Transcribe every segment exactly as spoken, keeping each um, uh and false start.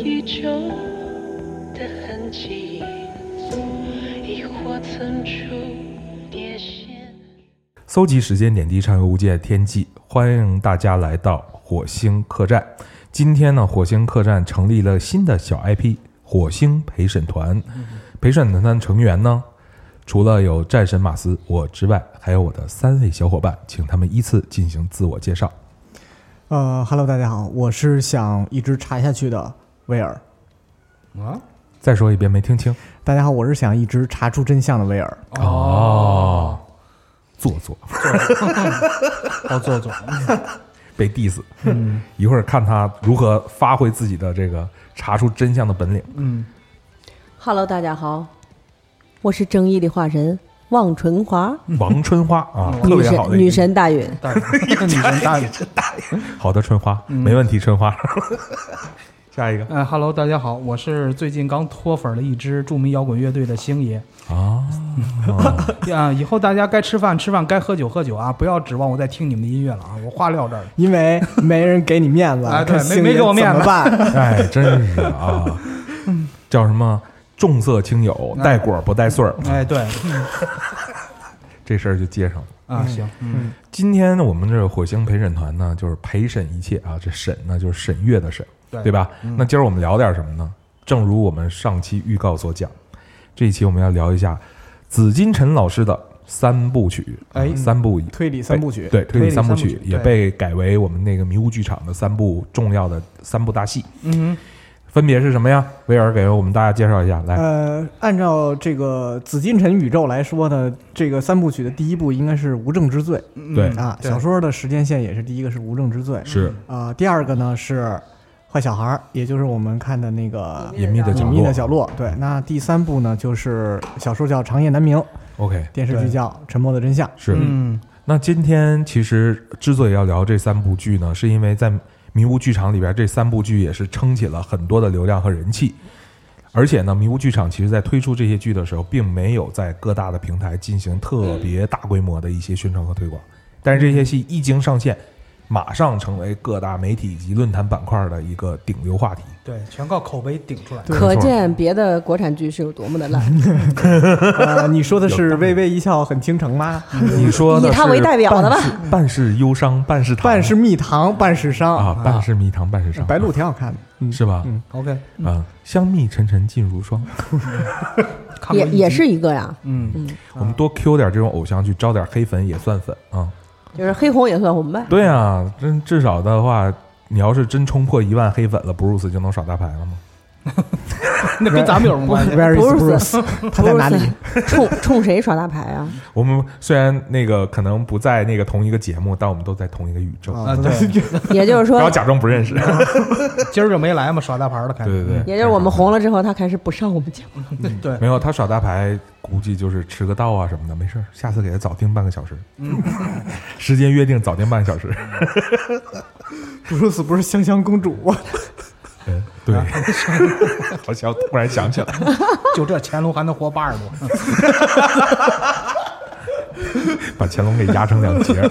已久的痕迹，亦或曾出跌线。 搜集时间点滴，畅游无界天际，欢迎大家来到火星客栈。今天呢，火星客栈成立了新的小 I P 火星陪审团。陪审团成员呢，除了有战神马斯我之外，还有我的三位小伙伴，请他们依次进行自我介绍。 呃哈喽，大家好，我是想一直查下去的威尔。 啊， 再说一遍，没听清。 大家好，我是想一直查出真相的威尔。 哦，做作， 好做作， 被 diss。嗯，一会儿看他如何发挥自己的这个查出真相的本领。 嗯 ，Hello， 大家好，我是正义的化身王春花， 王春花啊，特别好的女神大允， 女神大允， 好的，春花，没问题，春花。下一个， 呃 ，Hello， 大家好，我是最近刚脱粉的一支著名摇滚乐队的星爷啊啊！以后大家该吃饭吃饭，该喝酒喝酒啊！不要指望我在听你们的音乐了啊！我话撂这儿了， 因为没人给你面子， 哎，对，没没给我面子， 怎么办？ 哎，真是啊，叫什么重色轻友，带果不带穗儿。 哎，对， 这事儿就接上了。 啊，行，嗯， 今天呢，我们这个火星陪审团呢，就是陪审一切啊，这审呢就是审阅的审， 对对吧？ 嗯、 那今儿我们聊点什么呢？正如我们上期预告所讲，这一期我们要聊一下紫金陈老师的三部曲， 哎， 三部推理三部曲， 对，推理三部曲也被对改为我们那个迷雾剧场的三部重要的三部大戏。 嗯。 分别是什么呀？威尔给我们大家介绍一下，来。 呃，按照这个紫禁城宇宙来说呢，这个三部曲的第一部应该是《无证之罪》， 对啊， 对小说的时间线也是第一个是《无证之罪》， 是啊、呃，第二个呢是《坏小孩》，也就是我们看的那个隐秘的角落。 隐秘的角落，对。那第三部呢就是小说叫《长夜难明》 ，OK， 电视剧叫《沉默的真相》， 是。 嗯， 那今天其实之所以要聊这三部剧呢，是因为在迷雾剧场里边这三部剧也是撑起了很多的流量和人气，而且呢迷雾剧场其实在推出这些剧的时候并没有在各大的平台进行特别大规模的一些宣传和推广，但是这些戏一经上线马上成为各大媒体以及论坛板块的一个顶流话题， 对，全靠口碑顶出来。 可见别的国产剧是有多么的烂。 呃，你说的是微微一笑很倾城吗？ 你说的是以他为代表的吧？ 半是忧伤，半是半是蜜糖，半是伤啊，半是蜜糖，半是伤。 白鹿挺好看的，嗯、 是吧？ 嗯 ，OK， 啊，香蜜沉沉烬如霜， 也也是一个呀。 嗯嗯， 我们多 Q 点这种偶像剧，招点黑粉也算粉啊。 就是黑红也算红呗。 对啊，真至少的话，你要是真冲破一万黑粉了，布鲁斯就能耍大牌了吗？ 那跟咱们有什么关系？ 布鲁斯，他在哪里？ 冲冲谁耍大牌啊？ 我们虽然那个可能不在那个同一个节目，但我们都在同一个宇宙啊。对， 也就是说， 不要假装不认识。 今儿就没来嘛，耍大牌了，开始。 对对对， 也就是我们红了之后，他开始不上我们节目了。 嗯，对， 没有他耍大牌，估计就是吃个道啊什么的，没事，下次给他早定半个小时。嗯，时间约定早定半个小时。 布鲁斯不是香香公主吗？ 嗯，对，好像突然想起来， 就这乾隆还能活八十多， 把乾隆给压成两截。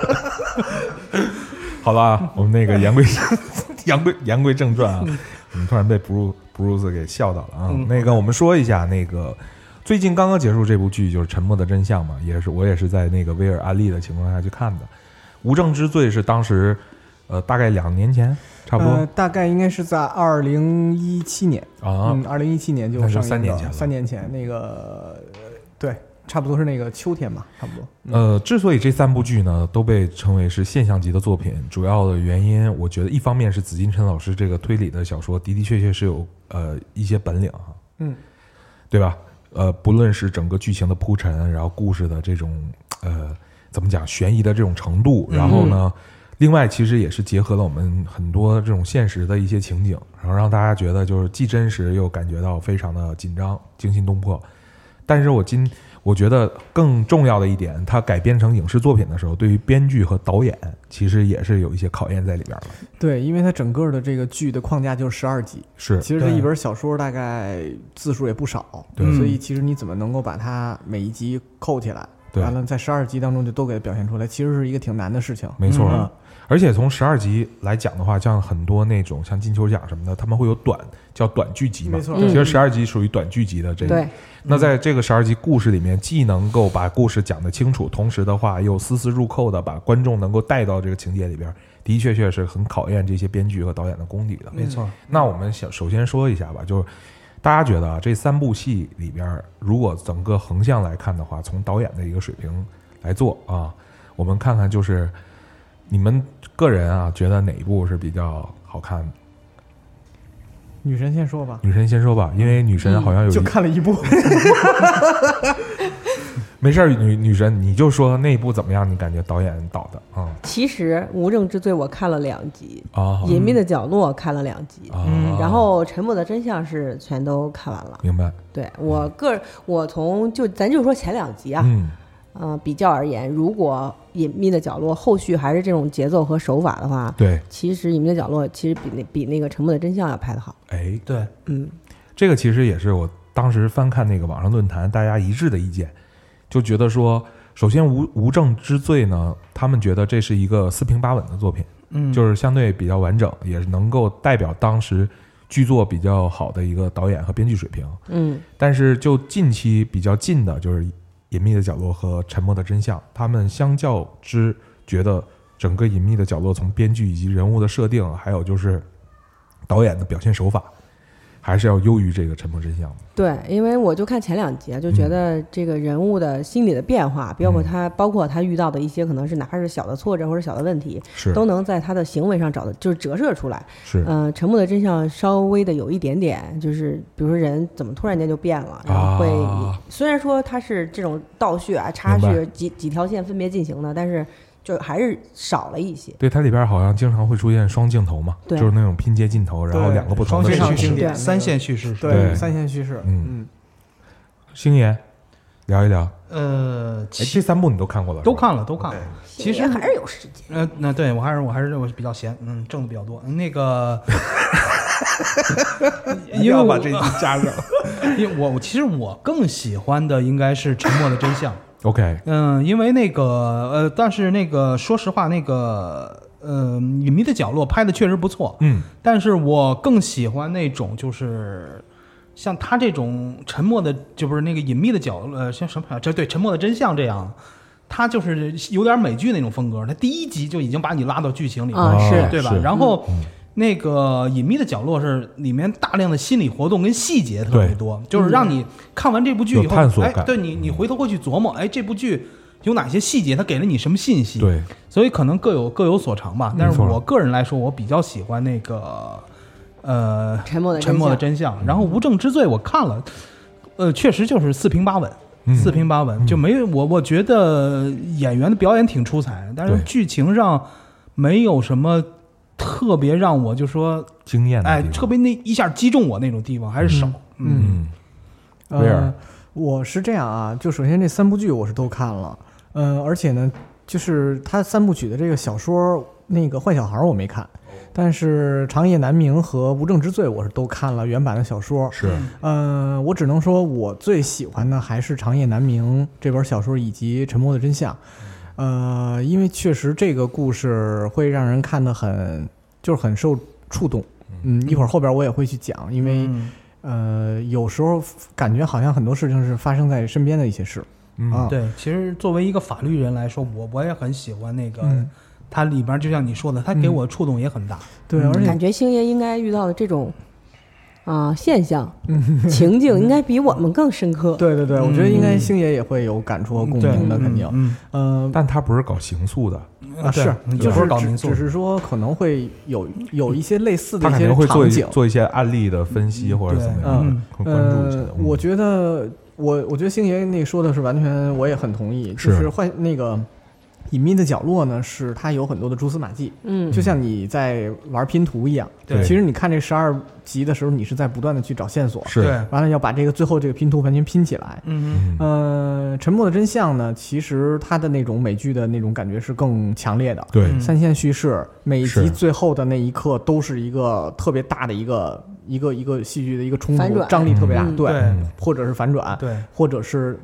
好了，我们那个言归言归言归正传啊，我们突然被布鲁布鲁斯给笑到了啊。 嗯、 那个我们说一下，那个最近刚刚结束这部剧就是《沉默的真相》嘛，也是我也是在那个威尔安利的情况下去看的，《无证之罪》是当时呃大概两年前。差不多、 呃，大概应该是在二零一七年啊， 嗯，二零一七年就上映了， 三年前了， 三年前那个，对，差不多是那个秋天吧，差不多。 嗯、呃，之所以这三部剧呢都被称为是现象级的作品，主要的原因，我觉得一方面是紫金陈老师这个推理的小说的的确确是有呃一些本领哈， 嗯， 对吧？呃，不论是整个剧情的铺陈，然后故事的这种呃怎么讲悬疑的这种程度，然后呢。嗯另外，其实也是结合了我们很多这种现实的一些情景，然后让大家觉得就是既真实又感觉到非常的紧张、惊心动魄。但是我今我觉得更重要的一点，它改编成影视作品的时候，对于编剧和导演其实也是有一些考验在里边了。 对，因为它整个的这个剧的框架就是十二集， 是其实这一本小说大概字数也不少， 对， 所以其实你怎么能够把它每一集扣起来？完了，在十二集当中就都给它表现出来，其实是一个挺难的事情。 没错。 嗯而且从十二集来讲的话，像很多那种像金球奖什么的，他们会有短叫短剧集嘛。 没错， 其实十二集属于短剧集的这个。 对。 那在这个十二集故事里面，既能够把故事讲得清楚，同时的话又丝丝入扣的把观众能够带到这个情节里边，的确确是很考验这些编剧和导演的功底的。 没错。 那我们想首先说一下吧，就是大家觉得啊，这三部戏里边，如果整个横向来看的话，从导演的一个水平来做啊，我们看看就是你们个人啊，觉得哪一部是比较好看的？ 女神先说吧。 女神先说吧，因为女神好像有一、 嗯、就看了一部。 没事儿，女女神你就说那一部怎么样？你感觉导演导的啊、嗯？ 其实《无证之罪》我看了两集， 啊， 隐秘的角落看了两集， 嗯、 然后《沉默的真相》是全都看完了。 明白？ 对我个人，我从就咱就说前两集啊， 嗯。 呃，比较而言，如果隐秘的角落后续还是这种节奏和手法的话， 对， 其实隐秘的角落其实比那比那个沉默的真相要拍得好。 哎， 对， 嗯， 这个其实也是我当时翻看那个网上论坛大家一致的意见，就觉得说，首先无无证之罪呢，他们觉得这是一个四平八稳的作品， 嗯， 就是相对比较完整，也能够代表当时剧作比较好的一个导演和编剧水平， 嗯， 但是就近期比较近的，就是隐秘的角落和沉默的真相，他们相较之觉得整个隐秘的角落从编剧以及人物的设定，还有就是导演的表现手法，还是要优于这个沉默真相的。 对，因为我就看前两集，就觉得这个人物的心理的变化， 嗯、 包括他，包括他遇到的一些可能是哪怕是小的挫折或者小的问题， 是都能在他的行为上找到，就是折射出来。 是， 嗯、呃，沉默的真相稍微的有一点点，就是比如说人怎么突然间就变了，然后会、啊、虽然说他是这种倒叙啊、插叙几几条线分别进行的，但是就还是少了一些。 对，它里边好像经常会出现双镜头嘛，就是那种拼接镜头，然后两个不同的双线叙事，三线叙事， 对，对三线叙事。 嗯嗯，星爷聊一聊。 呃， 哎，这三部你都看过了？ 都看了，都看了。其实还是有时间。 呃，那对我还是我还是我比较闲，嗯，挣的比较多。那个，因为我把这集加上， 因为我我其实我更喜欢的应该是《沉默的真相》。 OK， 嗯，因为那个呃，但是那个说实话，那个呃，隐秘的角落拍的确实不错， 嗯， 但是我更喜欢那种就是像他这种沉默的，就不是那个隐秘的角落，呃，像什么这对沉默的真相这样，他就是有点美剧那种风格，他第一集就已经把你拉到剧情里了， 啊，是对吧？然后。嗯那个隐秘的角落是里面大量的心理活动跟细节特别多，就是让你看完这部剧以后，哎，对你你回头会去琢磨，哎，这部剧有哪些细节，它给了你什么信息？ 对， 所以可能各有各有所长吧。但是我个人来说，我比较喜欢那个呃沉默的沉默的真相。然后无证之罪我看了，呃，确实就是四平八稳， 嗯、 四平八稳， 嗯、 就没有我我觉得演员的表演挺出彩，但是剧情上没有什么。特别让我就说惊艳的， 哎，特别那一下击中我那种地方还是少。 嗯， 嗯威尔、 呃，我是这样啊，就首先这三部剧我是都看了，嗯、呃，而且呢，就是他三部曲的这个小说，那个《坏小孩》我没看，但是《长夜难明》和《无证之罪》我是都看了原版的小说。 是， 嗯、呃，我只能说我最喜欢的还是《长夜难明》这本小说以及《沉默的真相》。呃，因为确实这个故事会让人看得很，就是很受触动。嗯，一会儿后边我也会去讲，因为、嗯、呃，有时候感觉好像很多事情是发生在身边的一些事。 嗯， 啊、 对，其实作为一个法律人来说，我我也很喜欢那个， 嗯、 它里边就像你说的，它给我触动也很大。 嗯、对，而且感觉星爷应该遇到的这种。啊，现象、情境应该比我们更深刻。 对对对，我觉得应该星爷也会有感触和共鸣的，肯定。 嗯， 呃， 但他不是搞刑诉的啊，是就是搞民诉， 只是说可能会有有一些类似的一些他肯定会做场做一些案例的分析或者怎么样，会关注一下。 呃，我觉得我我觉得星爷那说的是完全，我也很同意，就是换那个。隐秘的角落呢，是它有很多的蛛丝马迹， 嗯， 就像你在玩拼图一样。 对， 其实你看这十二集的时候，你是在不断的去找线索， 是， 完了要把这个最后这个拼图完全拼起来。 嗯呃，沉默的真相呢，其实它的那种美剧的那种感觉是更强烈的。 对， 三线叙事，每一集最后的那一刻都是一个特别大的一个一个一个戏剧的一个冲突，张力特别大， 嗯、 对， 对， 或者是反转， 对， 或者是。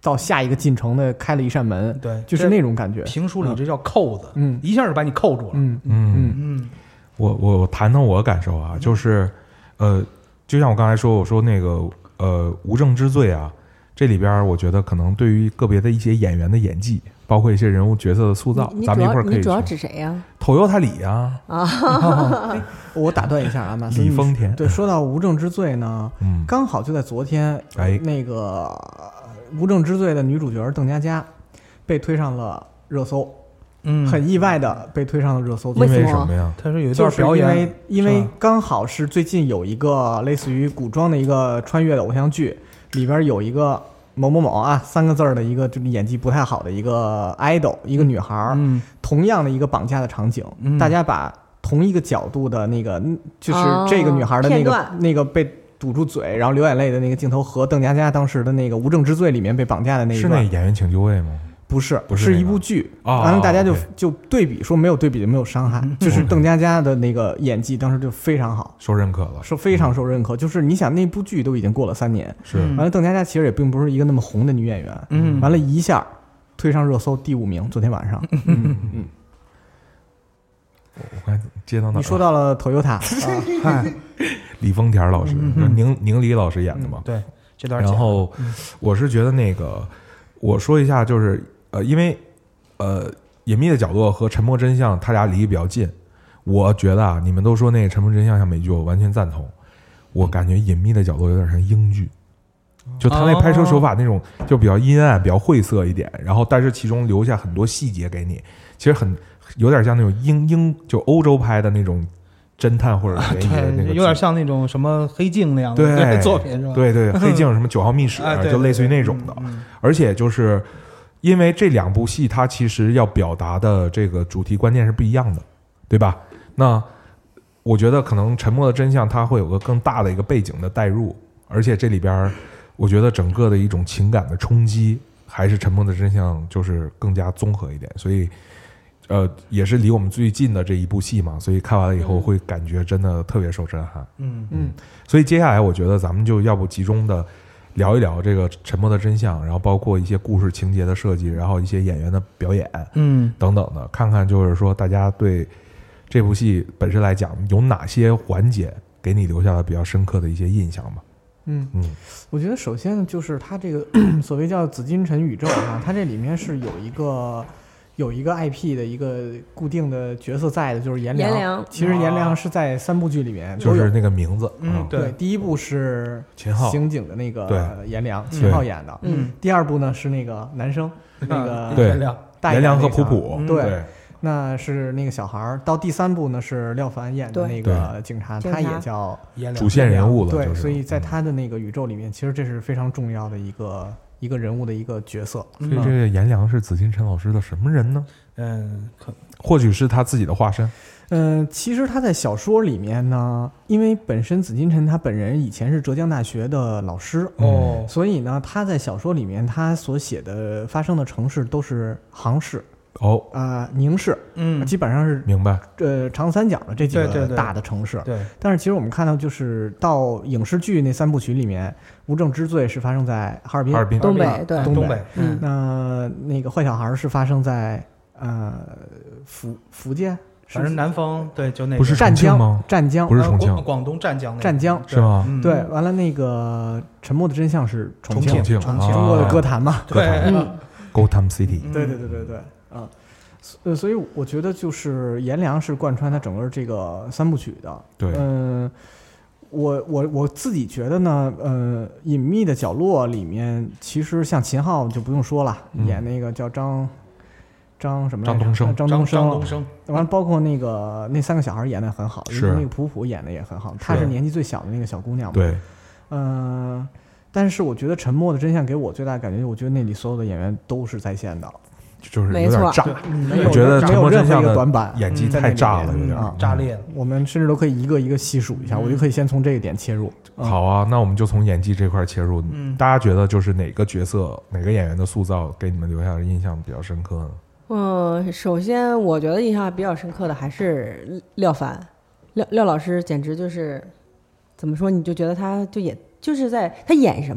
到下一个进程的开了一扇门， 对， 就是那种感觉。 评书里这叫扣子， 嗯， 一下就把你扣住了。 嗯嗯嗯嗯， 我我我谈谈我的感受啊，就是呃，就像我刚才说，我说那个呃无证之罪啊，这里边我觉得可能对于个别的一些演员的演技，包括一些人物角色的塑造，咱们一会儿可以你主要指谁呀？ 头油塔里啊， 啊，我打断一下啊，马斯， 李丰田。 对，说到无证之罪呢， 嗯， 刚好就在昨天， 哎， 那个无证之罪的女主角邓家佳被推上了热搜。 嗯， 很意外的被推上了热搜， 因为什么呀？ 他说有一段表演， 就是因为因为刚好是最近有一个类似于古装的一个穿越的偶像剧，里边有一个某某某啊三个字儿的一个就是演技不太好的一个 idol， 一个女孩， 嗯， 同样的一个绑架的场景， 嗯、 大家把同一个角度的那个就是这个女孩的那个、 哦、 那个被堵住嘴然后流眼泪的那个镜头和邓家佳当时的那个无证之罪里面被绑架的那一是段， 那演员请就位吗？ 不是， 不是、 是一部剧，完、哦、了大家就、哦、就对比说没有对比就没有伤害，嗯、就是邓家佳的那个演技当时就非常好， 受认可了， 是非常受认可。就是你想那部剧都已经过了三年， 是完了邓家佳其实也并不是一个那么红的女演员， 嗯， 完了一下推上热搜第五名，昨天晚上，嗯嗯。 我刚才接到哪？ 你说到了 Toyota， 啊、 李丰田老师， 嗯、 宁宁理老师演的嘛？ 嗯、对，这段。 然后我是觉得那个，我说一下，就是呃，因为呃，隐秘的角落和沉默真相，他俩离得比较近。我觉得啊，你们都说那个沉默真相像美剧，我完全赞同。我感觉隐秘的角落有点像英剧，就他那拍摄手法那种，就比较阴暗、比较晦涩一点，然后但是其中留下很多细节给你，其实很。有点像那种英英就欧洲拍的那种侦探或者悬疑的那个、 啊，有点像那种什么黑镜那样的对作品是吧？ 对对，黑镜什么九号密室、 啊、 就类似于那种的。 嗯嗯、 而且就是因为这两部戏，它其实要表达的这个主题观念是不一样的，对吧？那我觉得可能《沉默的真相》它会有个更大的一个背景的带入，而且这里边我觉得整个的一种情感的冲击，还是《沉默的真相》就是更加综合一点，所以。呃，也是离我们最近的这一部戏嘛，所以看完了以后会感觉真的特别受震撼。 嗯嗯，所以接下来我觉得咱们就要不集中的聊一聊这个《沉默的真相》，然后包括一些故事情节的设计，然后一些演员的表演， 嗯， 等等的，看看就是说大家对这部戏本身来讲有哪些环节给你留下了比较深刻的一些印象吧。 嗯嗯， 我觉得首先就是它这个所谓叫紫禁城宇宙啊，它这里面是有一个。有一个 I P 的一个固定的角色在的，就是颜良。 颜良其实颜良是在三部剧里面都有， 就是那个名字。 嗯， 对。第一部是秦昊刑警的那个颜良， 对秦昊演的。 嗯。 第二部呢是那个男生，那个对颜良和普普。 对。那是那个小孩儿。到第三部呢是廖凡演的那个警察，他也叫主线人物了。 对，所以在他的那个宇宙里面，其实这是非常重要的一个。一个人物的一个角色， 所以这个颜良是紫禁城老师的什么人呢？ 嗯，可或许是他自己的化身。 嗯，其实他在小说里面呢，因为本身紫禁城他本人以前是浙江大学的老师哦， 所以呢，他在小说里面他所写的发生的城市都是杭市。 哦啊、呃，宁市， 嗯， 基本上是明白。 呃，长三角的这几个大的城市， 对。 但是其实我们看到，就是到影视剧那三部曲里面，《无证之罪》是发生在哈尔滨、 哈尔滨、 东北，对， 东北。 嗯，那那个坏小孩是发生在呃福福建， 反正南方，对，就那个不是湛江吗？ 湛江不是重庆， 呃、广东湛江， 湛江是吗？ 对，完了那个《沉默的真相》是重庆， 重庆，中国的歌坛嘛， 歌坛，Gotham City。 对对对对对，啊。呃，所以我觉得就是颜良是贯穿他整个这个三部曲的。 对， 嗯、呃，我我我自己觉得呢，呃，隐秘的角落里面，其实像秦昊就不用说了， 嗯、 演那个叫张张什么张东升， 张东升， 张东升。 完了，包括那个那三个小孩演的很好， 是那个普普演的也很好，她是年纪最小的那个小姑娘嘛。 对， 嗯、呃，但是我觉得《沉默的真相》给我最大的感觉，我觉得那里所有的演员都是在线的。 就是有点炸， 我觉得《沉默真相》 的短板演技太炸了，有点啊， 炸裂了。 我们甚至都可以一个一个细数一下，我就可以先从这一点切入。 好啊，那我们就从演技这块切入。 嗯， 大家觉得就是哪个角色、哪个演员的塑造给你们留下的印象比较深刻呢？ 嗯，首先我觉得印象比较深刻的还是廖凡，廖廖老师简直就是怎么说，你就觉得他就也就是在他演什么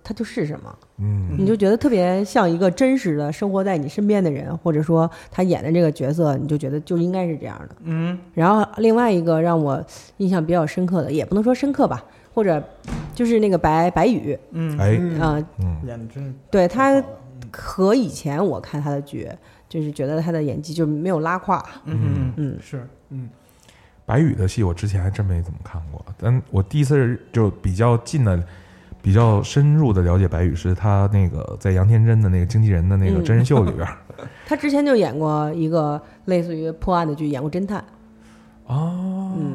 它就是什么， 嗯你就觉得特别像一个真实的生活在你身边的人，或者说他演的这个角色，你就觉得就应该是这样的。 嗯， 然后另外一个让我印象比较深刻的，也不能说深刻吧，或者就是那个白白宇， 嗯， 哎啊、 嗯演的真对他和以前我看他的剧，就是觉得他的演技就没有拉胯。 嗯嗯， 是嗯白宇的戏我之前还真没怎么看过，但我第一次就比较近的、比较深入的了解白宇是他那个在杨天真的那个经纪人的那个真人秀里边。 他之前就演过一个类似于破案的剧，演过侦探。 哦， 嗯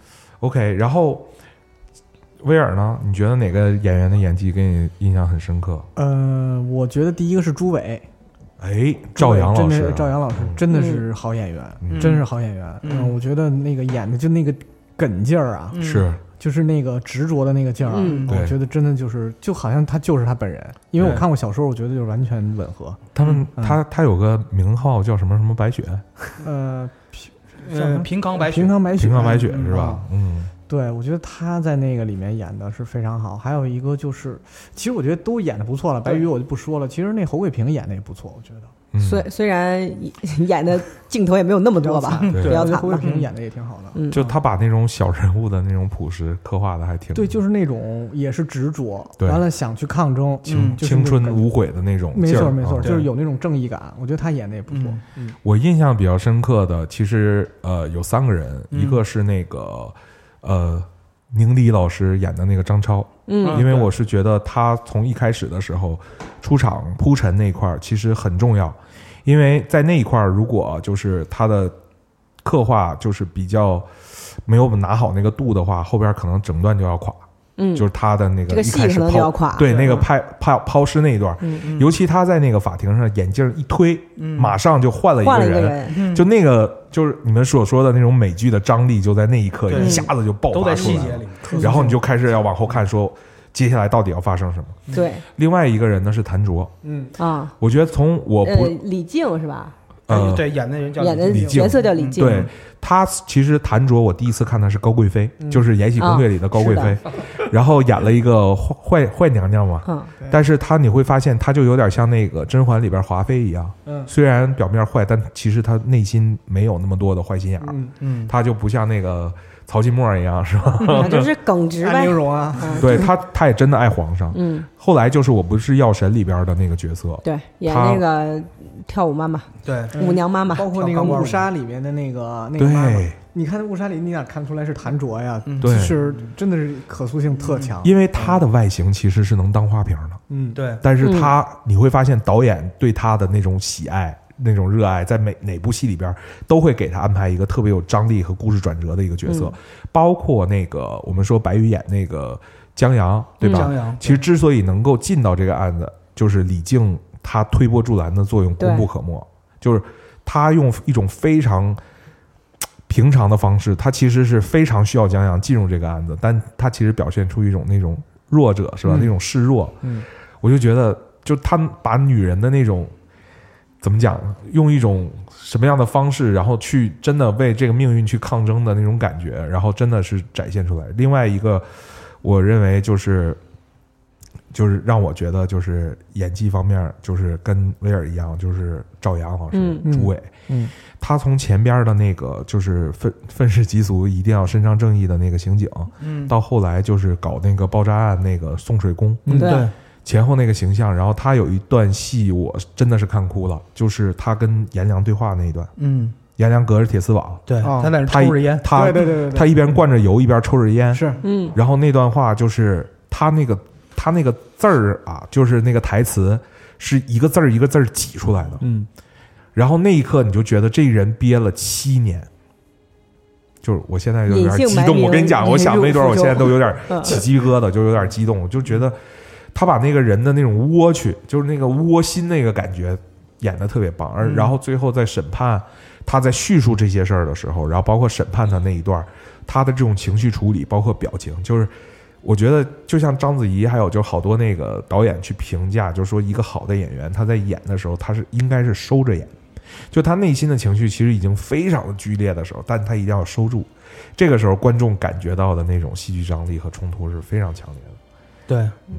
OK， 然后威尔呢？你觉得哪个演员的演技给你印象很深刻？ 呃，我觉得第一个是朱伟， 哎，赵阳老真的师啊， 是赵阳老师嗯真的是好演员， 嗯真是好演员。 嗯我觉得那个演的就那个梗劲儿啊， 嗯是就是那个执着的那个劲儿啊， 嗯对我觉得真的就是就好像他就是他本人，因为我对看过小说，我觉得就是完全吻合。 他们嗯他他有个名号叫什么什么白雪， 呃，平呃，平康白雪平，康白雪， 平康白雪嗯是吧？嗯， 对，我觉得他在那个里面演的是非常好。还有一个就是，其实我觉得都演的不错了。白宇我就不说了，其实那侯贵平演的也不错，我觉得。 嗯虽虽然演的镜头也没有那么多吧， 对比较惨我觉得侯贵吧。 平演的也挺好的。 嗯， 就他把那种小人物的那种朴实刻画的还挺对，就是那种也是执着， 对完了想去抗争， 青嗯就是青春那种感无悔的那种没劲儿错没错， 啊就是有那种正义感。我觉得他演的也不错。嗯我印象比较深刻的，其实呃有三个人， 嗯一个是那个呃宁理老师演的那个张超， 嗯因为我是觉得他从一开始的时候出场铺陈那块儿其实很重要，因为在那一块儿如果就是他的刻画就是比较没有拿好那个度的话，后边可能整段就要垮。 嗯， 就是他的那个这个一开始戏可能就要抛垮对那个嗯抛抛抛尸那一段， 嗯尤其他在那个法庭上眼镜一推， 嗯马上就换了一换了一个个人， 人， 嗯就那个就是你们所说的那种美剧的张力，就在那一刻对一下子就爆都发出来了在细节里， 然后你就开始要往后看，说接下来到底要发生什么。 对另外一个人呢是谭卓， 嗯， 啊， 我觉得从我呃不， 李静是吧？ 呃对，演的人叫演的李静角色叫李静， 对他其实谭卓我第一次看他是高贵妃，就是《延禧攻略》里的高贵妃，然后演了一个坏坏坏娘娘嘛。 嗯， 但是他你会发现，他就有点像那个《甄嬛》里边华妃一样， 嗯虽然表面坏，但其实他内心没有那么多的坏心眼儿， 嗯， 嗯， 他就不像那个曹新墨一样，是吧？ 啊就是耿直呗安陵。容啊， 嗯对他，他也真的爱皇上。 嗯， 后来就是《我不是药神》里边的那个角色， 对，演他那个跳舞妈妈、 对， 舞娘妈妈， 包括那个误杀里面的那个那个对妈妈，你看误杀里你哪看出来是谭卓呀？ 嗯对是真的是可塑性特强。 因为他的外形其实是能当花瓶的， 嗯， 对， 但是他你会发现导演对他的那种喜爱、那种热爱，在每哪部戏里边都会给他安排一个特别有张力和故事转折的一个角色，包括那个我们说白宇演那个江阳，对吧？ 江阳其实之所以能够进到这个案子，就是李靖他推波助澜的作用功不可没，就是他用一种非常平常的方式，他其实是非常需要江阳进入这个案子，但他其实表现出一种那种弱者是吧？ 嗯那种示弱， 嗯， 我就觉得，就他把女人的那种怎么讲，用一种什么样的方式，然后去真的为这个命运去抗争的那种感觉，然后真的是展现出来。另外一个，我认为就是。就是让我觉得，就是演技方面，就是跟威尔一样，就是赵阳老师、 嗯朱伟， 嗯， 他从前边的那个就是愤愤世嫉俗，一定要伸张正义的那个刑警， 嗯， 到后来就是搞那个爆炸案那个送水工， 嗯对， 前后那个形象，然后他有一段戏我真的是看哭了，就是他跟颜良对话那一段， 嗯， 颜良隔着铁丝网， 对， 哦他在那他抽着烟， 他对对对对对， 他一边灌着油一边抽着烟， 是嗯然后那段话就是他那个他那个字儿啊，就是那个台词是一个字儿一个字儿挤出来的， 嗯， 然后那一刻你就觉得这人憋了七年。就是我现在就有点激动， 隐姓埋名我跟你讲，我想那段我现在都有点嗯起鸡皮疙瘩，就有点激动，我就觉得他把那个人的那种窝屈，就是那个窝心那个感觉演得特别棒，而然后最后在审判他在叙述这些事儿的时候，然后包括审判他那一段，他的这种情绪处理，包括表情，就是我觉得就像章子怡，还有就好多那个导演去评价，就是说一个好的演员他在演的时候，他是应该是收着演。就他内心的情绪其实已经非常的剧烈的时候，但他一定要收住，这个时候观众感觉到的那种戏剧张力和冲突是非常强烈的。 对，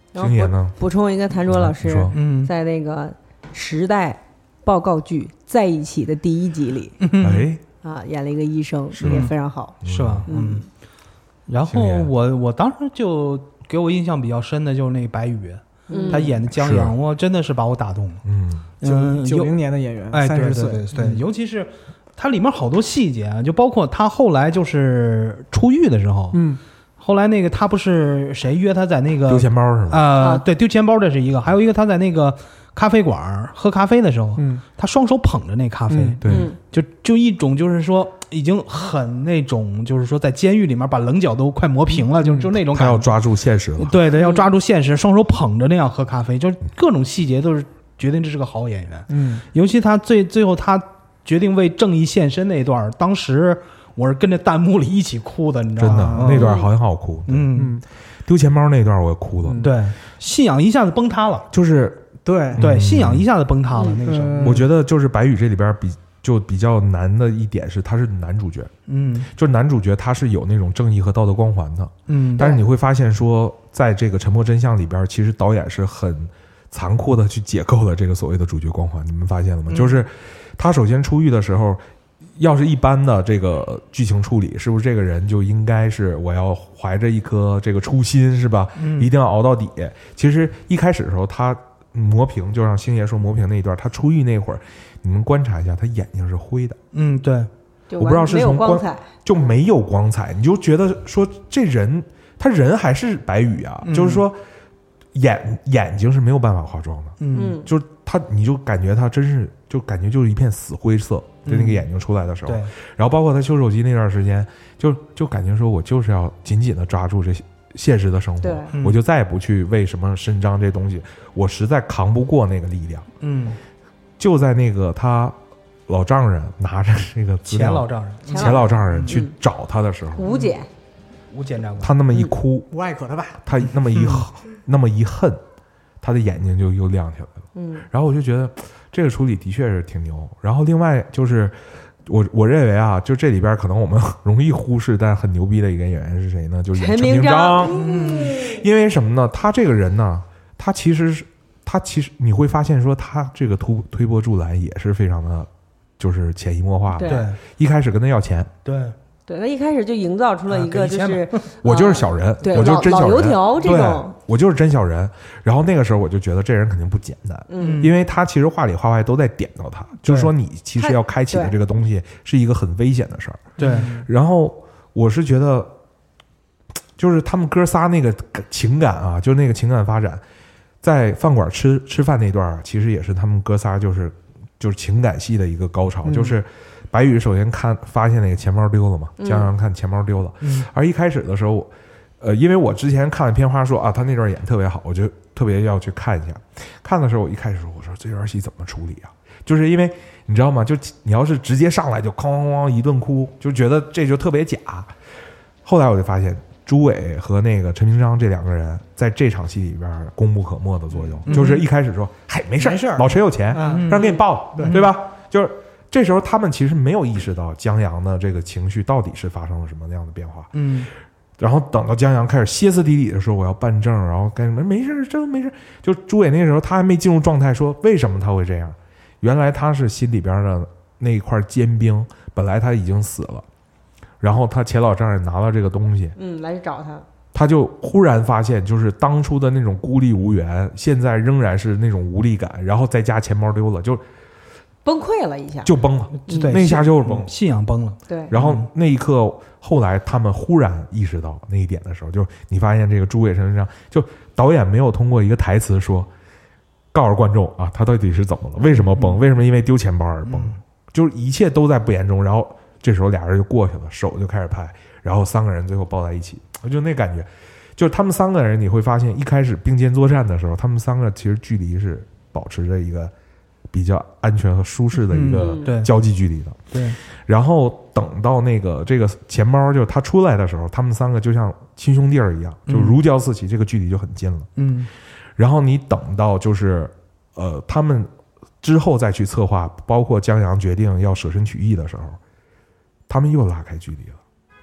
然后星爷呢？ 补充一个，谭卓老师你说嗯， 在那个时代报告剧《在一起》的第一集里哎， 啊，演了一个医生， 是吗也非常好。 是吧？ 嗯嗯。然后星爷我我当时就给我印象比较深的就是那个白宇， 嗯， 他演的江阳，哇，真的是把我打动了。 嗯， 嗯， 九尤零年的演员， 哎， 三十岁， 对对对对， 嗯尤其是它里面好多细节啊，就包括他后来就是出狱的时候， 嗯， 后来那个他不是谁约他在那个丢钱包是吧？ 呃， 啊对，丢钱包这是一个，还有一个他在那个咖啡馆喝咖啡的时候， 嗯， 他双手捧着那咖啡， 嗯对， 嗯就就一种就是说已经很那种，就是说在监狱里面把棱角都快磨平了，就就那种他感觉。 要抓住现实了。 对的，要抓住现实，双手捧着那样喝咖啡，就各种细节都是决定这是个好演员。 嗯， 尤其他最最后他决定为正义献身那一段，当时我是跟着弹幕里一起哭的，你知道真的吗？ 那段好像好哭。 嗯， 嗯， 丢钱包那段我也哭了， 对，信仰一下子崩塌了， 就是对， 对， 嗯信仰一下子崩塌了。 嗯那个时候， 嗯我觉得就是白宇这里边比就比较难的一点是他是男主角， 嗯就是男主角他是有那种正义和道德光环的， 嗯， 但是你会发现说在这个沉默真相里边，其实导演是很残酷的去解构了这个所谓的主角光环，你们发现了吗？ 嗯就是他首先出狱的时候，要是一般的这个剧情处理，是不是这个人就应该是我要怀着一颗这个初心，是吧？ 嗯一定要熬到底。其实一开始的时候，他磨平，就让星爷说磨平那一段，他出狱那会儿，你们观察一下，他眼睛是灰的， 嗯对， 就我不知道完没有是从光光彩， 就没有光彩，你就觉得说这人他人还是白宇啊， 嗯就是说眼眼睛是没有办法化妆的， 嗯嗯， 就是他你就感觉他真是就感觉就是一片死灰色，就那个眼睛出来的时候， 对， 然后包括他修手机那段时间，就就感觉说我就是要紧紧的抓住这现实的生活对， 嗯我就再也不去为什么伸张这东西，我实在扛不过那个力量。 嗯， 就在那个他老丈人拿着这个资料前老丈人前前老丈人嗯去找他的时候， 吴姐， 吴检察官， 他那么一哭， 无爱可他吧， 他那么一那么一恨，他的眼睛就又亮起来了。 嗯然后我就觉得这个处理的确是挺牛。然后另外就是我我认为啊，就这里边可能我们容易忽视但很牛逼的一个演员是谁呢？就是演陈明明章嗯因为什么呢？他这个人呢，他其实是他其实你会发现说他这个突推波助澜也是非常的，就是潜移默化的。 对对一开始跟他要钱， 对， 对，他一开始就营造出了一个啊给一千就是我就是小人， 对我就是真小人， 老老油条这对种， 我就是真小人。然后那个时候我就觉得这人肯定不简单， 嗯因为他其实话里话外都在点到他，就是说你其实要开启的这个东西是一个很危险的事儿。 对， 然后我是觉得，就是他们哥仨那个情感啊，就那个情感发展，在饭馆吃吃饭那段啊，其实也是他们哥仨就是就是情感戏的一个高潮， 嗯就是白宇首先看发现那个钱包丢了嘛， 嗯江阳看钱包丢了， 嗯而一开始的时候，呃，因为我之前看了片花说啊，他那段演特别好，我就特别要去看一下。看的时候，我一开始说，我说这段戏怎么处理啊？就是因为你知道吗？就你要是直接上来就哐哐哐一顿哭，就觉得这就特别假。后来我就发现，朱伟和那个陈明章这两个人在这场戏里边功不可没的作用， 嗯就是一开始说，嗨，没事没事儿老陈有钱， 嗯让人给你报， 对对吧？就是这时候他们其实没有意识到江阳的这个情绪到底是发生了什么样的变化。 嗯然后等到江阳开始歇斯底里的说我要办证，然后干什么没事真没事，就朱伟那时候他还没进入状态，说为什么他会这样？原来他是心里边的那一块坚冰，本来他已经死了，然后他前老丈人拿到这个东西， 嗯来找他， 他就忽然发现，就是当初的那种孤立无援，现在仍然是那种无力感，然后再加钱包丢了，就崩溃了一下， 就崩了， 对， 那一下就是崩。 信仰崩了， 对， 然后那一刻，后来他们忽然意识到那一点的时候，就是你发现这个朱伟身上，就导演没有通过一个台词说，告诉观众啊，他到底是怎么了，为什么崩，为什么因为丢钱包而崩，就是一切都在不言中。然后这时候俩人就过去了，手就开始拍，然后三个人最后抱在一起，我就那感觉，就是他们三个人，你会发现一开始并肩作战的时候，他们三个其实距离是保持着一个比较安全和舒适的一个嗯对交际距离的。 对， 然后等到那个这个钱包就他出来的时候，他们三个就像亲兄弟儿一样，就如胶似漆，这个距离就很近了。 嗯然后你等到就是呃他们之后再去策划，包括江阳决定要舍身取义的时候，他们又拉开距离了。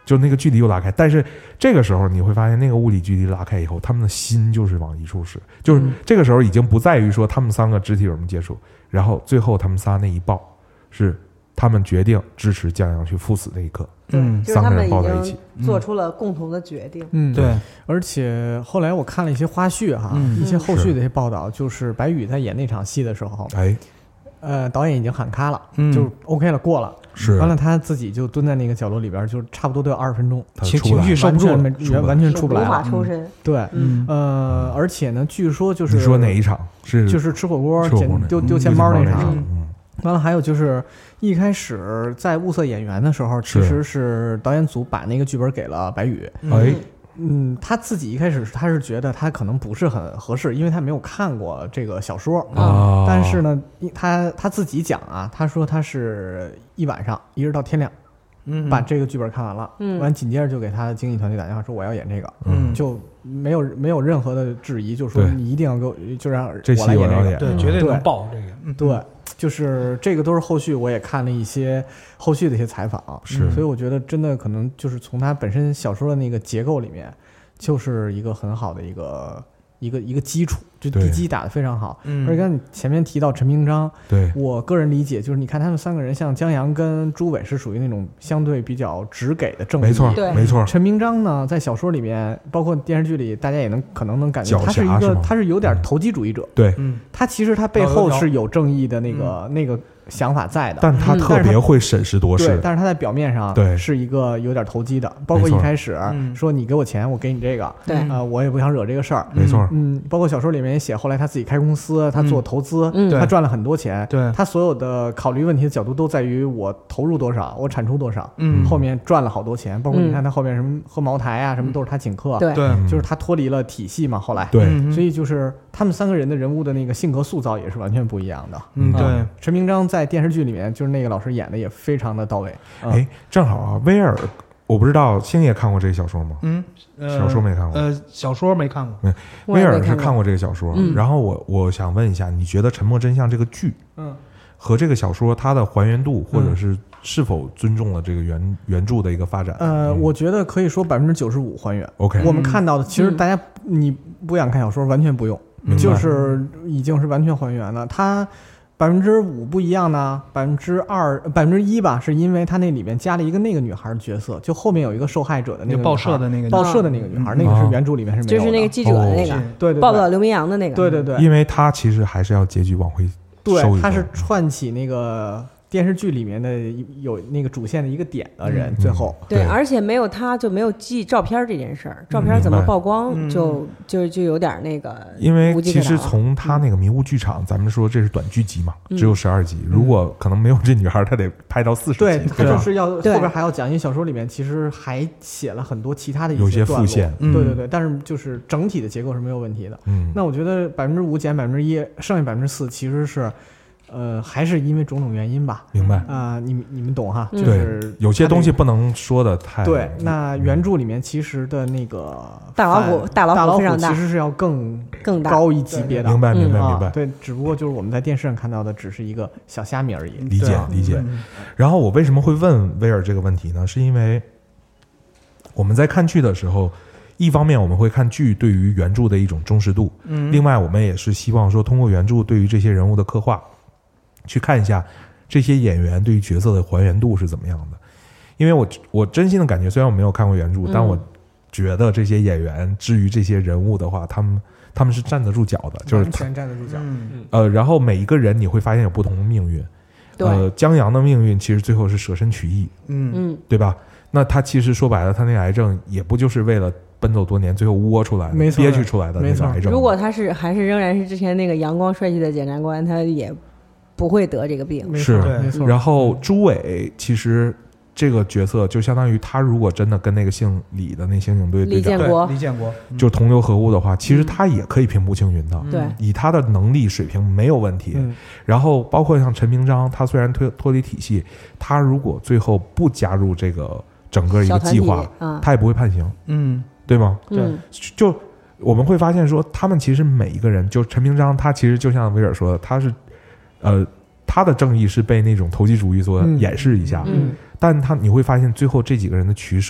就那个距离又拉开。但是这个时候你会发现，那个物理距离拉开以后，他们的心就是往一处使，就是这个时候已经不在于说他们三个肢体有什么接触，然后最后他们仨那一抱是他们决定支持江阳去赴死那一刻。 嗯， 就是他们已三个人抱在一起经做出了共同的决定。 嗯， 对。 而且后来我看了一些花絮哈， 嗯、 一些后续的一些报道，就是白宇在演那场戏的时候， 哎， 呃，导演已经喊咔了， 嗯、 就 OK 了，过了。 是。 完了，他自己就蹲在那个角落里边，就差不多都有二十分钟， 情情绪受不住了， 完完全出不来了， 无法抽身。 嗯、对， 嗯， 呃，而且呢，据说就是你说哪一场是就是吃火锅捡丢丢钱包那场。 嗯完了，还有就是一开始在物色演员的时候，其实是导演组把那个剧本给了白宇。 哎， 嗯，他自己一开始他是觉得他可能不是很合适，因为他没有看过这个小说啊、哦。 但是呢，他他自己讲啊，他说他是一晚上一直到天亮， 嗯， 把这个剧本看完了， 嗯， 完紧接着就给他的经纪团队打电话说我要演这个， 嗯， 就没有没有任何的质疑，就说你一定要给我，就让我来演这个， 对，绝对能爆这个， 嗯、对。就是这个都是后续我也看了一些后续的一些采访， 是， 所以我觉得真的可能就是从它本身小说的那个结构里面，就是一个很好的一个一个一个基础，就地基打得非常好。 嗯， 而且刚才你前面提到陈明章， 对我个人理解就是，你看他们三个人，像江阳跟朱伟是属于那种相对比较直给的正义， 没错，没错。 陈明章呢，在小说里面，包括电视剧里，大家也能可能能感觉他是一个，他是有点投机主义者。 对， 嗯，他其实他背后是有正义的那个、嗯、那个。想法在的， 但他特别会审时度势。 对，但是他在表面上对是一个有点投机的，包括一开始说你给我钱，我给你这个， 对啊、呃，我也不想惹这个事儿， 没错。 嗯，包括小说里面也写，后来他自己开公司，他做投资， 嗯、 他赚了很多钱， 对， 他所有的考虑问题的角度都在于我投入多少，我产出多少， 嗯， 后面赚了好多钱，包括你看他后面什么喝茅台啊，什么都是他请客， 对， 对， 就是他脱离了体系嘛，后来， 对， 所以就是他们三个人的人物的那个性格塑造也是完全不一样的， 嗯，对， 啊、陈明章在电视剧里面。就是那个老师演的也非常的到位。 哎、嗯，正好啊，威尔，我不知道星爷看过这个小说吗？ 嗯，呃、 小说没看过。 呃，小说没看过。 嗯，威尔是看过这个小说。 嗯、 然后我我想问一下，你觉得《沉默真相》这个剧， 嗯， 和这个小说它的还原度，或者是是否尊重了这个原原著的一个发展？ 呃，嗯、我觉得可以说百分之九十五还原。 OK， 我们看到的其实大家、嗯、你不想看小说，完全不用，就是已经是完全还原了。它。百分之五不一样呢，百分之二、百分之一吧，是因为他那里面加了一个那个女孩的角色，就后面有一个受害者的那个报社的那个报社的那个女孩，嗯、那个是原著里面是没有的， 就是那个记者的那个， 哦、对对， 报道刘明阳的那个， 对对对， 因为他其实还是要结局往回收一对，他是串起那个。电视剧里面的有那个主线的一个点的人， 嗯、 最后对，而且没有他就没有记照片这件事儿，照片怎么曝光、嗯、就就就有点那个。 因为其实从他那个迷雾剧场，嗯、咱们说这是短剧集嘛，只有十二集， 嗯、 如果可能没有这女孩，他得拍到四十集。 对，他就是要后边还要讲，因为小说里面其实还写了很多其他的一有些段副线， 嗯、对对对，但是就是整体的结构是没有问题的。 嗯， 那我觉得百分之五减百分之一，剩下百分之四其实是。呃，还是因为种种原因吧。 明白啊、呃，你你们懂哈， 嗯、 就是有些东西不能说的太对。那原著里面其实的那个大老虎，大老虎非常大， 其实是要更更大高一级别的。 明白，明白， 嗯、 明白、 啊。对，只不过就是我们在电视上看到的只是一个小虾米而已。 理解，理解。然后我为什么会问威尔这个问题呢？是因为我们在看剧的时候。一方面我们会看剧对于原著的一种忠实度， 嗯， 另外我们也是希望说通过原著对于这些人物的刻画，去看一下这些演员对于角色的还原度是怎么样的。因为我我真心的感觉，虽然我没有看过原著， 嗯、 但我觉得这些演员至于这些人物的话，他们他们是站得住脚的，就是完全站得住脚。 嗯、呃，然后每一个人你会发现有不同的命运。 对， 呃，江阳的命运其实最后是舍身取义， 嗯嗯， 对吧？那他其实说白了，他那个癌症也不就是为了奔走多年最后窝出来的憋屈出来的那个癌症。 如果他是还是仍然是之前那个阳光帅气的检察官，他也不会得这个病。 是， 没错。 然后朱伟其实这个角色就相当于他如果真的跟那个姓李的那刑警队李建国李建国就同流合污的话，其实他也可以平步青云的。 对、 嗯，以他的能力水平没有问题。 嗯、 然后包括像陈明章，他虽然脱脱离体系，他如果最后不加入这个整个一个计划， 嗯、 他也不会判刑。 嗯。 对吗？ 对， 就我们会发现说，他们其实每一个人，就陈明章，他其实就像威尔说的，他是，呃，他的正义是被那种投机主义所掩饰一下， 嗯， 但他你会发现最后这几个人的取舍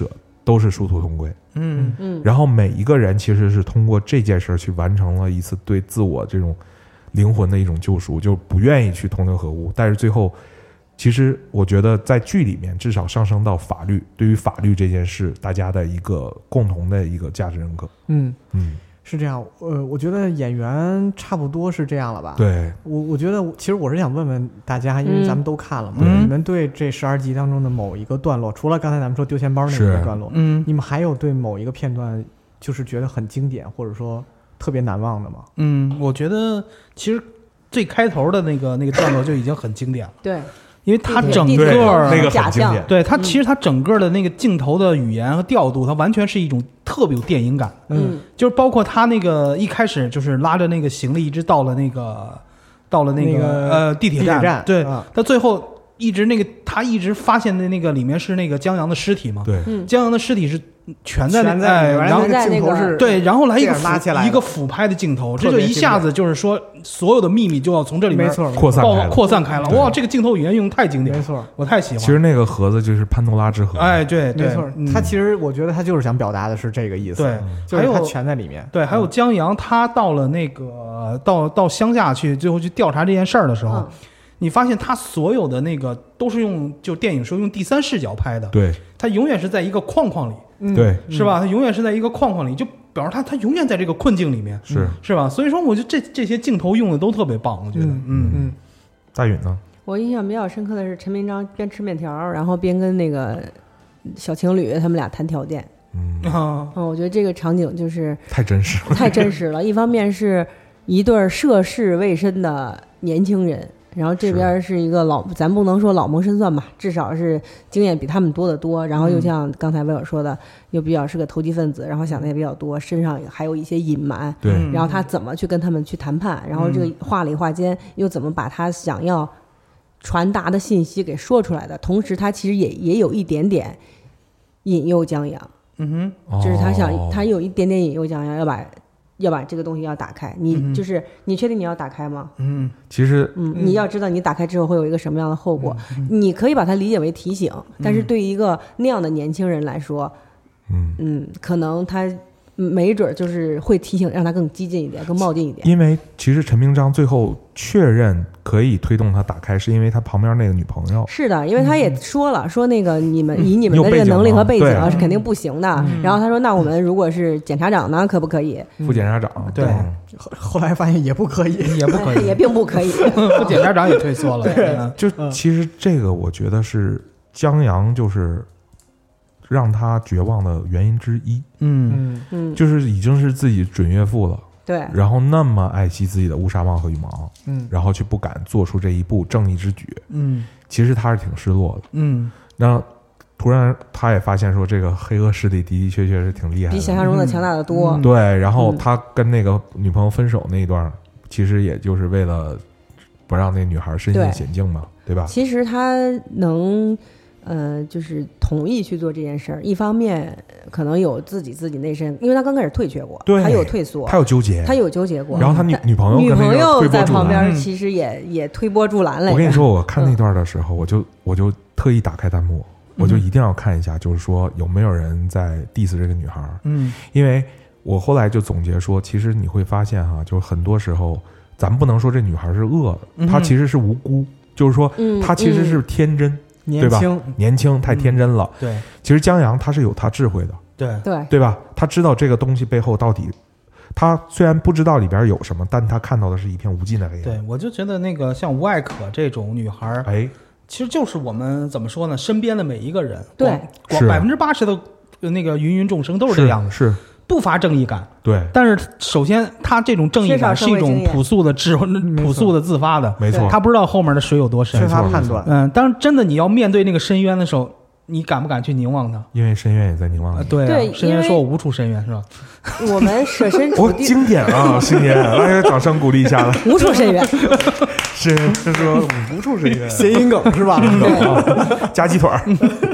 都是殊途同归。 嗯嗯， 然后每一个人其实是通过这件事儿去完成了一次对自我这种灵魂的一种救赎，就不愿意去同流合污。但是最后，其实我觉得在剧里面至少上升到法律，对于法律这件事，大家的一个共同的一个价值认可。 嗯嗯， 是这样。呃，我觉得演员差不多是这样了吧？， 对， 我我觉得其实我是想问问大家，因为咱们都看了嘛， 嗯你们对这十二集当中的某一个段落，除了刚才咱们说丢钱包那是个段落， 嗯你们还有对某一个片段就是觉得很经典，或者说特别难忘的吗？ 嗯，我觉得其实最开头的那个那个段落就已经很经典了， 对， 因为它地铁整地铁对个那个假象很经典。 对它其实它整个的那个镜头的语言和调度，它完全是一种特别有电影感。 嗯就是包括他那个一开始就是拉着那个行李一直到了那个到了那个、 那个呃地铁站， 地铁站对， 啊他最后一直那个他一直发现的那个里面是那个江阳的尸体嘛， 对， 嗯， 江阳的尸体是全在那全在哎， 原来然后那个镜头是对，然后来一个这样拉起来的俯一个俯拍的镜头，这特别就一下子就是说所有的秘密就要从这里面没错爆扩散开了扩散开了， 对哇，这个镜头语言用得太经典没，错。 我太喜欢。 其实那个盒子就是潘多拉之盒。 哎，对对， 没错， 嗯他其实我觉得他就是想表达的是这个意思， 对， 就是他还有全在里面。 对，还有江阳，他到了那个到到乡下去，最后去调查这件事儿的时候， 嗯你发现他所有的那个都是用就电影是用第三视角拍的， 对他永远是在一个框框里， 嗯对， 是吧？他永远是在一个框框里，就表示他他永远在这个困境里面， 是是吧？所以说，我觉得这这些镜头用的都特别棒，我觉得， 嗯嗯嗯， 大允呢？ 我印象比较深刻的是陈明章边吃面条，然后边跟那个小情侣他们俩谈条件。 嗯， 啊， 嗯，我觉得这个场景就是太真实了。 太真实了。一方面是一对涉世未深的年轻人，然后这边是一个老，咱不能说老谋深算吧，至少是经验比他们多得多。然后又像刚才威尔说的，又比较是个投机分子，然后想的也比较多，身上还有一些隐瞒。 对， 嗯然后他怎么去跟他们去谈判？然后这个话里话间又怎么把他想要传达的信息给说出来的？同时，他其实也也有一点点引诱江阳。 嗯哼， 就是他想， 哦他有一点点引诱江阳要把要把这个东西要打开。你、 嗯就是你确定你要打开吗？ 嗯其实嗯，你要知道你打开之后会有一个什么样的后果。你可以把它理解为提醒，但是对于一个那样的年轻人来说， 嗯， 嗯，可能他没准儿就是会提醒，让他更激进一点，更冒进一点。 因为其实陈明章最后确认可以推动他打开，是因为他旁边那个女朋友。 是的，因为他也说了，说那个你们以你们你有背景的这个能力和吗背景啊对是肯定不行的。然后他说，那我们如果是检察长呢，可不可以？ 副检察长， 对嗯后后来发现也不可以。 也不可以， 也并不可以。 副检察长也退缩了，对， 就其实这个我觉得是江阳就是让他绝望的原因之一， 嗯嗯嗯， 就是已经是自己准岳父了， 对， 然后那么爱惜自己的乌纱帽和羽毛， 嗯然后却不敢做出这一步正义之举， 嗯其实他是挺失落的。 嗯那突然他也发现说，这个黑恶势力的的确确是挺厉害比的， 想象中的强大的多。 嗯对，然后嗯他跟那个女朋友分手那一段，其实也就是为了不让那女孩身对陷险境嘛，对吧？ 其实他能，呃，就是同意去做这件事儿。一方面可能有自己自己内心，因为他刚开始退却过， 对他有退缩， 他有纠结， 他有纠结过。 然后他女但女朋友女跟那个朋友推波助澜在旁边， 嗯其实也也推波助澜来着。 我跟你说，我看那段的时候，我就我就特意打开弹幕，我就一定要看一下，就是说有没有人在 diss 这个女孩， 嗯因为我后来就总结说，其实你会发现哈，就是很多时候，咱们不能说这女孩是恶的， 嗯她其实是无辜，就是说嗯她其实是天真， 年轻， 年轻太天真了。 对其实江阳他是有他智慧的， 对对对吧？他知道这个东西背后到底，他虽然不知道里边有什么，但他看到的是一片无尽的黑暗。 对，我就觉得那个像吴艾可这种女孩儿， 哎， 其实就是我们怎么说呢？身边的每一个人， 对是广百分之八十的呃那个芸芸众生都是这样的， 是， 不乏正义感。 对， 但是首先，他这种正义缺少感是一种社会经验朴素的智慧、朴素的自发的， 没错对， 他不知道后面的水有多深缺。乏没错判断。 嗯，当然，真的你要面对那个深渊的时候，你敢不敢去凝望它？ 因为深渊也在凝望啊， 你。 对啊，深对因为渊说我无处深渊是吧？ 我们设身哦处，地， 经典啊，新年，来掌声鼓励一下了。 无处深渊。 是，他说无处深渊， 谐音梗是吧？ 啊加鸡腿儿。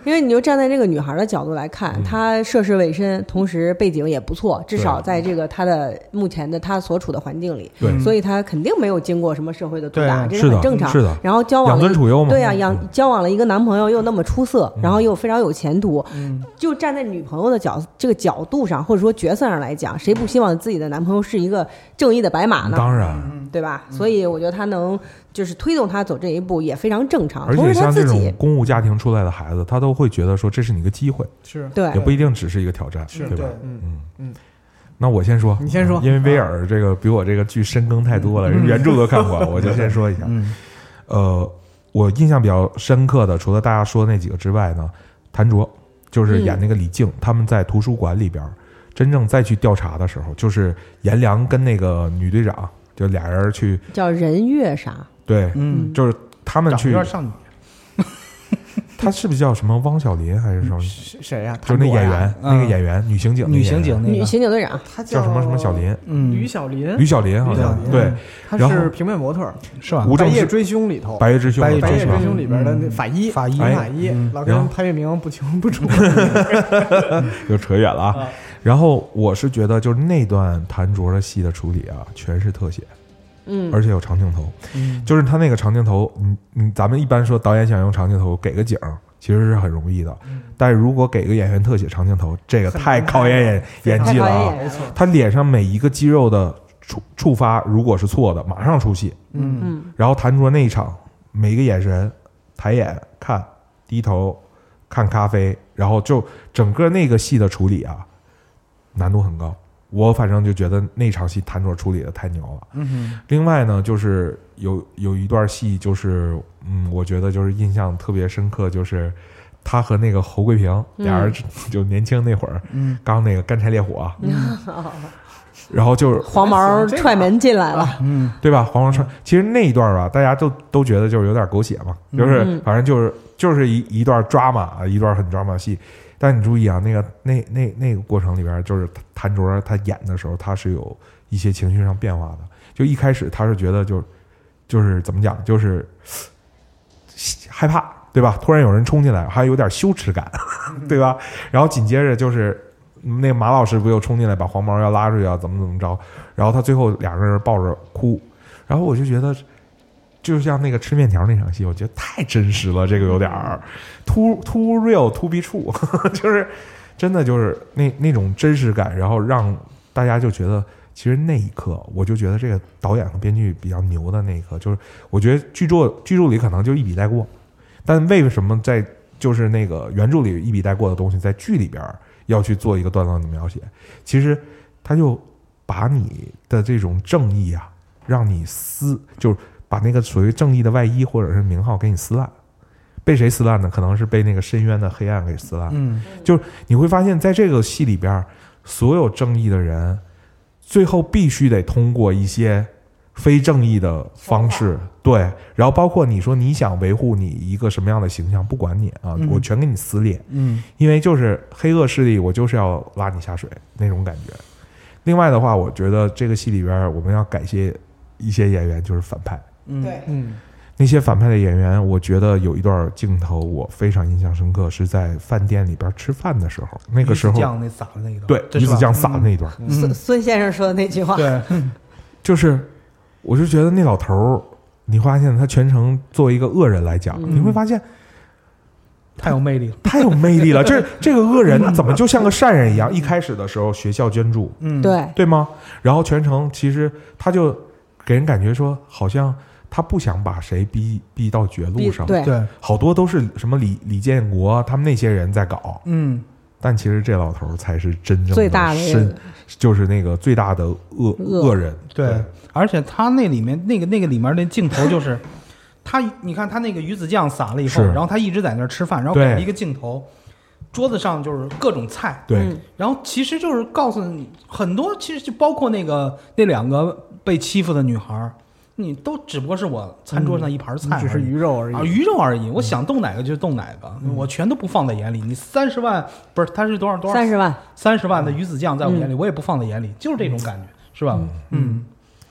因为你就站在这个女孩的角度来看， 嗯、 她涉世未深，同时背景也不错，至少在这个她的目前的她所处的环境里， 对， 所以她肯定没有经过什么社会的毒打，这是很正常。 是的， 然后交往养尊处优嘛， 对啊，养交往了一个男朋友又那么出色，嗯、然后又非常有前途， 嗯， 就站在女朋友的角这个角度上，或者说角色上来讲，谁不希望自己的男朋友是一个正义的白马呢？ 当然， 对吧？嗯、所以我觉得他能就是推动他走这一步也非常正常。 而且像这种公务家庭出来的孩子，他都会觉得说这是你一个机会， 是对， 也不一定只是一个挑战， 是对吧？ 嗯嗯嗯。 那我先说， 你先说， 因为威尔这个比我这个剧深耕太多了，人原著都看过，我就先说一下。 嗯， 呃，我印象比较深刻的，除了大家说那几个之外呢，谭卓就是演那个李靖，嗯、他们在图书馆里边真正再去调查的时候，就是颜良跟那个女队长就俩人去叫人月啥？ 对， 嗯， 就是他们去有点像你。 他是不是叫什么汪小林还是什么？ 谁呀？ 就是那演员， 嗯、 那个演员，女刑警， 女刑警， 女刑警队长， 他叫什么什么小林？ 嗯，吕小林， 吕小林好像对， 他是平面模特， 是吧？ 白夜追凶里头， 白夜追凶， 白夜追凶里边的那法医， 法医， 法医，老跟潘粤明不清不楚， 又扯远了啊。然后我是觉得，就是那段谭卓的戏的处理啊，全是特写。 嗯， 而且有长镜头， 嗯， 就是他那个长镜头，嗯嗯，咱们一般说导演想用长镜头给个景，其实是很容易的，嗯、但是如果给个演员特写长镜头，这个太考验演演技了啊！他脸上每一个肌肉的触触发，如果是错的，马上出戏， 嗯嗯， 然后谭卓那一场，每一个眼神，抬眼看，低头看咖啡，然后就整个那个戏的处理啊，难度很高。我反正就觉得那场戏谭卓处理的太牛了。 嗯哼。 另外呢，就是有有一段戏，就是嗯，我觉得就是印象特别深刻，就是他和那个侯桂平俩人就年轻那会儿， 嗯， 刚那个干柴烈火，嗯、然后就是黄毛踹门进来了， 嗯， 对吧？黄毛踹，其实那一段吧，大家都都觉得就是有点狗血嘛，就是反正就是就是一一段抓马，一段很抓马戏。但你注意啊，那个那那那个过程里边，就是谭卓他演的时候，他是有一些情绪上变化的。就一开始他是觉得就就是怎么讲，就是害怕，对吧？突然有人冲进来，还有点羞耻感，对吧？然后紧接着就是那个马老师不又冲进来，把黄毛要拉出去，要怎么怎么着？然后他最后两个人抱着哭，然后我就觉得。就像那个吃面条那场戏，我觉得太真实了，这个有点儿 too too real to be true， 就是真的就是那那种真实感，然后让大家就觉得，其实那一刻我就觉得这个导演和编剧比较牛的那一刻，就是我觉得剧作剧作里可能就一笔带过，但为什么在就是那个原著里一笔带过的东西，在剧里边要去做一个段落的描写，其实他就把你的这种正义啊，让你撕就是。把那个属于正义的外衣或者是名号给你撕烂，被谁撕烂呢？可能是被那个深渊的黑暗给撕烂。 嗯， 就是你会发现在这个戏里边，所有正义的人，最后必须得通过一些非正义的方式，对，然后包括你说你想维护你一个什么样的形象，不管你啊， 嗯、 我全给你撕裂。 嗯， 因为就是黑恶势力，我就是要拉你下水那种感觉。另外的话，我觉得这个戏里边我们要感谢一些演员，就是反派。 嗯， 对， 嗯， 那些反派的演员，我觉得有一段镜头我非常印象深刻，是在饭店里边吃饭的时候，那个时候鱼子酱那撒的那一段， 对，鱼子酱撒的那一段， 嗯、孙孙先生说的那句话， 对， 就是我就觉得那老头儿，你发现他全程作为一个恶人来讲， 嗯、 你会发现太有魅力了， 太有魅力了。这这个恶人怎么就像个善人一样？一开始的时候学校捐助， 嗯， 对对吗？然后全程其实他就给人感觉说，好像。他不想把谁逼逼到绝路上， 对对， 好多都是什么李李建国他们那些人在搞， 嗯， 但其实这老头才是真正的最大的深，就是那个最大的恶恶人， 对，对，而且他那里面那个那个里面那镜头就是他，你看他那个鱼子酱撒了以后，然后他一直在那儿吃饭，然后给了一个镜头，桌子上就是各种菜， 对， 嗯、 然后其实就是告诉你很多，其实就包括那个那两个被欺负的女孩。你都只不过是我餐桌上一盘菜、 嗯，只是鱼肉而已啊，鱼肉而已。我想动哪个就动哪个，嗯、我全都不放在眼里。你三十万不是？他是多少多少？ 三十万， 三十万的鱼子酱在我眼里， 嗯、 我也不放在眼里，就是这种感觉，是吧？ 嗯，嗯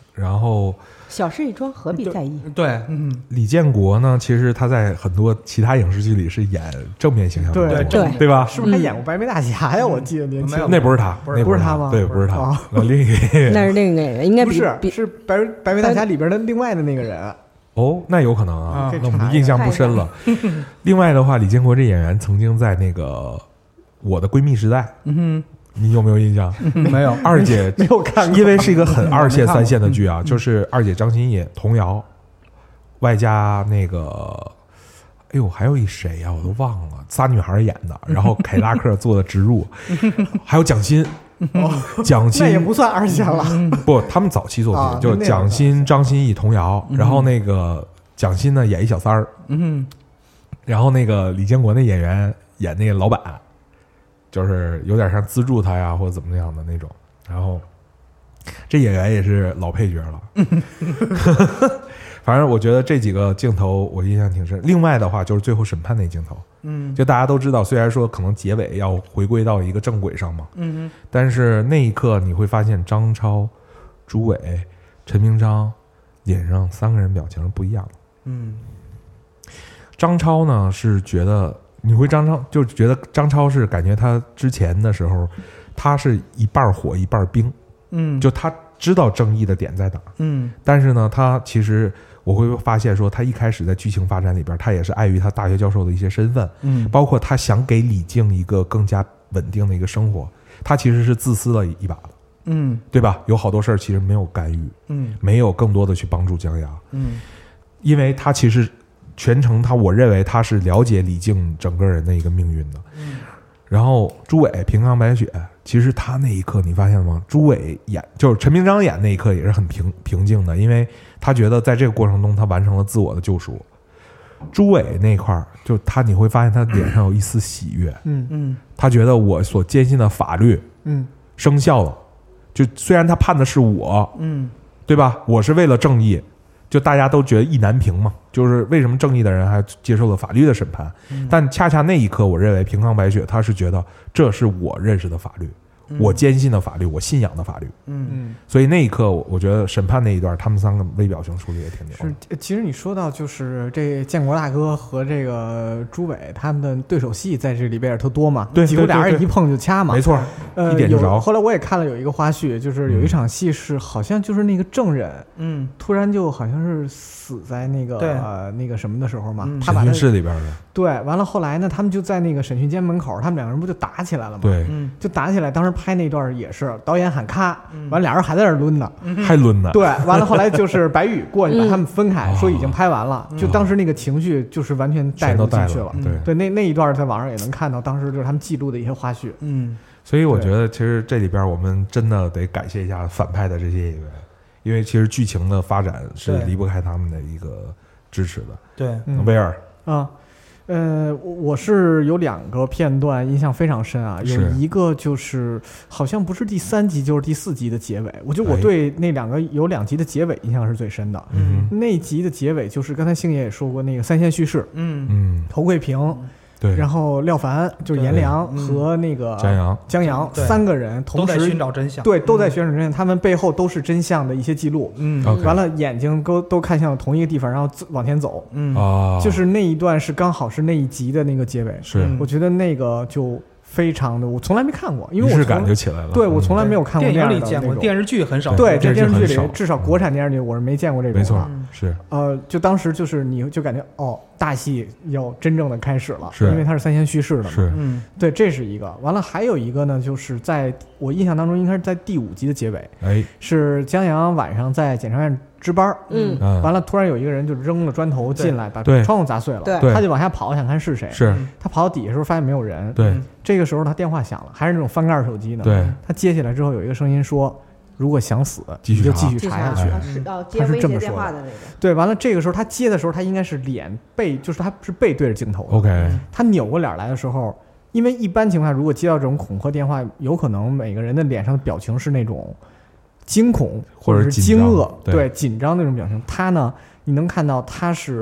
然后小事一桩，何必在意？ 对，嗯， 李建国呢，其实他在很多其他影视剧里是演正面形象的， 对对对吧？ 是不是还演过白眉大侠呀？我记得年轻没有那不是他， 不是那是不是他吗对，不是他哦， 那另一个演员那是另一个演员，应该比不是比是白白眉大侠里边的另外的那个人。 哦，那有可能啊啊， 那我们印象不深了。另外的话，李建国这演员曾经在那个《我的闺蜜时代》， 嗯你有没有印象？ 哼，没有， 二姐没有看过， 因为是一个很二线三线的剧啊， 嗯就是二姐张歆艺、童瑶，外加那个，哎呦，还有一谁呀、我都忘了，仨女孩演的，然后凯拉克做的植入，还有蒋欣，蒋那也欣不算二线了。 不，他们早期作啊品就是那样蒋欣、张歆艺、童瑶，然后那个蒋欣呢演一小三儿， 嗯然后那个李建国那演员演那个老板，就是有点像资助他呀或者怎么样的那种，然后这演员也是老配角了。反正我觉得这几个镜头我印象挺深。另外的话就是最后审判那镜头， 嗯就大家都知道，虽然说可能结尾要回归到一个正轨上嘛， 嗯但是那一刻你会发现张超、朱伟、陈明章脸上三个人表情是不一样的。 嗯张超呢是觉得你会张超就觉得张超是感觉他之前的时候，他是一半火一半冰， 嗯， 就他知道正义的点在哪儿， 嗯但是呢，他其实我会发现说，他一开始在剧情发展里边，他也是碍于他大学教授的一些身份， 嗯， 包括他想给李静一个更加稳定的一个生活，他其实是自私了一把的， 嗯对吧？有好多事儿其实没有干预， 嗯没有更多的去帮助江阳， 嗯因为他其实全程他我认为他是了解李静整个人的一个命运的。 嗯然后朱伟平康白雪，其实他那一刻你发现了吗？朱伟演就是陈明章演那一刻也是很平平静的，因为他觉得在这个过程中他完成了自我的救赎。朱伟那块儿，就他你会发现他脸上有一丝喜悦， 嗯嗯他觉得我所坚信的法律嗯生效了，就虽然他判的是我， 嗯对吧？我是为了正义，就大家都觉得意难平嘛，就是为什么正义的人还接受了法律的审判？ 嗯但恰恰那一刻，我认为平康白雪他是觉得这是我认识的法律，我坚信的法律，我信仰的法律。 嗯嗯， 所以那一刻，我我觉得审判那一段，他们三个微表情处理也挺牛的。 是。呃其实你说到就是这建国大哥和这个朱伟他们的对手戏在这里边也特多嘛， 对对对对几乎俩人一碰就掐嘛没。错， 呃， 一点就着有后来我也看了有一个花絮，就是有一场戏是好像就是那个证人嗯突然就好像是死在那个对呃那个什么的时候嘛， 嗯审他把他讯室里边的， 对完了后来呢，他们就在那个审讯间门口，他们两个人不就打起来了吗？， 对， 嗯就打起来。当时拍那段也是导演喊咔， 嗯完俩人还在那儿抡呢。 还抡呢。 对，完了后来就是白宇过去把他们分开， 嗯说已经拍完了。就当时那个情绪就是完全带全都带入进去了。 嗯对， 对，那那一段在网上也能看到，当时就是他们记录的一些花絮。 嗯所以我觉得其实这里边我们真的得感谢一下反派的这些演员，因为其实剧情的发展是对离不开他们的一个支持的。 对嗯威尔， 啊，呃，我我是有两个片段印象非常深啊，有是一个就是好像不是第三集就是第四集的结尾，我觉得我哎对那两个有两集的结尾印象是最深的。 嗯哼那集的结尾就是刚才星爷也说过那个三线叙事， 嗯嗯， 侯桂平， 对， 然后廖凡就是颜良对嗯和那个江阳， 江阳对三个人同都在寻时找真相。 对都在寻找真相，他们背后都是真相的一些记录。 嗯 OK 完了，眼睛都都看向了同一个地方，然后自往前走。 嗯啊， 就是那一段是刚好是那一集的那个结尾， 是嗯我觉得那个就非常的，我从来没看过，因为仪式感我从就起来了。 对我嗯从来没有看过电这样影里见过， 的那种。 电视剧很少。 对，在这是电视剧里很少， 至少国产电视剧我是没见过这种的。 没错，是呃，就当时就是你就感觉哦，大戏要真正的开始了， 是因为它是三线叙事的嘛。 是， 嗯对，这是一个。完了，还有一个呢，就是在我印象当中，应该是在第五集的结尾， 哎， 是江阳晚上在检察院值班， 嗯嗯， 完了突然有一个人就扔了砖头进来，把对窗户砸碎了， 对对他就往下跑，想看是谁。 是， 他跑到底下的时候发现没有人， 对这个时候他电话响了，还是那种翻盖手机呢。 对， 他接起来之后有一个声音说：“如果想死， 继续查你就继续记查下去。 哎啊是哦接他是威胁这么说的电话的那个，” 对，完了这个时候他接的时候，他应该是脸背，就是他是背对着镜头的。 OK， 他扭过脸来的时候，因为一般情况下，如果接到这种恐吓电话，有可能每个人的脸上的表情是那种惊恐或者者是紧张惊愕， 对对紧张那种表情。他呢，你能看到他是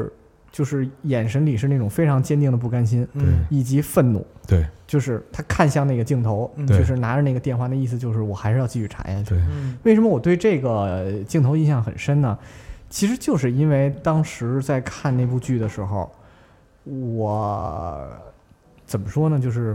就是眼神里是那种非常坚定的不甘心， 嗯以及愤怒。 对， 就是他看向那个镜头， 嗯就是拿着那个电话，那意思就是我还是要继续查下去。 对， 嗯为什么我对这个镜头印象很深呢？其实就是因为当时在看那部剧的时候，我怎么说呢，就是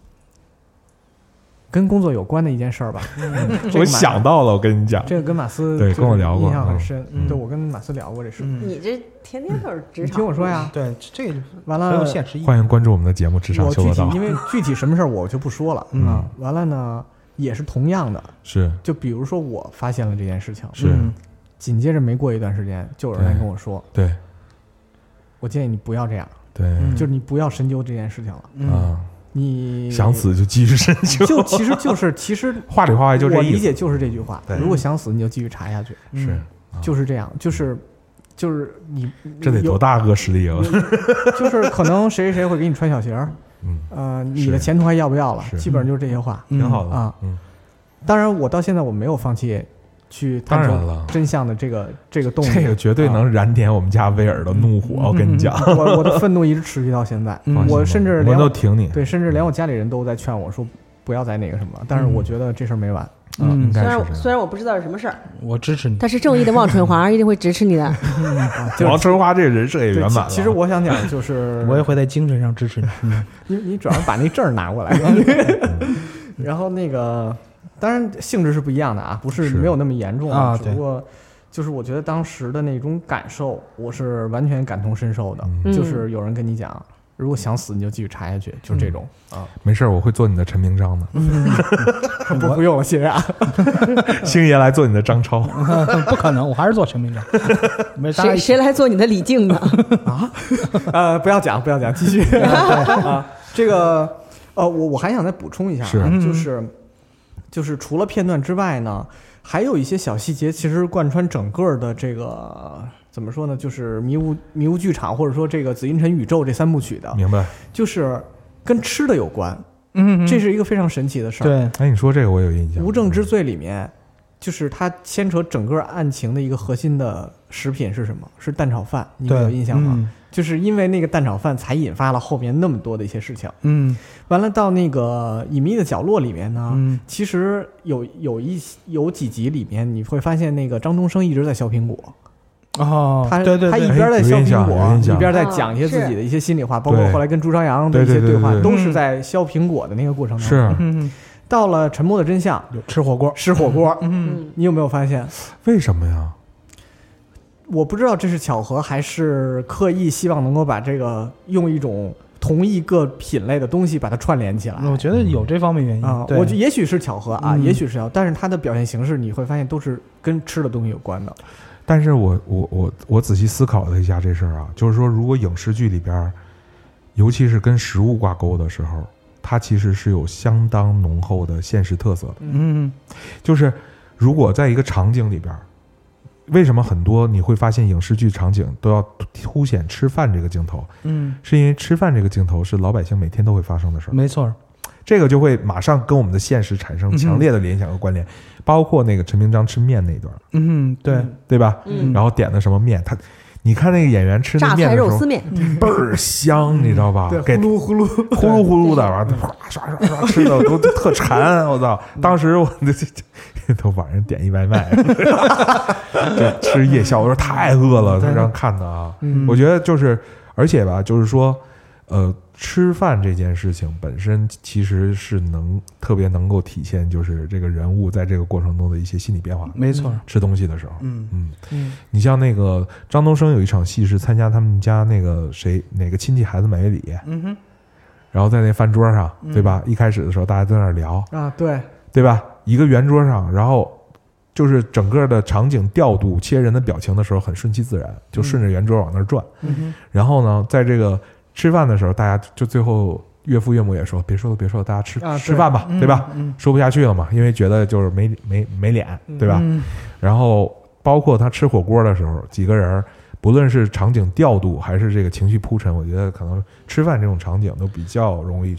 跟工作有关的一件事儿吧。这个我马想到了，我跟你讲， 这个跟马斯对就是跟我聊过印象很深。 嗯对，我跟马斯聊过这事。 嗯， 你这天天都是职你场， 听我说呀， 对，这个完很有了， 现实意义。 欢迎关注我们的节目《职场我具体修罗道》。 因为具体什么事儿我就不说了嗯啊。完了呢，也是同样的， 是就比如说我发现了这件事情， 是， 嗯紧接着没过一段时间，就有人来跟我说， 对我建议你不要这样， 对嗯就是你不要深究这件事情了， 嗯啊， 你想死就继续深究， 就其实就是其实话里话外就这我意思。 理解就是这句话对， 如果想死你就继续查下去， 是，啊就是这样，就是就是你这得多大个实力啊！ 有就是可能谁谁谁会给你穿小鞋儿， 嗯， 呃，你的前途还要不要了？ 是基本上就是这些话。 挺好的啊。 嗯， 当然，我到现在我没有放弃去探求当然了， 真相的这个这个动力， 这个绝对啊能燃点我们家威尔的怒火。我跟你讲， 我我的愤怒一直持续到现在， 嗯放心吧我甚至我们都连我挺你。 对，甚至连我家里人都在劝我说不要再那个什么了。但是我觉得这事儿没完。 嗯应虽然该是这样。 虽然我不知道是什么事儿， 我支持你。 但是正义的望春华一定会支持你的。 王春华这个人设也对， 圆满了。 其其实我想讲的就是， 我也会在精神上支持你。嗯你你主要是把那证儿拿过来，然后那个当然性质是不一样的啊，不是是没有那么严重啊只不过就是我觉得当时的那种感受，我是完全感同身受的。 嗯就是有人跟你讲，如果想死你就继续查下去，就是这种啊， 没事儿，我会做你的陈明章的， 不不用了，谢谢啊。 星爷来做你的张超。 不可能，我还是做陈明章。没大家谁谁来做你的李靖呢？ 呃，不要讲，不要讲，继续啊。这个呃，我我还想再补充一下啊， 是就是就是除了片段之外呢，还有一些小细节，其实贯穿整个的这个怎么说呢？就是迷雾迷雾剧场，或者说这个紫禁城宇宙这三部曲的， 明白？ 就是跟吃的有关， 嗯， 这是一个非常神奇的事儿。 对， 哎，你说这个我有印象。 无证之罪里面，就是它牵扯整个案情的一个核心的食品是什么？是蛋炒饭，你们有印象吗？ 嗯就是因为那个蛋炒饭才引发了后面那么多的一些事情。 嗯完了到那个隐秘的角落里面呢， 嗯其实有有一有几集里面你会发现那个张东升一直在削苹果， 哦， 他对对对， 他一边在削苹有果印，象一边在讲一些自己的一些心里话，包括后来跟朱朝阳的一些对对对对话， 对对都是在削苹果的那个过程当中。 是嗯到了沉默的真相， 有吃火锅， 吃火锅， 嗯嗯， 你有没有发现？ 为什么呀？ 我不知道这是巧合还是刻意希望能够把这个用一种同一个品类的东西把它串联起来。 我觉得有这方面原因啊， 对我觉得也许是巧合啊， 嗯也许是巧合，但是它的表现形式你会发现都是跟吃的东西有关的。 但是我我我我仔细思考了一下这事儿啊，就是说，如果影视剧里边儿，尤其是跟食物挂钩的时候，它其实是有相当浓厚的现实特色的。 嗯就是如果在一个场景里边儿，为什么很多你会发现影视剧场景都要凸显吃饭这个镜头？ 嗯， 是因为吃饭这个镜头是老百姓每天都会发生的事儿， 没错， 这个就会马上跟我们的现实产生强烈的联想和关联。包括那个陈明章吃面那一段， 嗯对， 对吧？ 嗯然后点的什么面，他，你看那个演员吃那榨面的时候菜肉丝，面， 倍儿香，你知道吧？ 对， 给呼噜呼噜， 呼噜呼噜的，完了哗刷刷刷吃的都特馋，我操！当时我这这都晚上点一外卖，这吃夜宵，我说太饿了，这样看的啊。 嗯我觉得就是，而且吧，就是说，呃，吃饭这件事情本身其实是能特别能够体现，就是这个人物在这个过程中的一些心理变化。 没错， 吃东西的时候， 嗯嗯， 嗯你像那个张东升有一场戏是参加他们家那个谁哪个亲戚孩子买礼， 嗯哼， 然后在那饭桌上， 嗯对吧？一开始的时候大家在那儿聊， 啊，对， 对吧？一个圆桌上，然后就是整个的场景调度切人的表情的时候很顺其自然，就顺着圆桌往那儿转。 嗯哼， 然后呢，在这个吃饭的时候，大家就最后岳父岳母也说别说了别说了，大家吃、 啊对吃饭吧，对吧？ 嗯， 说不下去了嘛，因为觉得就是没没没脸，对吧？ 嗯然后包括他吃火锅的时候，几个人不论是场景调度还是这个情绪铺陈，我觉得可能吃饭这种场景都比较容易去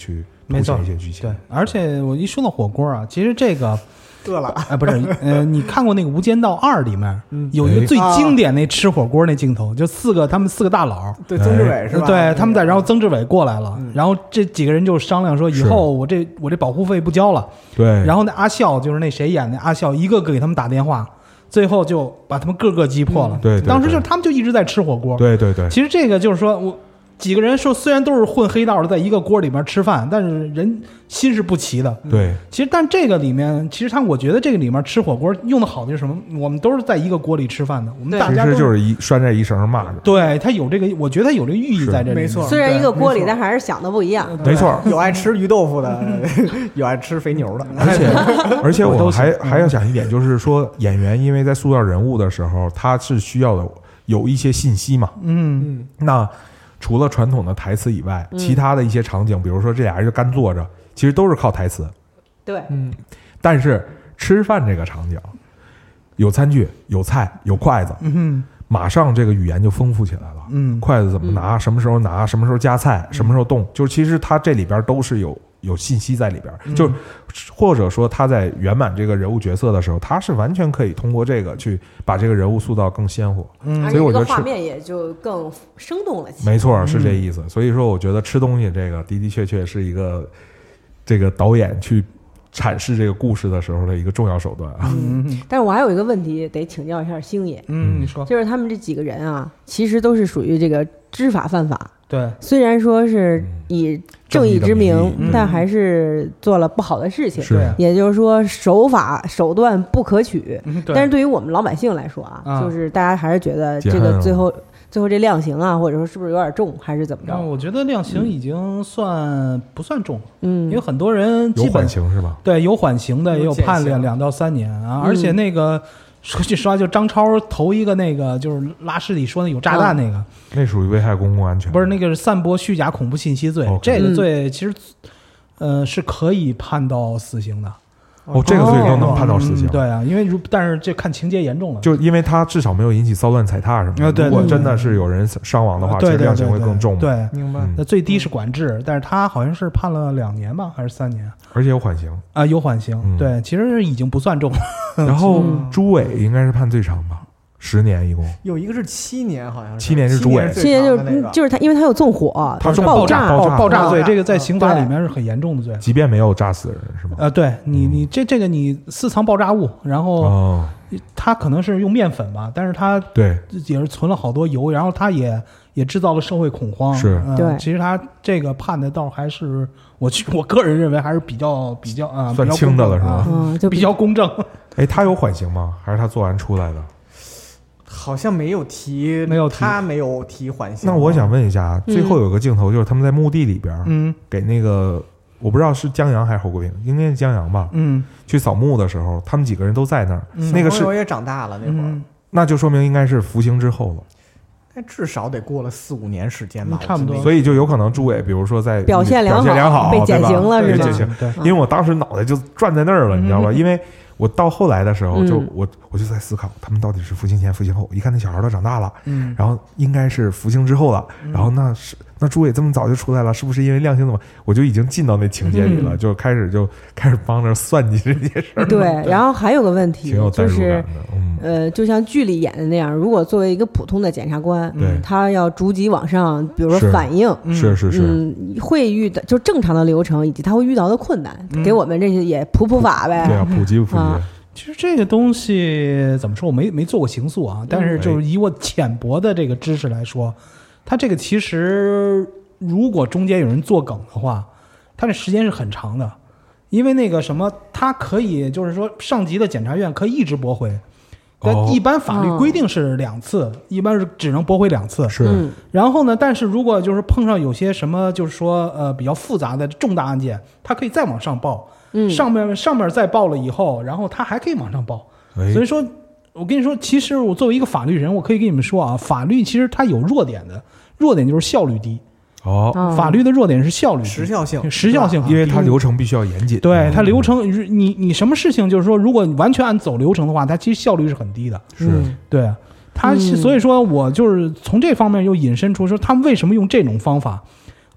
凸显一些剧情。 对，而且我一说到火锅啊，其实这个。 饿了， 哎，不是，呃，你看过那个《无间道二》里面有一个最经典那吃火锅那镜头，就四个他们四个大佬， 对，曾志伟是吧？ 对，他们在，然后曾志伟过来了，然后这几个人就商量说，以后我这我这保护费不交了， 对， 然后那阿笑就是那谁演的阿笑，一个个给他们打电话，最后就把他们个个击破了。 对， 当时就是他们就一直在吃火锅。 对对对， 其实这个就是说我。几个人说，虽然都是混黑道的，在一个锅里面吃饭，但是人心是不齐的。 对， 其实但这个里面，其实他我觉得这个里面吃火锅用的好的是什么？我们都是在一个锅里吃饭的，我们大家其实就是一拴在一绳上骂着。 对，他有这个，我觉得他有这个寓意在这里。 没错， 虽然一个锅里，但还是想的不一样。 没错， 有爱吃鱼豆腐的，有爱吃肥牛的。 而且而且我还还要讲一点，就是说演员因为在塑造人物的时候，他是需要的有一些信息嘛。 嗯， 那。除了传统的台词以外， 嗯、 其他的一些场景，比如说这俩人就干坐着，其实都是靠台词。 对， 嗯。 但是吃饭这个场景，有餐具、有菜、有筷子， 嗯， 马上这个语言就丰富起来了。 嗯， 筷子怎么拿，嗯、什么时候拿，什么时候夹菜，什么时候动，就是其实它这里边都是有有信息在里边， 嗯、 就或者说他在圆满这个人物角色的时候，他是完全可以通过这个去把这个人物塑造更鲜活。 嗯， 所以我觉得画面也就更生动了起来。 没错，是这意思。嗯、所以说，我觉得吃东西这个的的确确是一个这个导演去阐释这个故事的时候的一个重要手段啊。 嗯，但是我还有一个问题得请教一下星爷。 嗯，你说， 就是他们这几个人啊，其实都是属于这个知法犯法。 对， 虽然说是以正义之名， 嗯、 但还是做了不好的事情。 是， 也就是说手法手段不可取。 嗯、 但是对于我们老百姓来说啊， 啊就是大家还是觉得这个最后最后这量刑啊，或者说是不是有点重，还是怎么着？ 我觉得量刑已经算不算重了？ 嗯， 因为很多人基本有缓刑是吧？ 对，有缓刑的，也有判两两到三年啊， 嗯、 而且那个。说句实话，就张超头一个那个就是拉尸体说的有炸弹那个， 嗯、那属于危害公共安全， 不是那个是散播虚假恐怖信息罪， okay. 这个罪其实呃是可以判到死刑的。 哦，这个罪都能判到死刑、 嗯？对啊，因为如但是这看情节严重了， 就因为他至少没有引起骚乱踩踏什么的。 啊、对对对， 如果真的是有人伤亡的话， 对对对对， 其实量刑会更重。 对， 明白。 那最低是管制，但是他好像是判了两年吧，还是三年？ 而且有缓刑啊，有缓刑。嗯、对，其实已经不算重了。 然后朱伟应该是判最长吧。十年一共有一个是七年，好像是七年是朱伟， 七年就是就是他，因为他有纵火， 他是爆炸爆炸爆炸罪，这个在刑法里面是很严重的罪， 即便没有炸死人是吗？ 呃，对你你这这个你私藏爆炸物，然后哦， 他可能是用面粉吧，但是他对也是存了好多油，然后他也也制造了社会恐慌， 是， 对、 呃，其实他这个判的倒还是我我个人认为还是比较比较啊， 算轻的了是吧？ 嗯， 就比较公正。 哎，他有缓刑吗？还是他做完出来的？ 好像没有提， 没有提他没有提缓刑。 那我想问一下， 嗯、 最后有个镜头就是他们在墓地里边， 嗯， 给那个我不知道是江阳还是侯国平，应该是江阳吧， 嗯， 去扫墓的时候，他们几个人都在那儿， 嗯、 那个是也长大了那会儿、 嗯， 那就说明应该是服刑之后了。 那至少得过了四五年时间吧， 差不多。 所以就有可能朱伟，比如说在表现良好， 表现良好被减刑了是吧？减刑， 对， 因为我当时脑袋就转在那儿了， 嗯、 你知道吧？因为我到后来的时候就，就、 嗯、 我我就在思考，他们到底是服刑前、服刑后？一看那小孩都长大了， 嗯， 然后应该是服刑之后了， 嗯、 然后那是那朱伟这么早就出来了，是不是因为量刑怎么？我就已经进到那情节里了， 嗯、 就开始就开始帮着算计这件事儿。 对，然后还有个问题，就是嗯、 呃，就像剧里演的那样，如果作为一个普通的检察官， 对， 他要逐级往上，比如说反映， 是是是， 嗯，会遇到就正常的流程以及他会遇到的困难，嗯、给我们这些也普普法呗。 对啊，普及普及。 啊其实这个东西怎么说，我没没做过刑诉啊，但是就是以我浅薄的这个知识来说，它这个其实如果中间有人作梗的话，它这时间是很长的，因为那个什么，它可以就是说上级的检察院可以一直驳回，但一般法律规定是两次，哦、一般是只能驳回两次。 是， 然后呢，但是如果就是碰上有些什么就是说呃比较复杂的重大案件，它可以再往上报。 嗯、 上面上面再报了以后，然后他还可以往上报， 哎、 所以说，我跟你说，其实我作为一个法律人，我可以跟你们说啊，法律其实它有弱点的，弱点就是效率低。 哦， 法律的弱点是效率低、 时效性、 时效性， 因为它流程必须要严谨。 对，它流程，你你什么事情就是说，如果你完全按走流程的话，它其实效率是很低的。 是， 对，它、嗯、所以说我就是从这方面又引申出说，他们为什么用这种方法。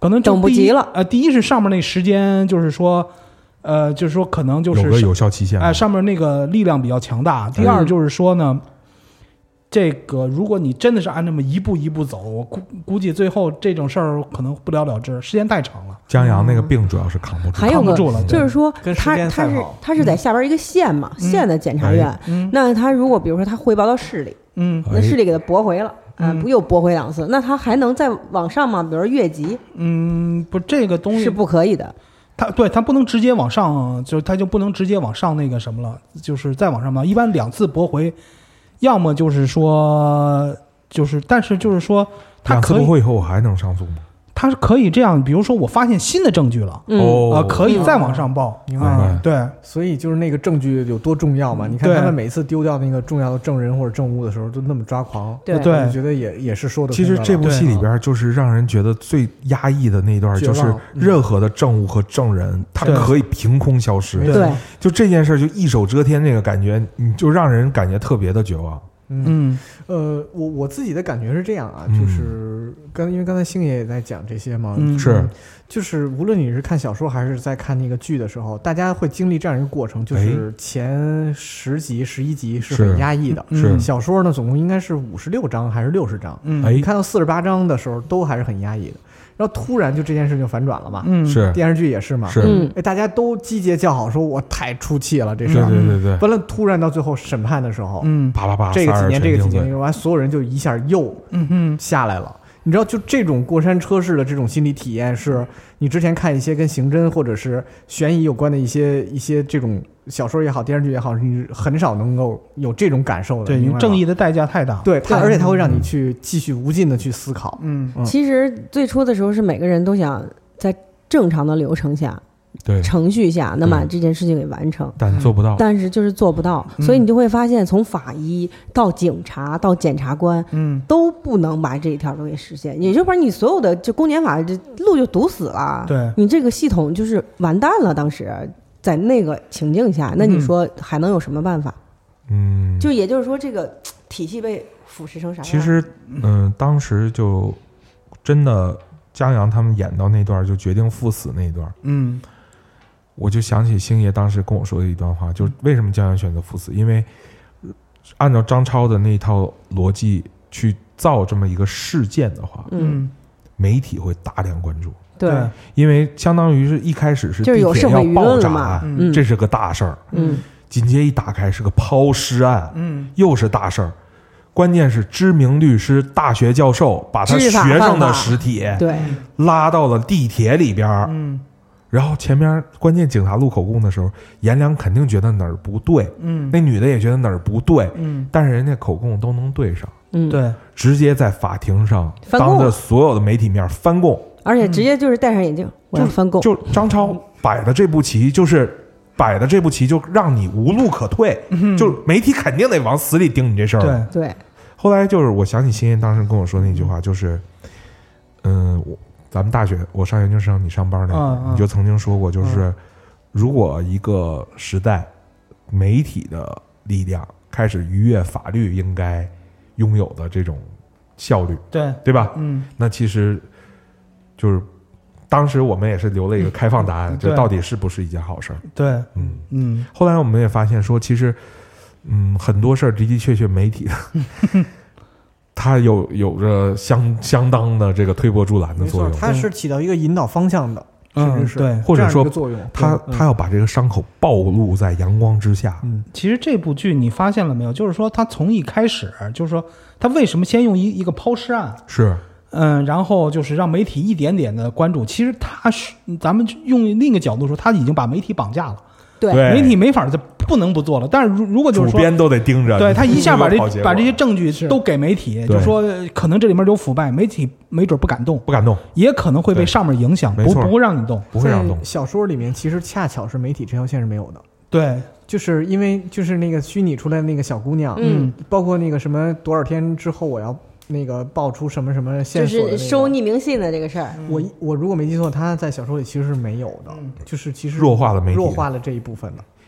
可能就第一等不及了。 呃，第一是上面那时间，就是说，呃，就是说可能就是有个有效期限。 哎，上面那个力量比较强大。第二就是说呢，这个如果你真的是按这么一步一步走，我估估计最后这种事儿可能不了了之，时间太长了。 江阳那个病主要是扛不住， 还有个扛不住了就是说跟时他他是间赛跑他是在下边一个县嘛， 嗯县的检察院。 嗯那他如果比如说他汇报到市里， 嗯那市里给他驳回了，啊、 嗯不又驳回两次，那他还能再往上吗？比如说越级嗯，不，这个东西是不可以的。 它对它不能直接往上，就是它就不能直接往上那个什么了，就是再往上嘛。一般两次驳回，要么就是说就是，但是就是说它两次可以， 驳回以后我还能上诉吗？ 它是可以这样，比如说我发现新的证据了， 嗯， 哦呃，可以再往上报， 明白啊对， 所以就是那个证据有多重要嘛？你看对他们每次丢掉那个重要的证人或者证物的时候，都那么抓狂。 对对我觉得也也是说的。 其实这部戏里边就是让人觉得最压抑的那段， 绝望就是任何的证物和证人，他对可以凭空消失。 没错对， 就这件事就一手遮天，那个感觉，你就让人感觉特别的绝望。 嗯嗯呃，我我自己的感觉是这样啊， 嗯就是刚因为刚才星爷也在讲这些嘛， 嗯是就是无论你是看小说还是在看那个剧的时候，大家会经历这样一个过程，就是前十集、十一集是很是压抑的。 是嗯小说呢，总共应该是五十六章还是六十章？ 嗯哎你看到四十八章的时候，都还是很压抑的。然后突然就这件事就反转了嘛。 嗯是电视剧也是嘛。 是， 嗯哎，大家都击节叫好，说我太出气了，这事对儿。 对对对， 完了，突然到最后审判的时候， 嗯啪啪啪， 这个几年，这个几年， 年， 完所有人就一下又嗯嗯下来了。你知道，就这种过山车式的这种心理体验，是你之前看一些跟刑侦或者是悬疑有关的一些一些这种小说也好，电视剧也好，你很少能够有这种感受的。 对， 明白吗因为正义的代价太大。 对它， 对而且它会让你去继续无尽的去思考。 嗯嗯其实最初的时候是每个人都想在正常的流程下、 对， 程序下能把对这件事情给完成。 但做不到。 但是就是做不到， 嗯所以你就会发现，从法医到警察到检察官， 嗯都不能把这一条都给实现，也就把你所有的就公检法这路就堵死了。 对你这个系统就是完蛋了。当时在那个情境下，那你说还能有什么办法？ 嗯， 就也就是说，这个体系被腐蚀成啥样？ 其实，嗯，当时就真的江阳他们演到那段就决定赴死那段， 嗯我就想起星爷当时跟我说的一段话，就是为什么江阳选择赴死，因为按照张超的那套逻辑去造这么一个事件的话， 嗯， 媒体会大量关注， 对， 因为相当于是一开始是就是有地铁要社会舆爆炸论了嘛。 案， 嗯， 这是个大事儿， 嗯紧接一打开是个抛尸案， 嗯又是大事儿。关键是知名律师、大学教授把他知法学生的犯法尸体对， 拉到了地铁里边儿， 嗯然后前面关键警察录口供的时候，颜良肯定觉得哪儿不对， 嗯那女的也觉得哪儿不对， 嗯， 但是人家口供都能对上， 嗯，， 对， 直接在法庭上翻供当着所有的媒体面翻供， 而且直接就是戴上眼镜，我要翻供。 就张超摆的这步棋就是。摆的这步棋就让你无路可退， 嗯就媒体肯定得往死里盯你这事儿了。 对， 对， 后来就是我想起星爷当时跟我说那句话，就是，嗯，我咱们大学我上研究生，你上班那会儿嗯嗯你就曾经说过，就是如果一个时代媒体的力量开始逾越法律应该拥有的这种效率， 对， 对吧？ 嗯那其实就是当时我们也是留了一个开放答案， 嗯这到底是不是一件好事儿？ 对， 嗯， 嗯后来我们也发现说，其实，嗯，很多事儿的的确确媒体，它有有着相相当的这个推波助澜的没错， 作用。 它是起到一个引导方向的，甚至是嗯对或者说这样一个作用。 他对他要把这个伤口暴露在阳光之下。 嗯其实这部剧你发现了没有？就是说，他从一开始，就是说，他为什么先用一一个抛尸案， 是， 嗯，然后就是让媒体一点点的关注。其实他是，咱们用另一个角度说，他已经把媒体绑架了， 对， 对媒体没法就不能不做了。但是如如果就是说， 主编都得盯着。 对他一下把这你有没有好结果把这些证据都给媒体，就说可能这里面有腐败，媒体没准不敢动， 不敢动， 也可能会被对上面影响， 没错不不会让你动。 不会让动在。小说里面，其实恰巧是媒体这条线是没有的， 对， 就是因为就是那个虚拟出来的那个小姑娘， 嗯， 包括那个什么多少天之后我要那个爆出什么什么就线索的、那个， 是收匿名信的这个事儿。 我我如果没记错，她在小说里其实是没有的，就是其实弱化了媒体弱化了这一部分的。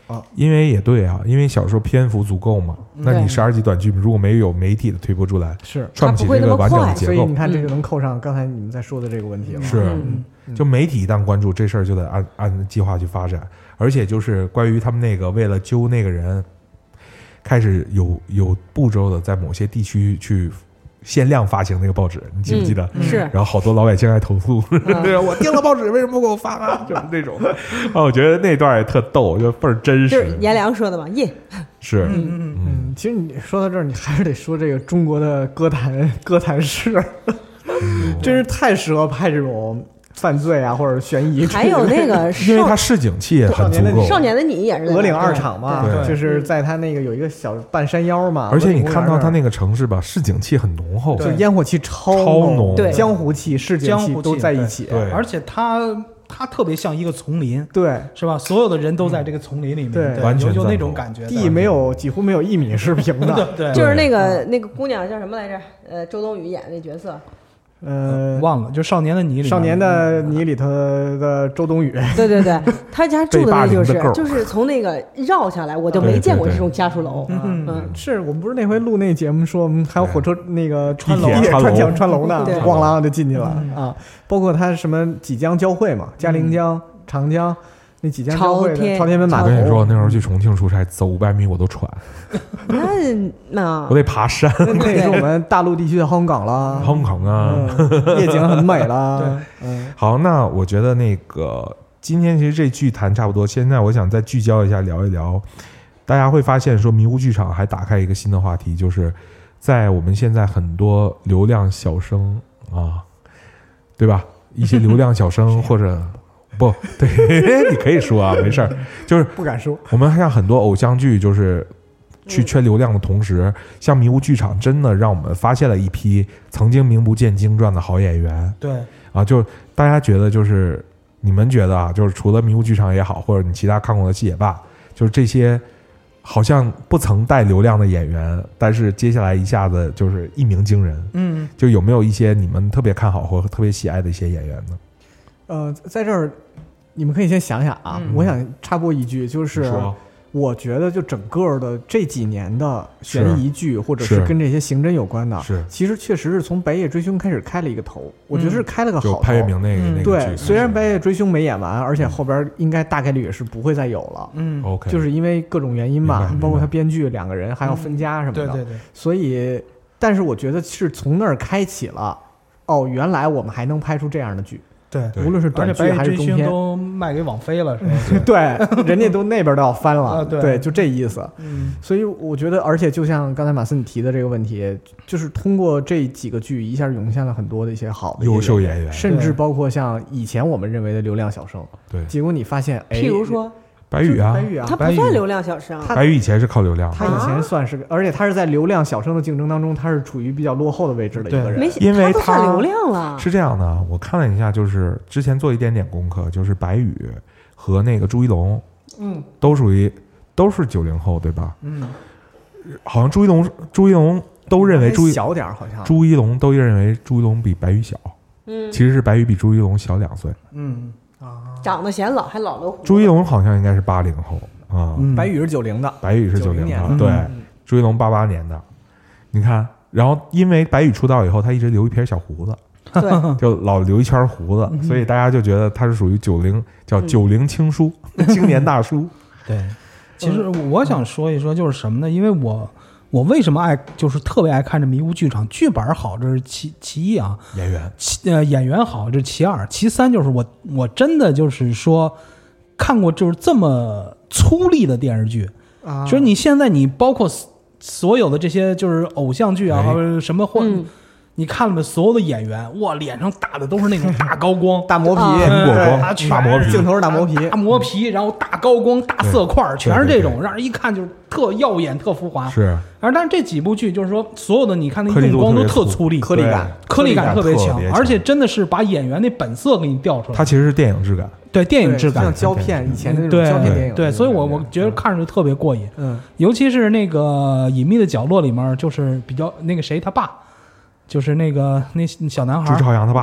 啊， 因为也对啊，因为小说篇幅足够嘛，那你对十二集短剧如果没有媒体的推播出来， 是， 串不起这个完整的结构所以你。看，这就能扣上刚才你们在说的这个问题了。 是嗯， 就媒体一旦关注这事儿，就得按按计划去发展。而且就是关于他们那个为了揪那个人，开始有有步骤的在某些地区去限量发行那个报纸，你记不记得？ 嗯是然后好多老百姓还投诉， 嗯我订了报纸为什么不给我发啊？就是那种啊，我觉得那段也特逗，就倍儿真实。 就是颜良说的嘛，耶， 是， 嗯嗯嗯， 嗯，其实你说到这儿，你还是得说这个中国的歌坛歌坛史，真是太适合拍这种犯罪啊或者悬疑。 还有那个少因为它市井气也很足够。 少年的你也是在鹅岭二那儿厂嘛， 对对就是在他那个有一个小半山腰嘛， 而且你看到它那个个城市吧，市井气很浓厚。 就烟火气超超浓对江湖气、市井气江湖气都在一起。 对而且它它特别像一个丛林， 对， 是吧？所有的人都在这个丛林里面， 对完全有有那赞同种感觉。 地没有几乎没有一米是平对的。 对， 就是那个那个姑娘叫什么来着？呃，周冬雨演那角色， 呃， 忘了，就《少年的你》里面， 少年的你里头的周冬雨， 对对对，他家住的那就被霸凌的狗是就是从那个绕下来，我就没见过这种家属楼。 嗯嗯， 是我们不是那回录那节目说，我们还有火车那个穿楼地铁穿楼穿墙穿楼呢， 对咣啷就进去了啊！包括他什么几江交汇嘛，嘉陵江、长江那几江交汇的朝天朝天门码头。 我跟你说，那时候去重庆出差，走五百米我都喘， 那那我得爬山。 那那也是我们大陆地区的香港啦， 香港啊， 嗯，夜景很美啦。嗯， 好，那我觉得那个今天其实这剧谈差不多，现在我想再聚焦一下聊一聊，大家会发现说迷雾剧场还打开一个新的话题，就是在我们现在很多流量小生啊，对吧？一些流量小生或者不对，你可以说啊，没事儿，就是不敢说。 我们像很多偶像剧，就是去圈流量的同时，像迷雾剧场真的让我们发现了一批曾经名不见经传的好演员。 对啊，就大家觉得就是你们觉得啊，就是除了迷雾剧场也好，或者你其他看过的戏也罢，就是这些好像不曾带流量的演员，但是接下来一下子就是一鸣惊人。 嗯， 就有没有一些你们特别看好或特别喜爱的一些演员呢？ 呃，在这儿你们可以先想想啊， 嗯我想插播一句，就是说我觉得就整个的这几年的悬疑剧，或者是是跟这些刑侦有关的， 是其实确实是从《白夜追凶》开始开了一个头，我觉得是开了个好头。 就潘粤明那个嗯那个对， 剧， 虽然《白夜追凶》没演完，而且后边应该大概率也是不会再有了， 嗯， OK， 就是因为各种原因吧明白，明白包括他编剧两个人还要分家什么的， 对对对， 所以，但是我觉得是从那儿开启了，哦，原来我们还能拍出这样的剧， 对， 对无论是而短剧且白夜追还是中篇， 凶都卖给网飞了，是吧？ 对，人家都那边都要翻了， 啊对就这意思。 嗯所以我觉得，而且就像刚才马斯你提的这个问题，就是通过这几个剧，一下涌现了很多的一些好的优秀演演员， 甚至包括像以前我们认为的流量小生， 对， 结果你发现，哎， 譬如说， 白宇啊白，宇啊他，不算流量小生， 他白宇以前是靠流量的， 他以前算是个，而且他是在流量小生的竞争当中，他是处于比较落后的位置的一个人。 没因为他都算他流量了。 是这样的，我看了一下，就是之前做一点点功课，就是白宇和那个朱一龙嗯， 都属于都是九零后，对吧？ 嗯， 好像朱一龙朱一龙都认为朱一小点儿，好像朱一龙都认为朱一龙比白宇小， 嗯， 其实是白宇比朱一龙小两岁。 嗯长得显老，还老了胡子。 朱一龙好像应该是八零后啊， 嗯， 白宇是九零的， 白宇是九零年的，对， 嗯朱一龙八八年的。你看，然后因为白宇出道以后，他一直留一撇小胡子， 对， 就老留一圈胡子，所以大家就觉得他是属于九零，叫九零青叔、青年大叔。 对。其实我想说一说，就是什么呢？因为我我为什么爱，就是特别爱看这迷雾剧场，剧本好，这是其其一啊， 演员其呃演员好，这是其二，其三就是我我真的就是说看过就是这么粗粝的电视剧， 啊， 就是你现在你包括所有的这些就是偶像剧啊， 哎或者什么或、 嗯你看了没？所有的演员哇，脸上打的都是那种大高光、 大磨皮， 啊苹果光啊全大磨皮镜头是大磨皮， 大磨皮，然后大高光、大色块，全是这种， 对对对让人一看就是特耀眼、特浮华。 是而但是这几部剧就是说，所有的你看那颗粒度用光都特别粗特粗粝， 颗粒感颗粒感特别强颗粒感特别，强而且真的是把演员那本色给你调出来。 他其实是电影质感， 对电影质感对像，胶片以前的那种对胶片电影， 对，所以我我觉得看着就特别过瘾。 嗯， 尤其是那个隐秘的角落里面，就是比较那个谁他爸，就是那个那小男孩朱朝阳他爸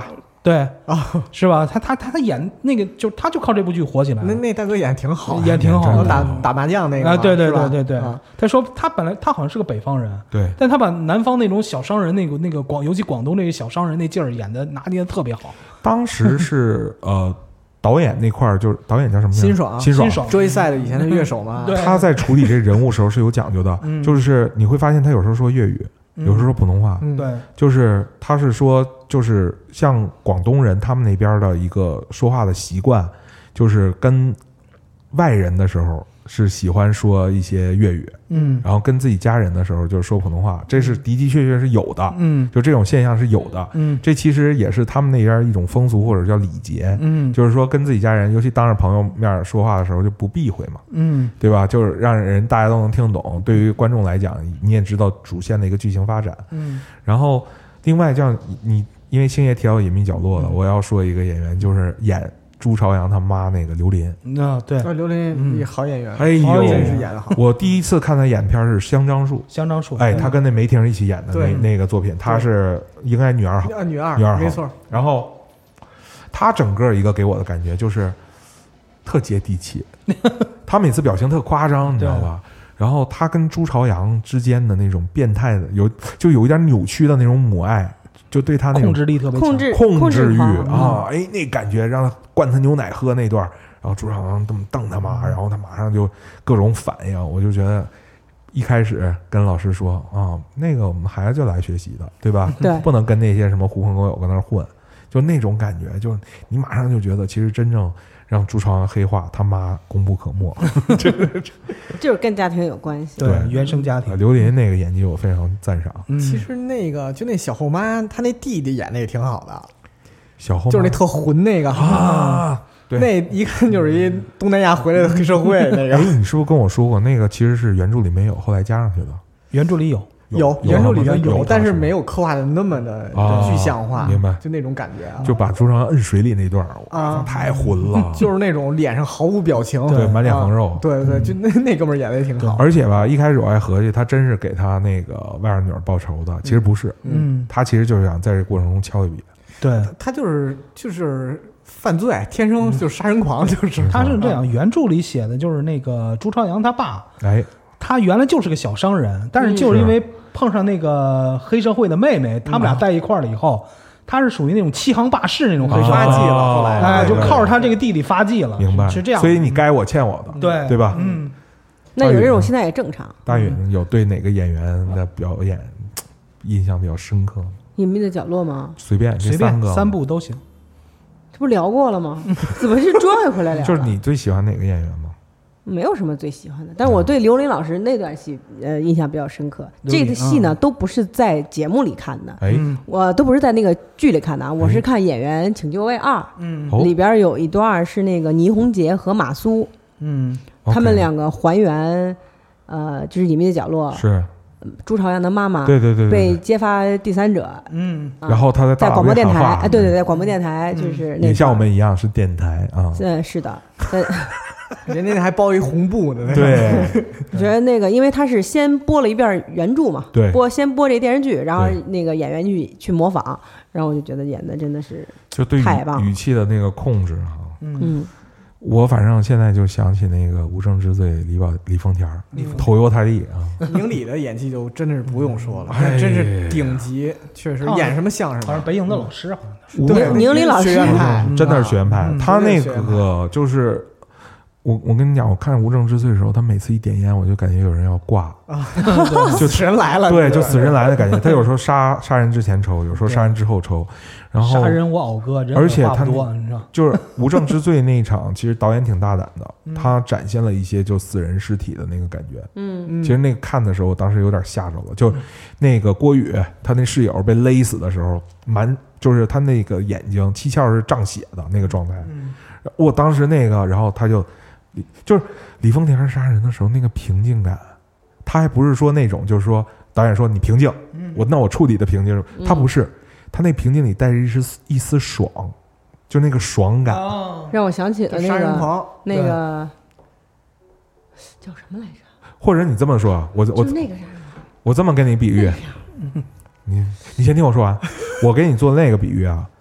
对啊，是吧？他他他他演那个就他就靠这部剧火起来了。 那那大哥演挺好， 演挺好， 打打麻将那个啊，对对对对对。 啊、 他说他本来他好像是个北方人， 对， 但他把南方那种小商人那个那个广，尤其广东那个小商人那劲儿演的拿捏的特别好。 当时是呃。导演那块儿就是导演叫什么？ 辛爽， 辛爽， 辛爽追赛的以前的乐手嘛。 对， 他在处理这人物时候是有讲究的， 嗯、 就是你会发现他有时候说粤语， 嗯、 有时候说普通话， 嗯、 对， 就是他是说，就是像广东人他们那边的一个说话的习惯，就是跟外人的时候是喜欢说一些粤语， 嗯， 然后跟自己家人的时候就是说普通话，这是的的确确是有的， 嗯， 就这种现象是有的， 嗯， 这其实也是他们那边一种风俗或者叫礼节， 嗯， 就是说跟自己家人，尤其当着朋友面说话的时候就不避讳嘛， 嗯， 对吧？就是让人大家都能听懂，对于观众来讲，你也知道主线的一个剧情发展， 嗯， 然后另外这样你因为星爷提到隐秘角落了，我要说一个演员就是演朱朝阳他妈那个刘琳啊，对， 刘琳也好演员， 哎呦， 真是演的好。 我第一次看他演片是《香樟树》， 香樟树， 哎，他跟那梅婷一起演的那那个作品，他是应该女二号， 女二， 女二号， 没错。 然后他整个一个给我的感觉就是特接地气，他每次表情特夸张，你知道吧？然后他跟朱朝阳之间的那种变态的，有就有一点扭曲的那种母爱。就对他那种控制力特别控制控制欲啊， 哎，那感觉让他灌他牛奶喝那段，然后朱朝阳这么瞪他妈，然后他马上就各种反应，我就觉得一开始跟老师说啊，那个我们孩子就来学习的，对吧？ 对， 不能跟那些什么狐朋狗友跟那混，就那种感觉，就你马上就觉得其实真正让朱朝阳黑化，他妈功不可没， 就是跟家庭有关系， 对原生家庭。 刘琳那个演技我非常赞赏。 嗯、 其实那个就那小后妈，她那弟弟演的也挺好的， 小后妈就是那特混那个啊，对， 那一看就是一东南亚回来的黑社会那个。 哎，你是不是跟我说过那个其实是原著里没有，后来加上去的？ 原著里有。 有原著里面有， 有，但是没有刻画的那么的具象化， 啊、明白？ 就那种感觉啊， 就把朱朝阳摁水里那段啊， 太混了， 就是那种脸上毫无表情， 对，满脸横肉， 啊、对对，就那那哥们儿演的也挺好。 而且吧，一开始我还合计他真是给他那个外甥女儿报仇的，其实不是， 嗯， 他其实就是想在这过程中敲一笔， 对， 他就是就是犯罪，天生就是杀人狂，就是、 嗯、 他是这样，原著里写的就是那个朱朝阳他爸， 哎， 他原来就是个小商人，但是就是因为碰上那个黑社会的妹妹，他们俩在一块儿了以后，他是属于那种欺行霸市那种黑社会， 发迹了，后来哎，就靠着他这个弟弟发迹了， 明白？ 是这样， 所以你该我欠我的， 对对吧？ 嗯， 那有这种现在也正常。 大允有对哪个演员的表演印象比较深刻？ 隐秘的角落吗？ 随便， 随便三个三部都行。 这不聊过了吗？怎么是转回来聊？ 就是你最喜欢哪个演员吗？ 没有什么最喜欢的，但是我对刘琳老师那段戏，呃，印象比较深刻。这个戏呢，嗯、都不是在节目里看的， 哎， 我都不是在那个剧里看的啊，我是看《演员请就位二》， 嗯， 里边有一段是那个倪虹洁和马苏， 嗯， 他们两个还原，呃，就是隐秘的角落是朱朝阳的妈妈， 对对对， 被揭发第三者， 嗯， 啊、 然后他在在广播电台，哎，对对对，广播电台就是那， 也像我们一样是电台啊， 嗯，是的。 人家还包一红布呢。 对， 我觉得那个，因为他是先播了一遍原著嘛， 对， 播先播这电视剧，然后那个演员去去模仿，然后我就觉得演的真的是就对太棒了， 语气的那个控制哈。 嗯， 我反正现在就想起那个《无证之罪》李宝李丰田头油太厉啊， 宁理的演技就真的是不用说了，哎、真是顶级，确实演什么像什么。 好像北影的老师， 对， 宁理老师学院派真的是学院派， 嗯、 他那个就是。我我跟你讲，我看《无证之罪》的时候，他每次一点烟，我就感觉有人要挂啊，就死人来了， 对，就死人来的感觉。他有时候杀杀人之前抽，有时候杀人之后抽，然后杀人我袄哥， 而且他就是《无证之罪》那一场，其实导演挺大胆的， 嗯、 他展现了一些就死人尸体的那个感觉。 嗯， 其实那个看的时候，当时有点吓着了。就那个郭宇，他那室友被勒死的时候，满就是他那个眼睛七窍是胀血的那个状态。 嗯， 我当时那个，然后他就。就是李丰田杀人的时候那个平静感，他还不是说那种就是说导演说你平静，我那我处理的平静，他不是，他那平静里带着一丝一丝爽，就那个爽感， 哦、让我想起了那个那个叫什么来着？ 或者你这么说，我我那个啥， 我这么跟你比喻，你你先听我说完，我给你做那个比喻啊，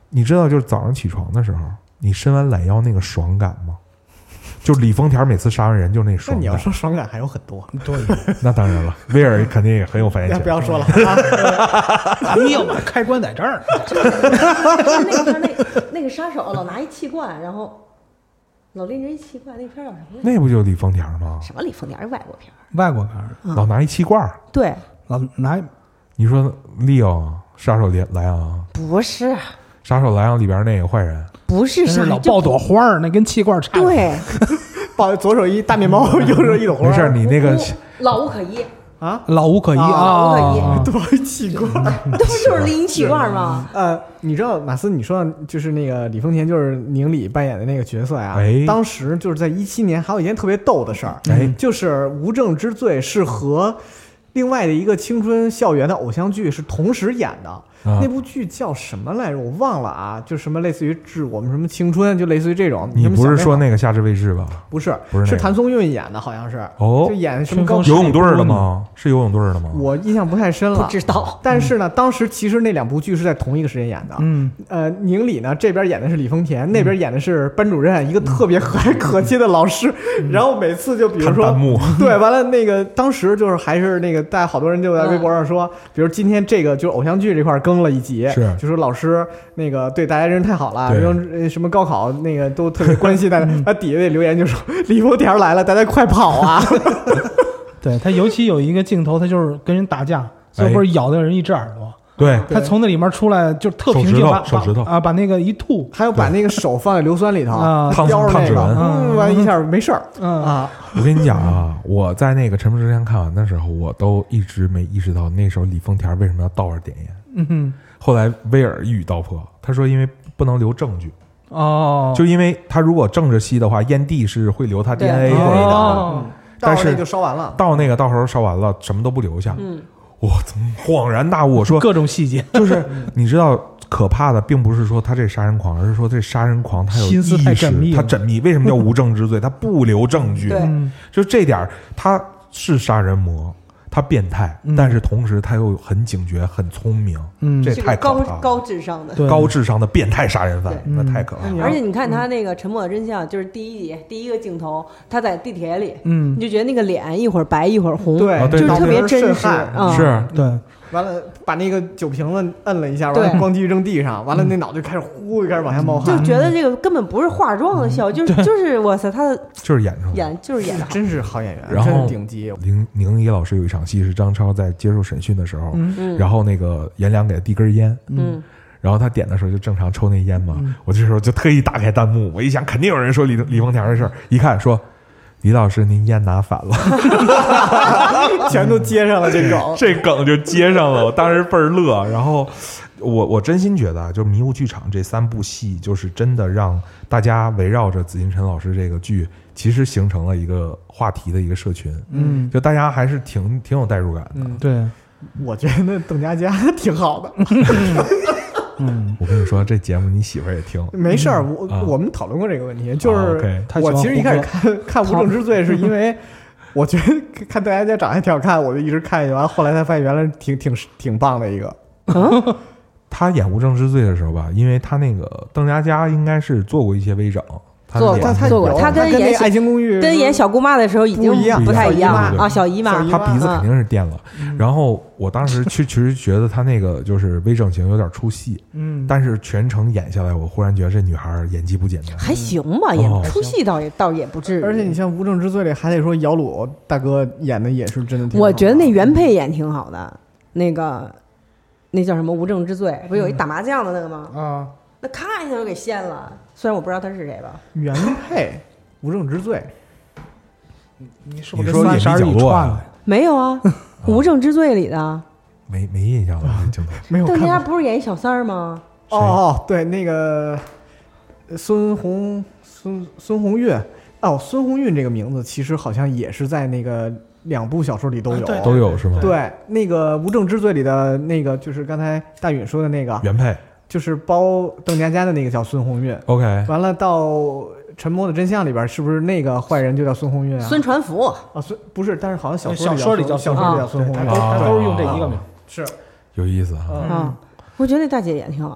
你知道就是早上起床的时候，你伸完懒腰那个爽感吗？就李丰田每次杀完人就那爽感。 那你要说爽感还有很多， 对， 那当然了，威尔肯定也很有发言权。 不要说了， 你有把开关在这儿。 那个那那个杀手老拿一气罐，然后老拎着一气罐，那片叫什么？ 那不就李丰田吗？ 什么李丰田？外国片儿。 外国片儿， 老拿一气罐。 对， 老拿你说 Leo 杀手莱昂？ 不是， 杀手莱昂里边那个坏人。 不是是老抱朵花儿，那跟气罐差。 对， 抱左手一大面包，右手一朵花。 没事，你那个老无可依啊， 老无可依啊， 老无可依， 多气罐， 这不就是拎气罐吗？ 呃，你知道马斯，你说就是那个李丰田，就是宁理扮演的那个角色呀。 哎， 当时就是在一七年，还有一件特别逗的事儿， 哎， 就是《无证之罪》是和另外的一个青春校园的偶像剧是同时演的。 啊、 那部剧叫什么来着？我忘了啊，就什么类似于致我们什么青春，就类似于这种。 你不是说那个夏至未至吧？ 不是， 不是、那个， 是谭松韵演的，好像是。 哦， 就演什么高游泳队的吗？是游泳队的吗？ 我印象不太深了， 不知道。 但是呢，当时其实那两部剧是在同一个时间演的。 嗯， 呃，宁理呢这边演的是李丰田，那边演的是班主任，一个特别和蔼可亲的老师。 嗯、 然后每次就比如说，对，完了那个当时就是还是那个大家好多人就在微博上说，嗯、比如今天这个就是偶像剧这块更了一集。 是， 就说老师那个对大家人太好了，然后什么高考那个都特别关心大家。他底下那留言就说李丰田来了，大家快跑啊！ 对他尤其有一个镜头，他就是跟人打架，最后不是咬那人一只耳朵。 对， 他从那里面出来就特平静，把手指头啊把那个一吐， 还有把那个手放在硫酸里头啊， 叼着那个， 嗯， 完一下没事儿啊。 我跟你讲啊，我在那个《沉默之前》看完的时候，我都一直没意识到那时候李丰田为什么要倒着点烟。 嗯哼。 后来威尔一语道破，他说因为不能留证据。 哦， 就因为他如果正着吸的话，烟蒂是会留他 D N A 或者的， 哦、 但是就烧完了， 到那个到时候烧完了，什么都不留下。 嗯， 我恍然大悟，我说各种细节， 就是你知道，可怕的并不是说他这杀人狂，而是说这杀人狂他有心思太缜密， 他缜密。为什么叫无证之罪？他不留证据。 对， 就这点，他是杀人魔。他变态， 嗯、 但是同时他又很警觉、很聪明， 嗯， 这太可怕了。 高高智商的， 高智商的变态杀人犯，那太可怕了。 而且你看他那个《沉默的真相》，就是第一集第一个镜头，他在地铁里， 嗯， 你就觉得那个脸一会儿白一会儿红， 对， 就是特别真实啊。 是， 对。 完了，把那个酒瓶子摁了一下，完了咣叽扔地上，完了那脑袋开始呼，就开始往下冒汗， 就觉得这个根本不是化妆的笑，就是就是哇塞，他的就是演出来， 演就是演的， 真是好演员， 然后顶级。 宁宁理老师有一场戏是张超在接受审讯的时候， 嗯， 然后那个颜良给他递根烟， 嗯， 然后他点的时候就正常抽那烟嘛，我这时候就特意打开弹幕，我一想肯定有人说李李丰田的事儿，一看说。李老师，您烟拿反了， 全都接上了这梗， 这梗就接上了。我当时倍儿乐。然后我我真心觉得啊，就迷雾剧场这三部戏，就是真的让大家围绕着紫金陈老师这个剧，其实形成了一个话题的一个社群。 嗯， 就大家还是挺挺有代入感的。 嗯， 对， 我觉得邓家佳挺好的。 嗯，我跟你说，这节目你媳妇儿也听， 没事儿，我、 嗯、 我们讨论过这个问题，就是、 啊 okay、 我其实一开始看看《无证之罪》是因为我觉得看邓家佳长得还挺好看，我就一直看完，后来才发现原来挺挺挺棒的一个。 嗯， 他演《无证之罪》的时候吧，因为他那个邓家佳应该是做过一些微整。 做过， 他做过，他跟演 《爱情公寓》 跟演小姑妈的时候已经不太一样啊，小姨妈， 他鼻子肯定是垫了。然后我当时其其实觉得他那个就是微整形有点出戏， 嗯， 但是全程演下来，我忽然觉得这女孩演技不简单， 还行吧，演出戏倒也倒也不至于。 而且你像《无证之罪》里，还得说姚鲁大哥演的也是真的挺好。 我觉得那原配演挺好的，那个那叫什么《无证之罪》，不是有一打麻将的那个吗？ 啊。 那咔一下就给掀了，虽然我不知道他是谁吧。 原配无证之罪， 你是不是跟三十二一串了？ 没有啊，无证之罪里的没没印象了，镜头没有。 邓家不是演一小三儿吗？ 哦哦，对，那个孙红孙孙红运哦，孙红运这个名字其实好像也是在那个两部小说里都有， 啊、 都有是吗？ 对，那个无证之罪里的那个就是刚才大允说的那个原配。 就是包邓家佳的那个叫孙红运 ，OK。 完了到《沉默的真相》里边，是不是那个坏人就叫孙红运啊？ 孙传福啊，孙不是，但是好像小小说里叫小说里叫孙红运， 他都是用这一个名， 是有意思哈。 啊。我觉得那大姐演挺好的，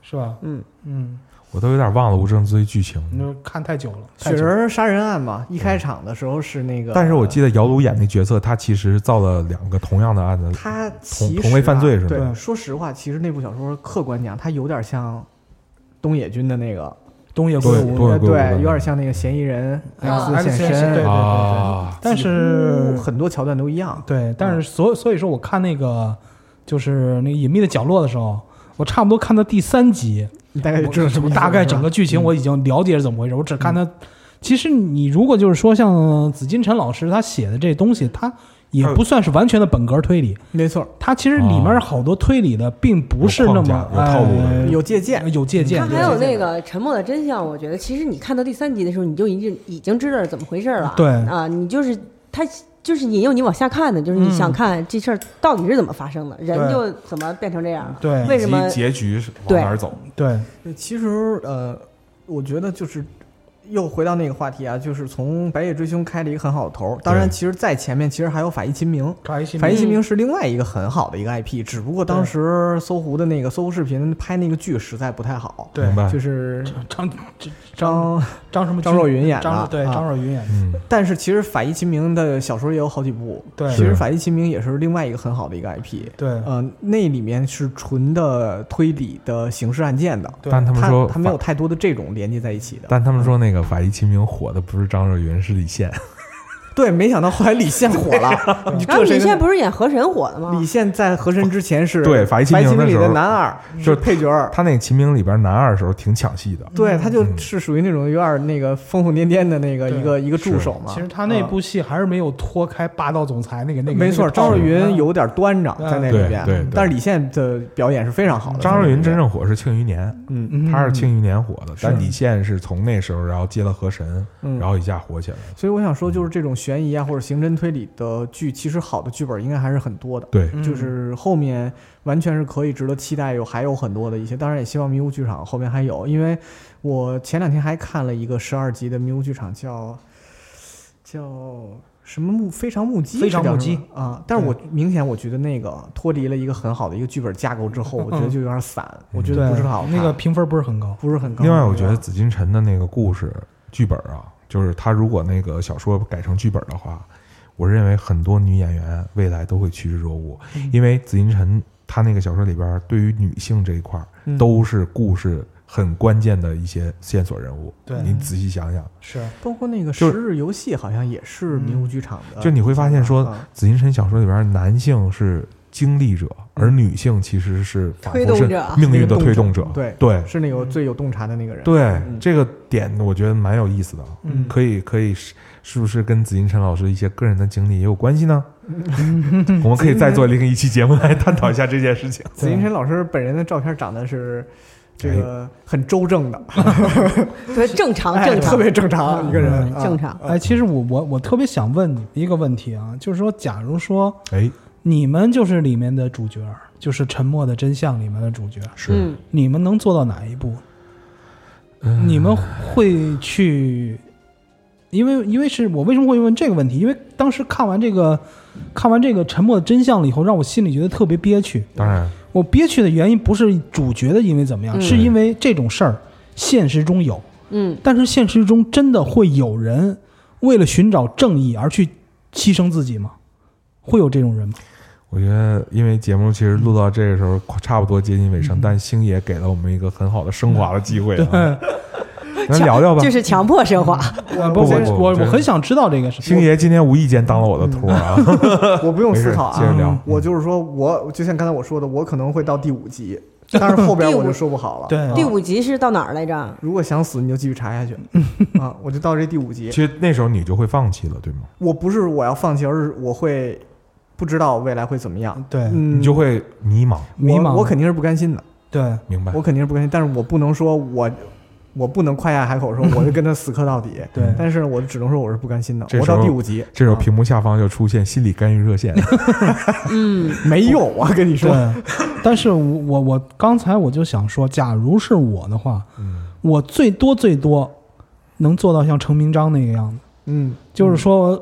是吧？ 嗯嗯， 我都有点忘了无证之罪剧情。 你就看太久了。 雪人杀人案嘛，一开场的时候是那个， 但是我记得姚卢演那角色，他其实造了两个同样的案子， 他其实、啊、 同为犯罪是吗？ 对，说实话，其实那部小说客观讲，他有点像东野君的那个东野圭吾， 对，有点像那个嫌疑人 X 现身， 对对对对。 啊、 但是很多桥段都一样。 对，但是所所以说，我看那个就是那个隐秘的角落的时候，我差不多看到第三集， 你大概就知道什么， 大概整个剧情我已经了解是怎么回事。嗯、我只看他，嗯、其实你如果就是说像紫金陈老师他写的这东西，他也不算是完全的本格推理， 没错， 他其实里面好多推理的并不是那么有套路的， 呃、有借鉴， 有借鉴。 他还有那个《沉默的真相》，我觉得其实你看到第三集的时候，你就已经已经知道是怎么回事了。 对啊，你就是他就是引诱你往下看的，就是你想看这事儿到底是怎么发生的，嗯、人就怎么变成这样， 对， 为什么结局往哪儿走？ 对， 对，其实呃，我觉得就是。又回到那个话题啊，就是从《白夜追凶》开了一个很好的头。当然，其实在前面其实还有《法医秦明》， 法医秦明， 法医秦明是另外一个很好的一个 I P， 只不过当时搜狐的那个搜狐视频拍那个剧实在不太好。 对， 就是张张张什么张若昀演的，对，张若昀演的。 嗯，但是其实《法医秦明》的小说也有好几部。 对， 其实《法医秦明》也是另外一个很好的一个 I P。 对， 呃，那里面是纯的推理的刑事案件的， 但他们说他没有太多的这种连接在一起的。 但他们说那个《法医秦明》火的不是张若昀，是李现。 对，没想到后来李现火了。你然后李现不是演河神火的吗？ 李现在河神之前是对《法医秦明》 里的男二， 就是配角。 他那个《秦明》里边男二的时候挺抢戏的。 对，他就是属于那种有点那个疯疯癫癫的那个一个一个助手嘛。 其实他那部戏还是没有脱开霸道总裁那个那个。 没错，张若昀有点端着在那里边， 对， 但是李现的表演是非常好的。 张若昀真正火是《庆余年》， 嗯， 他是《庆余年》火的，但李现是从那时候然后接了河神，然后一下火起来了。 所以我想说，就是这种悬疑啊或者刑侦推理的剧，其实好的剧本应该还是很多的。 对， 就是后面完全是可以值得期待，有还有很多的一些。当然也希望迷雾剧场后面还有，因为我前两天还看了一个十二集的迷雾剧场，叫叫什么目非常目击， 非常目击啊！但是我明显我觉得那个脱离了一个很好的一个剧本架构之后，我觉得就有点散，嗯、我觉得不是好看， 那个评分不是很高， 不是很高。 另外，我觉得紫禁城的那个故事剧本啊，就是他如果那个小说改成剧本的话。我认为很多女演员未来都会趋之若鹜，嗯、因为紫禁城他那个小说里边对于女性这一块、嗯、都是故事很关键的一些线索人物。 对， 你仔细想想， 是包括那个十日游戏好像也是迷雾剧场的、 嗯，就你会发现说，紫禁城小说里边男性是经历者，而女性其实是推动者， 命运的推动者。 对对， 是那个最有洞察的那个人。 对、 嗯， 这个点我觉得蛮有意思的。 嗯， 可以可以。是不是跟紫禁城老师一些个人的经历也有关系呢？我们可以再做另一期节目来探讨一下这件事情。 紫禁城老师本人的照片长得是这个很周正的， 对，正常正常、 哎，特别正常一个人， 嗯、正常。 哎，其实我我我特别想问一个问题啊，就是说，假如说， 哎， 你们就是里面的主角，就是《沉默的真相》里面的主角， 是、 嗯、 你们能做到哪一步？ 嗯、 你们会去？因为，因为是我为什么会问这个问题？因为当时看完这个，看完这个《沉默的真相》了以后，让我心里觉得特别憋屈。 当然， 我憋屈的原因不是主角的因为怎么样， 嗯、 是因为这种事儿现实中有， 嗯， 但是现实中真的会有人为了寻找正义而去牺牲自己吗？会有这种人吗？ 我觉得，因为节目其实录到这个时候差不多接近尾声，嗯、但星爷给了我们一个很好的升华的机会啊。 嗯咱聊聊吧， 就是强迫升华。 我不我我我很想知道这个事。 星爷今天无意间当了我的托啊， 嗯、我不用思考啊， 接着聊。 我就是说我就像刚才我说的，我可能会到第五集，但是后边我就说不好了。 对， 啊、 第五集是到哪儿来着？ 如果想死，你就继续查下去啊！我就到这第五集。 其实那时候你就会放弃了，对吗？ 我不是我要放弃，而是我会不知道未来会怎么样。 对， 嗯、 你就会迷茫， 迷茫我。我肯定是不甘心的。 对， 明白。 我肯定是不甘心，但是我不能说我。我不能夸下海口说我就跟他死磕到底， 对， 但是我只能说我是不甘心的。我到第五集， 这时候屏幕下方就出现心理干预热线， 嗯， 没有啊，跟你说。 但是我我我刚才我就想说，假如是我的话， 嗯， 我最多最多能做到像程明章那个样子， 嗯， 就是说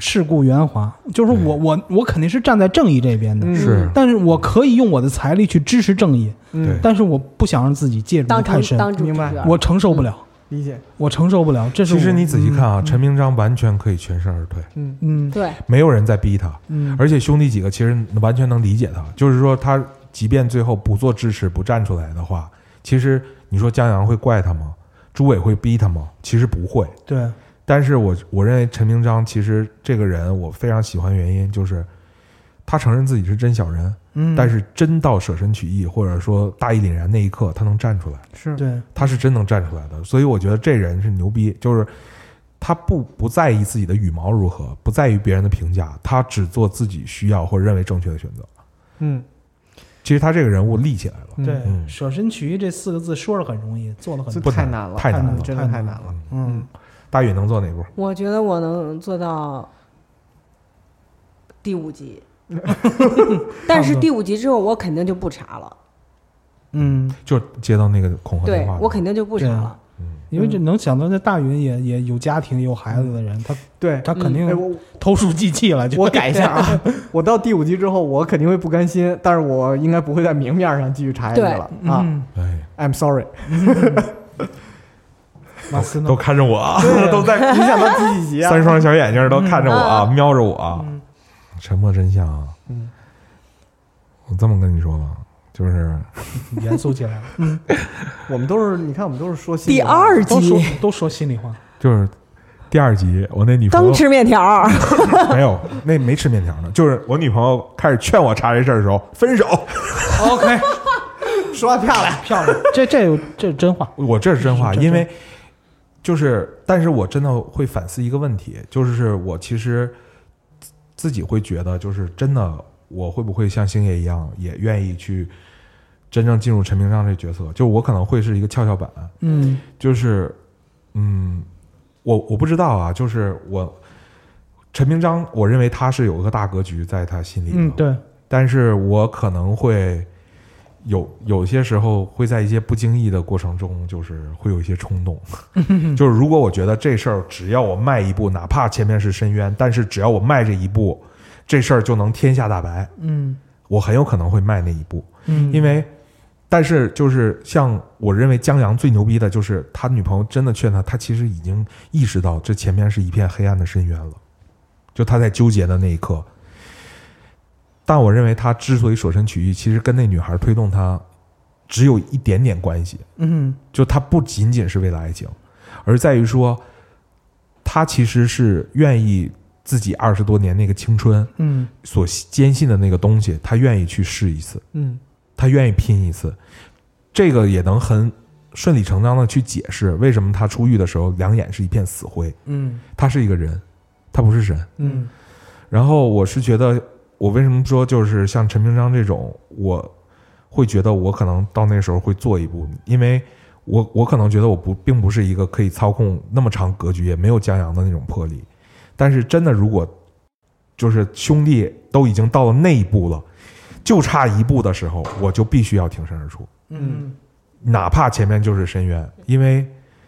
世故圆滑，就是我我我肯定是站在正义这边的， 嗯是但是我可以用我的财力去支持正义， 嗯， 但是我不想让自己介入当成得太深， 当主明白角我承受不了， 理解， 我承受不了。这是我其实你仔细看啊， 嗯陈明章完全可以全身而退， 嗯嗯对， 没有人在逼他， 嗯， 而且兄弟几个其实完全能理解他，就是说他即便最后不做支持不站出来的话，其实你说江阳会怪他吗？朱伟会逼他吗？其实不会。 对， 但是我我认为陈明章其实这个人我非常喜欢，原因就是他承认自己是真小人， 嗯， 但是真到舍身取义或者说大义凛然那一刻，他能站出来， 是， 对， 他是真能站出来的。所以我觉得这人是牛逼，就是他不不在意自己的羽毛如何，不在于别人的评价，他只做自己需要或者认为正确的选择。 嗯， 其实他这个人物立起来了， 嗯对， 嗯舍身取义这四个字说着很容易，做的很这难。 太难了， 太难了真的太难了。 嗯， 大宇能做哪步？ 我觉得我能做到第五集，但是第五集之后我肯定就不查了， 嗯， 就接到那个恐吓对电话， 我肯定就不查了。 因为这能想到这大云也也有家庭有孩子的人，他对， 他肯定哎我投鼠忌器了。就我改一下啊，我到第五集之后，我肯定会不甘心，但是我应该不会在明面上继续查下去了啊。 嗯， 哎， I'm sorry， 马斯呢都看着我啊， 对都在你想到第几集啊？ 三双小眼睛都看着我啊， 嗯瞄着我啊。 嗯沉默真相啊， 嗯， 我这么跟你说吧，就是严肃起来了。嗯， 我们都是，你看我们都是说心里第话二都说集都说心里话。 就是第二集，我那女朋友刚吃面条， 没有，那没吃面条呢，就是我女朋友开始劝我查这事儿的时候，分手。 OK， 说话漂亮。 漂亮，这这有这是真话。 我这是真话， 是真因为就是，但是我真的会反思一个问题，就是我其实自己会觉得，就是真的，我会不会像星爷一样，也愿意去真正进入陈明章这角色？就我可能会是一个跷跷板， 嗯就是，嗯，我我不知道啊，就是我陈明章，我认为他是有一个大格局在他心里的， 嗯，对， 但是我可能会有有些时候会在一些不经意的过程中，就是会有一些冲动。就是如果我觉得这事儿只要我迈一步，哪怕前面是深渊，但是只要我迈这一步，这事儿就能天下大白， 嗯我很有可能会迈那一步。 嗯， 因为，但是就是像我认为江阳最牛逼的就是他女朋友真的劝他，他其实已经意识到这前面是一片黑暗的深渊了，就他在纠结的那一刻。但我认为他之所以舍身取义，其实跟那女孩推动他只有一点点关系， 嗯就他不仅仅是为了爱情，而在于说他其实是愿意自己二十多年那个青春嗯所坚信的那个东西，他愿意去试一次， 嗯他愿意拼一次。这个也能很顺理成章的去解释为什么他出狱的时候两眼是一片死灰。 嗯他是一个人，他不是神。 嗯然后我是觉得，我为什么说就是像陈明章这种，我会觉得我可能到那时候会做一步，因为我我可能觉得我不并不是一个可以操控那么长格局，也没有江阳的那种魄力。但是真的，如果就是兄弟都已经到了那一步了，就差一步的时候，我就必须要挺身而出， 嗯哪怕前面就是深渊。因为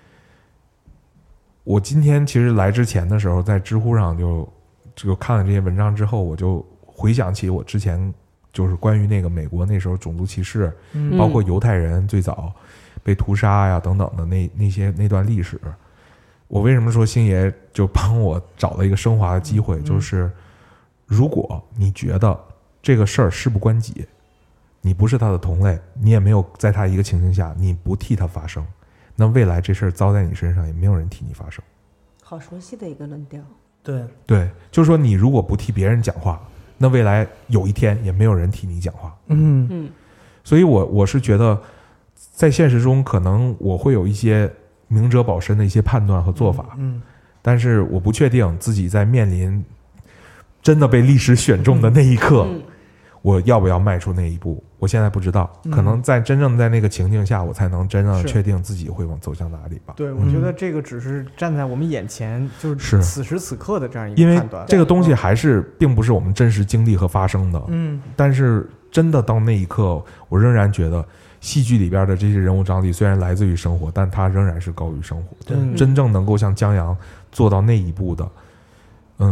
我今天其实来之前的时候，在知乎上就就看了这些文章之后，我就回想起我之前就是关于那个美国那时候种族歧视， 嗯包括犹太人最早被屠杀呀等等的那那些那段历史。我为什么说星爷就帮我找了一个升华的机会，就是如果你觉得这个事儿事不关己，你不是他的同类，你也没有在他一个情形下，你不替他发声，那未来这事儿遭在你身上，也没有人替你发声。 好熟悉的一个论调。 对， 对，就是说你如果不替别人讲话，那未来有一天也没有人替你讲话。 嗯嗯所以我我是觉得，在现实中可能我会有一些明哲保身的一些判断和做法， 嗯但是我不确定自己在面临真的被历史选中的那一刻， 嗯我要不要迈出那一步，我现在不知道。 嗯可能在真正在那个情境下，我才能真正是确定自己会往走向哪里吧。 对，我觉得这个只是站在我们眼前，就是是此时此刻的这样一因为个判断。 这个东西还是并不是我们真实经历和发生的， 嗯但是真的到那一刻，我仍然觉得戏剧里边的这些人物张力虽然来自于生活，但它仍然是高于生活的。 嗯真正能够像江阳做到那一步的，嗯，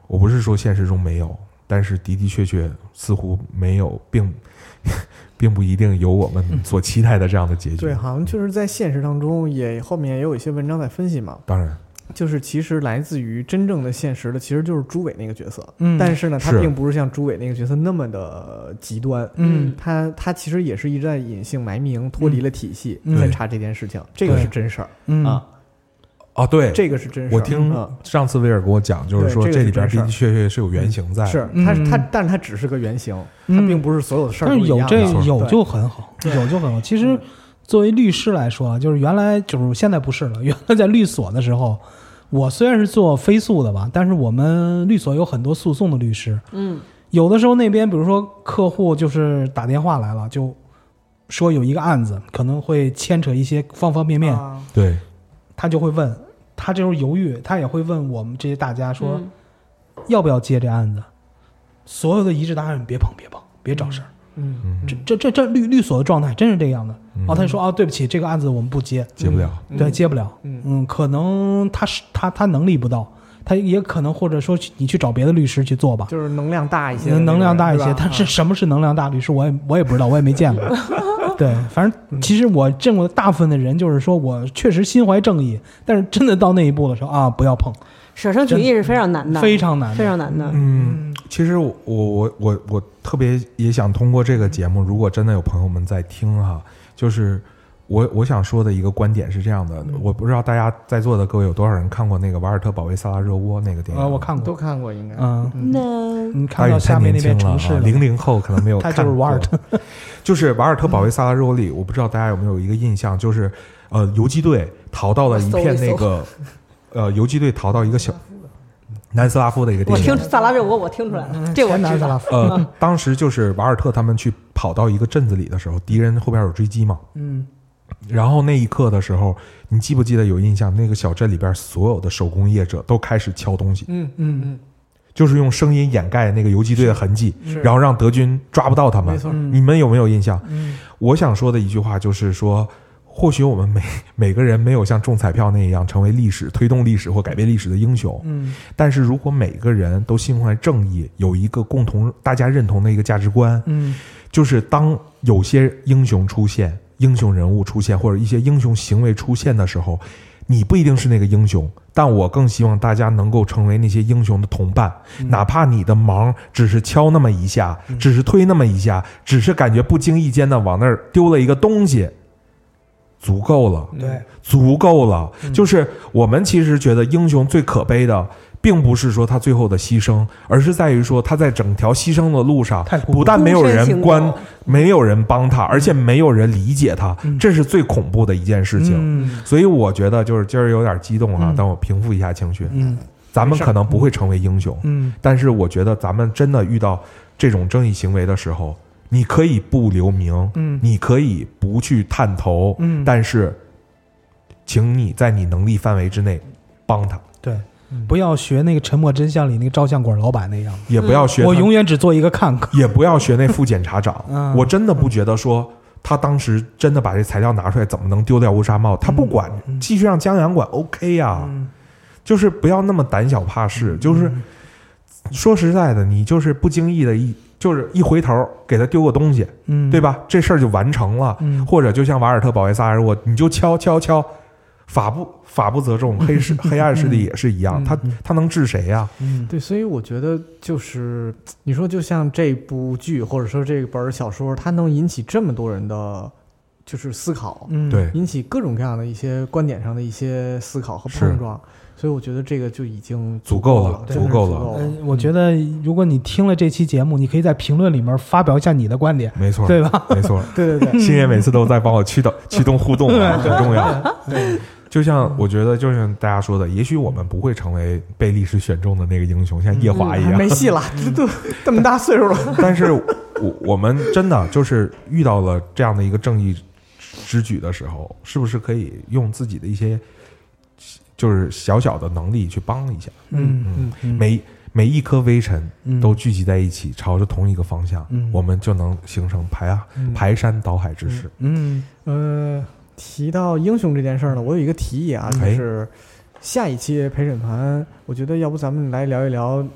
我不是说现实中没有，但是的的确确似乎没有，并并不一定有我们所期待的这样的结局。 对，好像就是在现实当中也后面也有一些文章在分析嘛。 当然， 就是其实来自于真正的现实的，其实就是朱伟那个角色。 嗯， 但是呢，他是并不是像朱伟那个角色那么的极端。 嗯， 他他其实也是一直在隐姓埋名，脱离了体系， 嗯在查这件事情。这个是真事儿、 嗯啊。 哦，对， 这个是真事儿。 我听嗯上次威尔跟我讲，就是说对这里边这个是真的的确确是有原型在的。 是嗯他他，但是他只是个原型， 嗯他并不是所有的事儿但是有都一样的。 这有对就很好，有就很好。其实作为律师来说，就是原来就是现在不是了，原来在律所的时候。我虽然是做非诉的吧，但是我们律所有很多诉讼的律师， 嗯， 有的时候那边比如说客户就是打电话来了，就说有一个案子可能会牵扯一些方方面面， 啊对， 他就会问，他这时候犹豫，他也会问我们这些大家说、 嗯要不要接这案子，所有的一致答案别碰别碰别找事儿， 嗯， 嗯， 这这这这律律所的状态真是这样的。 嗯哦，他就说啊，对不起，这个案子我们不接， 接不了。 嗯对，接不了。 嗯嗯，可能他是他他能力不到，他也可能或者说你去找别的律师去做吧， 就是能量大一些的那种， 能量大一些对。吧但是什么是能量大律师，我也我也不知道，我也没见过。对，反正其实我见过的大部分的人，就是说我确实心怀正义，但是真的到那一步的时候啊，不要碰， 舍生取义是非常难的， 非常难的， 非常难的。 嗯，其实我我我我特别也想通过这个节目，如果真的有朋友们在听哈，就是我我想说的一个观点是这样的，我不知道大家在座的各位有多少人看过那个瓦尔特保卫萨拉热窝那个电影？ 啊，我看都过， 看过应该。 嗯， 那你看到下面那边城市了， 零零后可能没有他看过。 就是瓦尔特， 就是瓦尔特保卫萨拉热窝里，我不知道大家有没有一个印象，就是呃游击队逃到了一片那个呃游击队逃到一个小南斯拉夫的一个地我听方。 萨拉热窝，我听出来了，这我知道。 前南斯拉夫， 呃，当时就是瓦尔特他们去跑到一个镇子里的时候，敌人后边有追击嘛。 嗯然后那一刻的时候，你记不记得有印象？那个小镇里边所有的手工业者都开始敲东西， 嗯嗯嗯， 就是用声音掩盖那个游击队的痕迹， 是然后让德军抓不到他们没。错。 嗯， 你们有没有印象？ 嗯我想说的一句话就是说，或许我们每每个人没有像中彩票那样成为历史、推动历史或改变历史的英雄， 嗯但是如果每个人都心怀正义，有一个共同大家认同的一个价值观， 嗯就是当有些英雄出现、英雄人物出现或者一些英雄行为出现的时候，你不一定是那个英雄，但我更希望大家能够成为那些英雄的同伴，哪怕你的忙只是敲那么一下，只是推那么一下，只是感觉不经意间的往那儿丢了一个东西，足够了， 对， 足够了。就是我们其实觉得英雄最可悲的，并不是说他最后的牺牲，而是在于说他在整条牺牲的路上太孤独不但没有人关孤身行走， 没有人帮他，而且没有人理解他，这是最恐怖的一件事情。 嗯所以我觉得就是今儿有点激动啊嗯， 但我平复一下情绪。 嗯咱们可能不会成为英雄， 嗯但是我觉得咱们真的遇到这种正义行为的时候，你可以不留名， 嗯你可以不去探头， 嗯但是，请你在你能力范围之内帮他， 对，不要学那个《沉默真相》里那个照相馆老板那样， 也不要学我他永远只做一个看客。 也不要学那副检察长。 嗯我真的不觉得说他当时真的把这材料拿出来，怎么能丢掉乌纱帽？他不管，继续让江阳管 OK 呀、 嗯就是不要那么胆小怕事。就是说实在的，你就是不经意的一就是一回头给他丢个东西， 嗯， 对吧？这事儿就完成了。 嗯或者就像瓦尔特保卫萨尔沃，你就敲敲敲，法不法不责众，黑势黑暗势力也是一样，他他能治谁呀、 嗯对，所以我觉得就是你说，就像这部剧或者说这本小说，它能引起这么多人的，就是思考， 嗯， 对， 引起各种各样的一些观点上的一些思考和是碰撞，所以我觉得这个就已经足够了了，真的是足够了足呃，我觉得如果你听了这期节目，你可以在评论里面发表一下你的观点， 没错， 对吧？ 没错。 对对对， 星爷每次都在帮我驱动驱动互动啊，很重要。 对， 就像我觉得，就像大家说的，也许我们不会成为被历史选中的那个英雄，像夜华一样， 没戏了，这都这么大岁数了， 但是我我们真的就是遇到了这样的一个正义之举的时候，是不是可以用自己的一些就是小小的能力去帮一下？ 嗯嗯， 嗯每每一颗微尘嗯都聚集在一起，朝着同一个方向， 嗯我们就能形成排啊嗯排山倒海之势。 嗯呃，提到英雄这件事儿呢，我有一个提议啊，就哎是下一期陪审团，我觉得要不咱们来聊一聊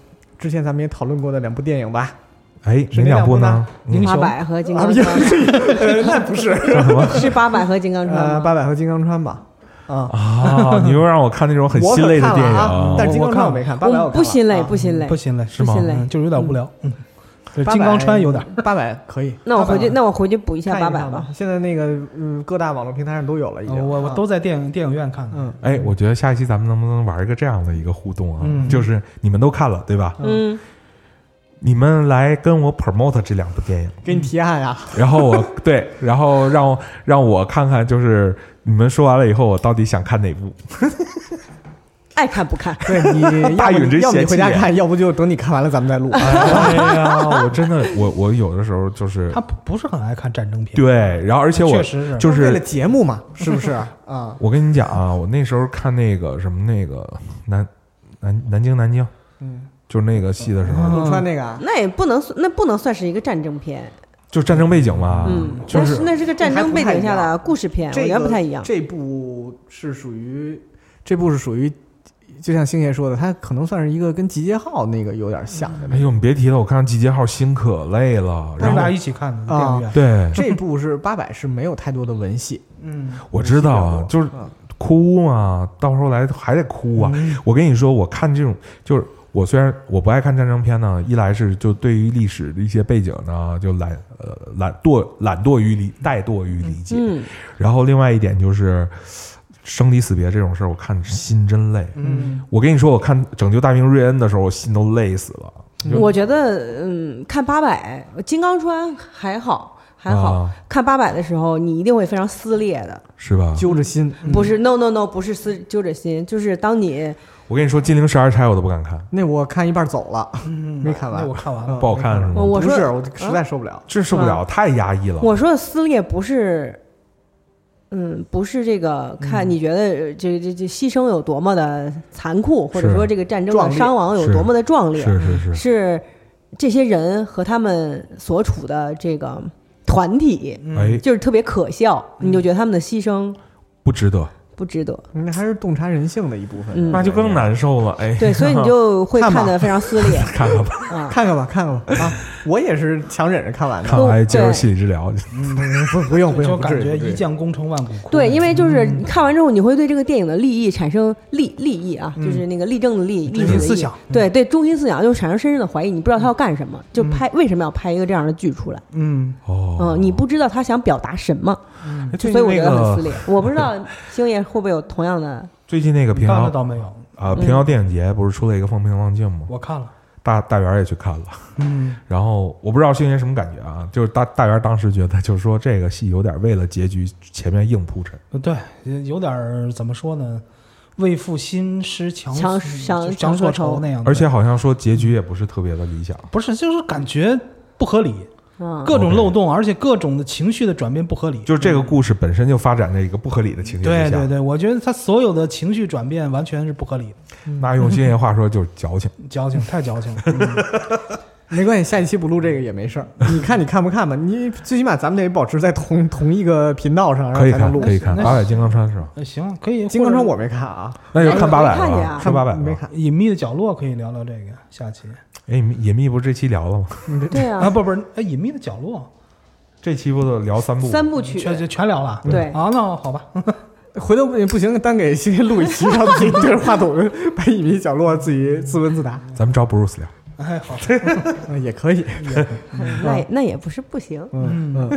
之前咱们也讨论过的两部电影吧？ 哎， 是哪两部呢？ 英雄八百和金啊， 刚川， 呃那不是， 是八百和金刚川呃， 吗？ 八百和金刚川吧？啊， 啊，你又让我看那种很我心累的电影， 可看了啊但是金刚川我没看，八百我看了我不心累， 啊不心累不，心累， 是吗不心累嗯，就是有点无聊。嗯，对八百金刚川有点。 八百可以。 那我回去， 800 那我回去补一下看一八百吧看吧。。现在那个嗯，各大网络平台上都有了，已经。 呃我我啊都在电影电影院看的。 嗯， 哎，我觉得下一期咱们能不能玩一个这样的一个互动啊？ 嗯就是你们都看了对吧？ 嗯， 你们来跟我 promote 这两部电影， 给你提案呀。 然后我对，然后让让我看看，就是你们说完了以后，我到底想看哪部？ 爱看不看。 对你， 大要不允真要不你嫌弃眼回家看，要不就等你看完了咱们再录。 哎呀，我真的，我我有的时候就是他不不是很爱看战争片。 对，然后而且我确实是就是为了节目嘛，是不是啊？ 我跟你讲啊，我那时候看那个什么那个南南南京南京， 嗯， 就是那个戏的时候， 陆川那个啊， 那也不能算，那不能算是一个战争片。 就战争背景嘛， 嗯， 就是那是那是个战争背景下的故事片，我这觉得不个太一样。 这部是属于，这部是属于，就像星爷说的，它可能算是一个跟集结号那个有点像的那哎呦，你别提了，我看集结号心可累了，然后咱俩一起看的电影院。 对， 这部是八百是没有太多的文戏， 嗯， 我知道啊，就是嗯哭嘛，到时候来还得哭啊。 嗯我跟你说，我看这种就是。我虽然我不爱看战争片呢，一来是就对于历史的一些背景呢，就懒呃懒惰懒惰于理怠惰于理解， 嗯， 然后另外一点就是生离死别这种事儿，我看心真累。 嗯， 我跟你说，我看《拯救大兵瑞恩》的时候，我心都累死了。就我觉得嗯，看八百金刚川还好还好， 啊看八百的时候你一定会非常撕裂的。 是吧？ 揪着心。 不是 no no no 不是撕揪着心，就是当你我跟你说，《金陵十二钗》我都不敢看， 那我看一半走了， 嗯没看完那我看完了。 不好看是吗？ 我说不是，我实在受不了。 这受不了，太压抑了。 我说的撕裂不是，嗯，不是这个看你觉得呃这这这牺牲有多么的残酷，或者是说这个战争壮烈的伤亡有多么的壮烈， 是是是， 是这些人和他们所处的这个团体， 哎， 就是特别可笑，你就觉得他们的牺牲不值得， 不值得。 那还是洞察人性的一部分。 嗯那就更难受了。哎， 对，所以你就会看吧看得非常撕裂看看吧， 啊。 看看吧，看看吧啊！我也是强忍着看完的。 看完还接受心理治疗。 不不用不用， 就感不至于不至于觉一将功成万骨枯。 对，因为就是你看完之后，你会对这个电影的利益产生利利益啊，就是那个立正的立， 中历史的意心思想对对，中心思想就产生深深的怀疑，你不知道他要干什么，就拍为什么要拍一个这样的剧出来？ 嗯， 哦， 嗯，你不知道他想表达什么， 哎最所以我近那个觉得很撕裂。我不知道星爷会不会有同样的， 最近那个平刚才遥倒没有， 啊，平遥电影节不是出了一个《风平浪静》吗？ 我看了。 大大圆也去看了， 嗯， 然后我不知道星爷什么感觉啊，就是大大圆当时觉得，就是说这个戏有点为了结局前面硬铺陈， 呃对，有点儿怎么说呢？为赋新诗强强强强强作强说愁愁那样的， 而且好像说结局也不是特别的理想。 不是，就是感觉不合理， 嗯， 各种 OK 漏洞，而且各种的情绪的转变不合理。 就是这个故事本身就发展在一个不合理的情节之下， 对对对，我觉得他所有的情绪转变完全是不合理的， 那用星爷话说就是矫情。 矫情，太矫情了。嗯没关系，下一期不录这个也没事儿。你看你看不看吧？你最起码咱们得保持在同同一个频道上，然可以看， 后才能录。 可以看， 那八百金刚川是吧？ 呃行，可以。 金刚川或者我没看啊， 那就看八百哎我没看见了啊， 说八百没。看。 隐秘的角落可以聊聊这个下期哎，隐秘不是这期聊了吗？ 啊， 对啊， 不不是，哎，隐秘的角落这期不都聊三部吗？ 三部曲， 全全全聊了。 对啊，那好吧， 回头不不行，单给星星录一期，让自己对着话筒，把隐秘角落自己自问自答， 咱们找 Bruce 聊。 哎，好， 嗯也可以。 那也那也不是不行。 嗯嗯，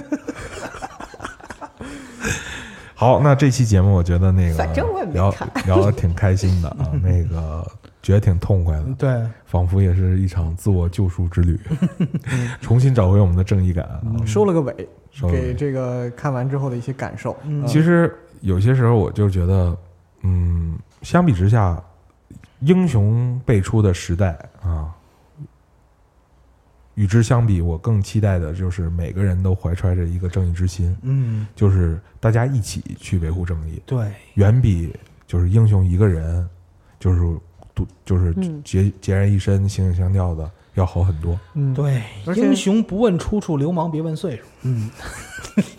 好，那这期节目我觉得那个反正我也没聊看聊得挺开心的啊，那个觉得挺痛快的， 对， 仿佛也是一场自我救赎之旅，重新找回我们的正义感啊。 收了个尾， 收了个尾给这个看完之后的一些感受。 嗯其实有些时候我就觉得，嗯，相比之下，英雄辈出的时代啊，与之相比，我更期待的就是每个人都怀揣着一个正义之心， 嗯， 就是大家一起去维护正义， 对， 远比就是英雄一个人，就是独就是嗯孑孑然一身、形影相吊的要好很多。 嗯， 对， 而且英雄不问出处，流氓别问岁数。 嗯，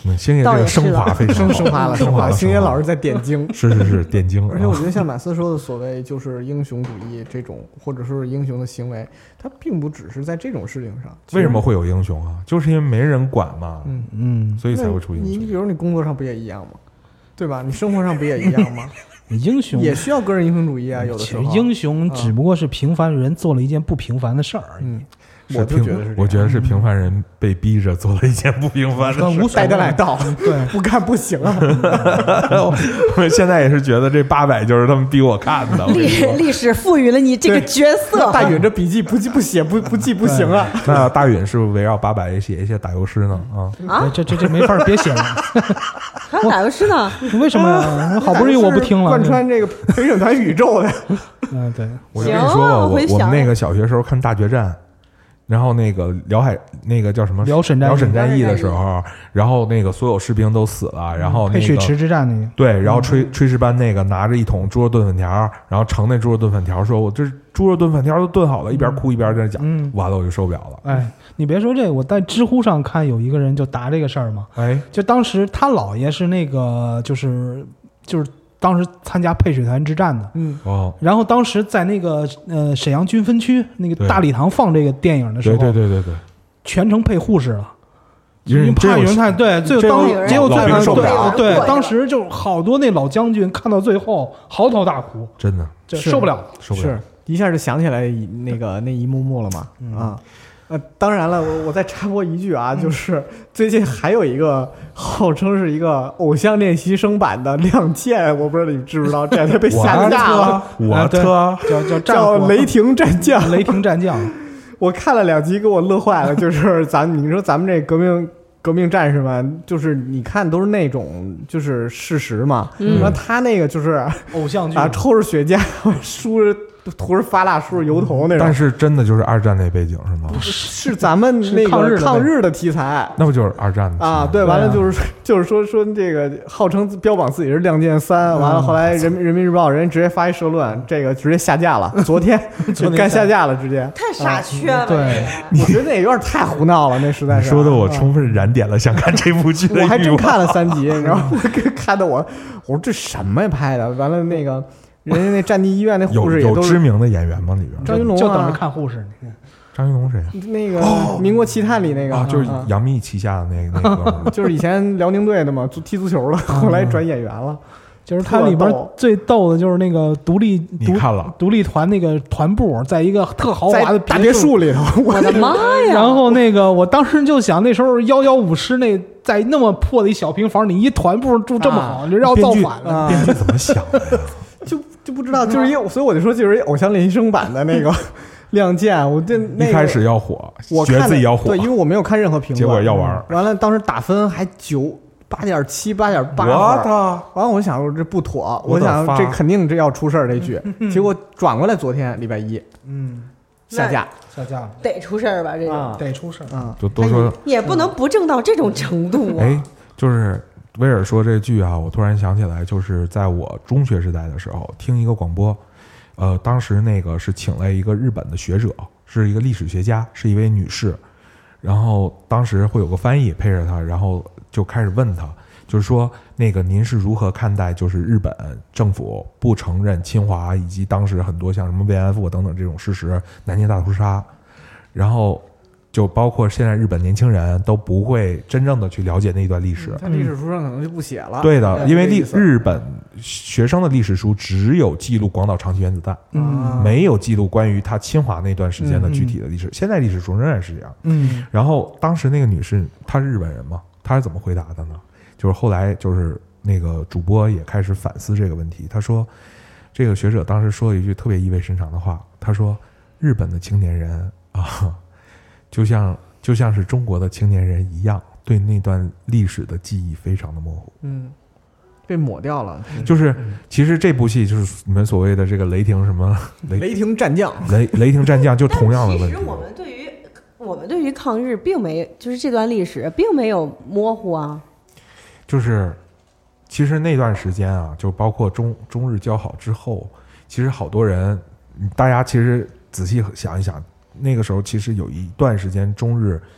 嗯，星爷这个升华非常升好升华了， 升华了。 星爷老师在点睛， 是是是点睛。 而且我觉得像马斯说的所谓就是英雄主义这种，或者说是英雄的行为，它并不只是在这种事情上。 为什么会有英雄啊？就是因为没人管嘛， 嗯嗯， 所以才会出英你雄。 比如你工作上不也一样吗？对吧？你生活上不也一样吗？ 英雄也需要个人英雄主义啊，有的时候。 英雄只不过是平凡人做了一件不平凡的事儿而已。 嗯， 是我就觉得是， 我觉得是平凡人被逼着做了一件不平凡的事。 无带的来到， 对， 不干不行啊！ 我现在也是觉得这八百就是他们逼我看的。 历历史赋予了你这个角色。 大允这笔记不记不写不不记不行啊！ 那大允是不是围绕八百也写一些打油诗呢？啊啊， 这这这没法别写了。 还有打油诗呢？ 为什么呀？好不容易我不听了。 贯穿这个陪审团宇宙的。 嗯，对。 我就跟你说吧，我我们那个小学时候看大决战。然后那个辽海那个叫什么辽沈辽沈战役的时候，然后那个所有士兵都死了，然后那个配水池之战那个对，然后炊炊事班那个拿着一桶猪肉炖粉条，然后盛那猪肉炖粉条，说我这猪肉炖粉条都炖好了，一边哭一边在讲， 嗯， 完了我就受不了了。 哎，你别说这个，我在知乎上看有一个人就答这个事儿嘛， 哎， 就当时他姥爷是那个就是就是。当时参加配水团之战的， 嗯哦， 然后当时在那个呃沈阳军分区那个大礼堂放这个电影的时候， 对对对对对， 全程配护士了， 因为怕有人看，对，最后当结果最后对对，当时就好多那老将军看到最后嚎啕大哭， 真的受不了， 受不了， 是一下就想起来那个那一幕幕了嘛，啊。呃，当然了，我我再插播一句啊，就是最近还有一个号称是一个偶像练习生版的《亮剑》，我不知道你们知不知道，这两天被下架了。 我特叫叫叫雷霆战将， 雷霆战将。 我看了两集，给我乐坏了。就是咱们，你说咱们这革命革命战士们，就是你看都是那种就是事实嘛， 嗯， 然后他那个就是偶像剧啊，抽着雪茄，梳着。涂着发蜡，梳着油头那种， 但是真的就是二战那背景是吗？ 是咱们那个抗日的题材， 那不就是二战的啊？对，完了就是就是说说这个号称标榜自己是《亮剑三》，完了后来人人民日报人直接发一社论，这个直接下架了，昨天就该下架了，直接太傻缺了。 对， 我觉得那有点太胡闹了，那实在是说的我充分燃点了想看这部剧的欲望。 我还真看了三集，你知道吗？看的我我说这什么呀拍的？完了那个。人家那战地医院那护士也都有知名的演员吗？里边张云龙就等着看护士。 张云龙谁？ 那个《民国奇探》里那个啊，就是杨幂旗下的那个那个， 就是以前辽宁队的嘛，踢足球的，后来转演员了。 就是它里边最逗的就是那个独立你看了独立团那个团部，在一个特豪华的大别墅里头， 我的妈呀！ 然后那个我当时就想，那时候幺幺五师那在那么破的一小平房，你一团部住这么好，你要造反了， 编剧怎么想的呀？ 就就不知道，就是一，所以我就说，就是一偶像练习生版的那个《亮剑》，我这、那个、 一开始要火， 我觉得自己要火， 对，因为我没有看任何评论， 结果要玩， 完了当时打分还九八点七、八点八分， 我的， 完了我想说这不妥，我想这肯定这要出事儿这剧，结果转过来昨天礼拜一， 嗯， 下架， 下架了， 得出事儿吧？这个、 啊、 得出事儿啊， 就都说也不能不正到这种程度啊。 哎，就是。威尔说这剧啊，我突然想起来，就是在我中学时代的时候听一个广播，呃，当时那个是请了一个日本的学者，是一个历史学家，是一位女士，然后当时会有个翻译配着她，然后就开始问她，就是说那个您是如何看待就是日本政府不承认侵华以及当时很多像什么慰安妇等等这种事实，南京大屠杀，然后。就包括现在日本年轻人都不会真正的去了解那段历史， 在历史书上可能就不写了。 对的，因为历日本学生的历史书只有记录广岛、长崎原子弹， 嗯， 没有记录关于他侵华那段时间的具体的历史。嗯嗯、现在历史书仍然是这样。 嗯， 然后当时那个女士她是日本人嘛，她是怎么回答的呢？就是后来就是那个主播也开始反思这个问题，他说，这个学者当时说了一句特别意味深长的话，他说，日本的青年人啊。就像就像是中国的青年人一样，对那段历史的记忆非常的模糊， 嗯，被抹掉了。 就是其实这部戏就是你们所谓的这个雷霆什么雷雷霆战将， 雷雷霆战将就同样的问题。 其实我们对于我们对于抗日并没就是这段历史并没有模糊啊， 就是其实那段时间啊，就包括中中日交好之后，其实好多人，大家其实仔细想一想。那个时候其实有一段时间中日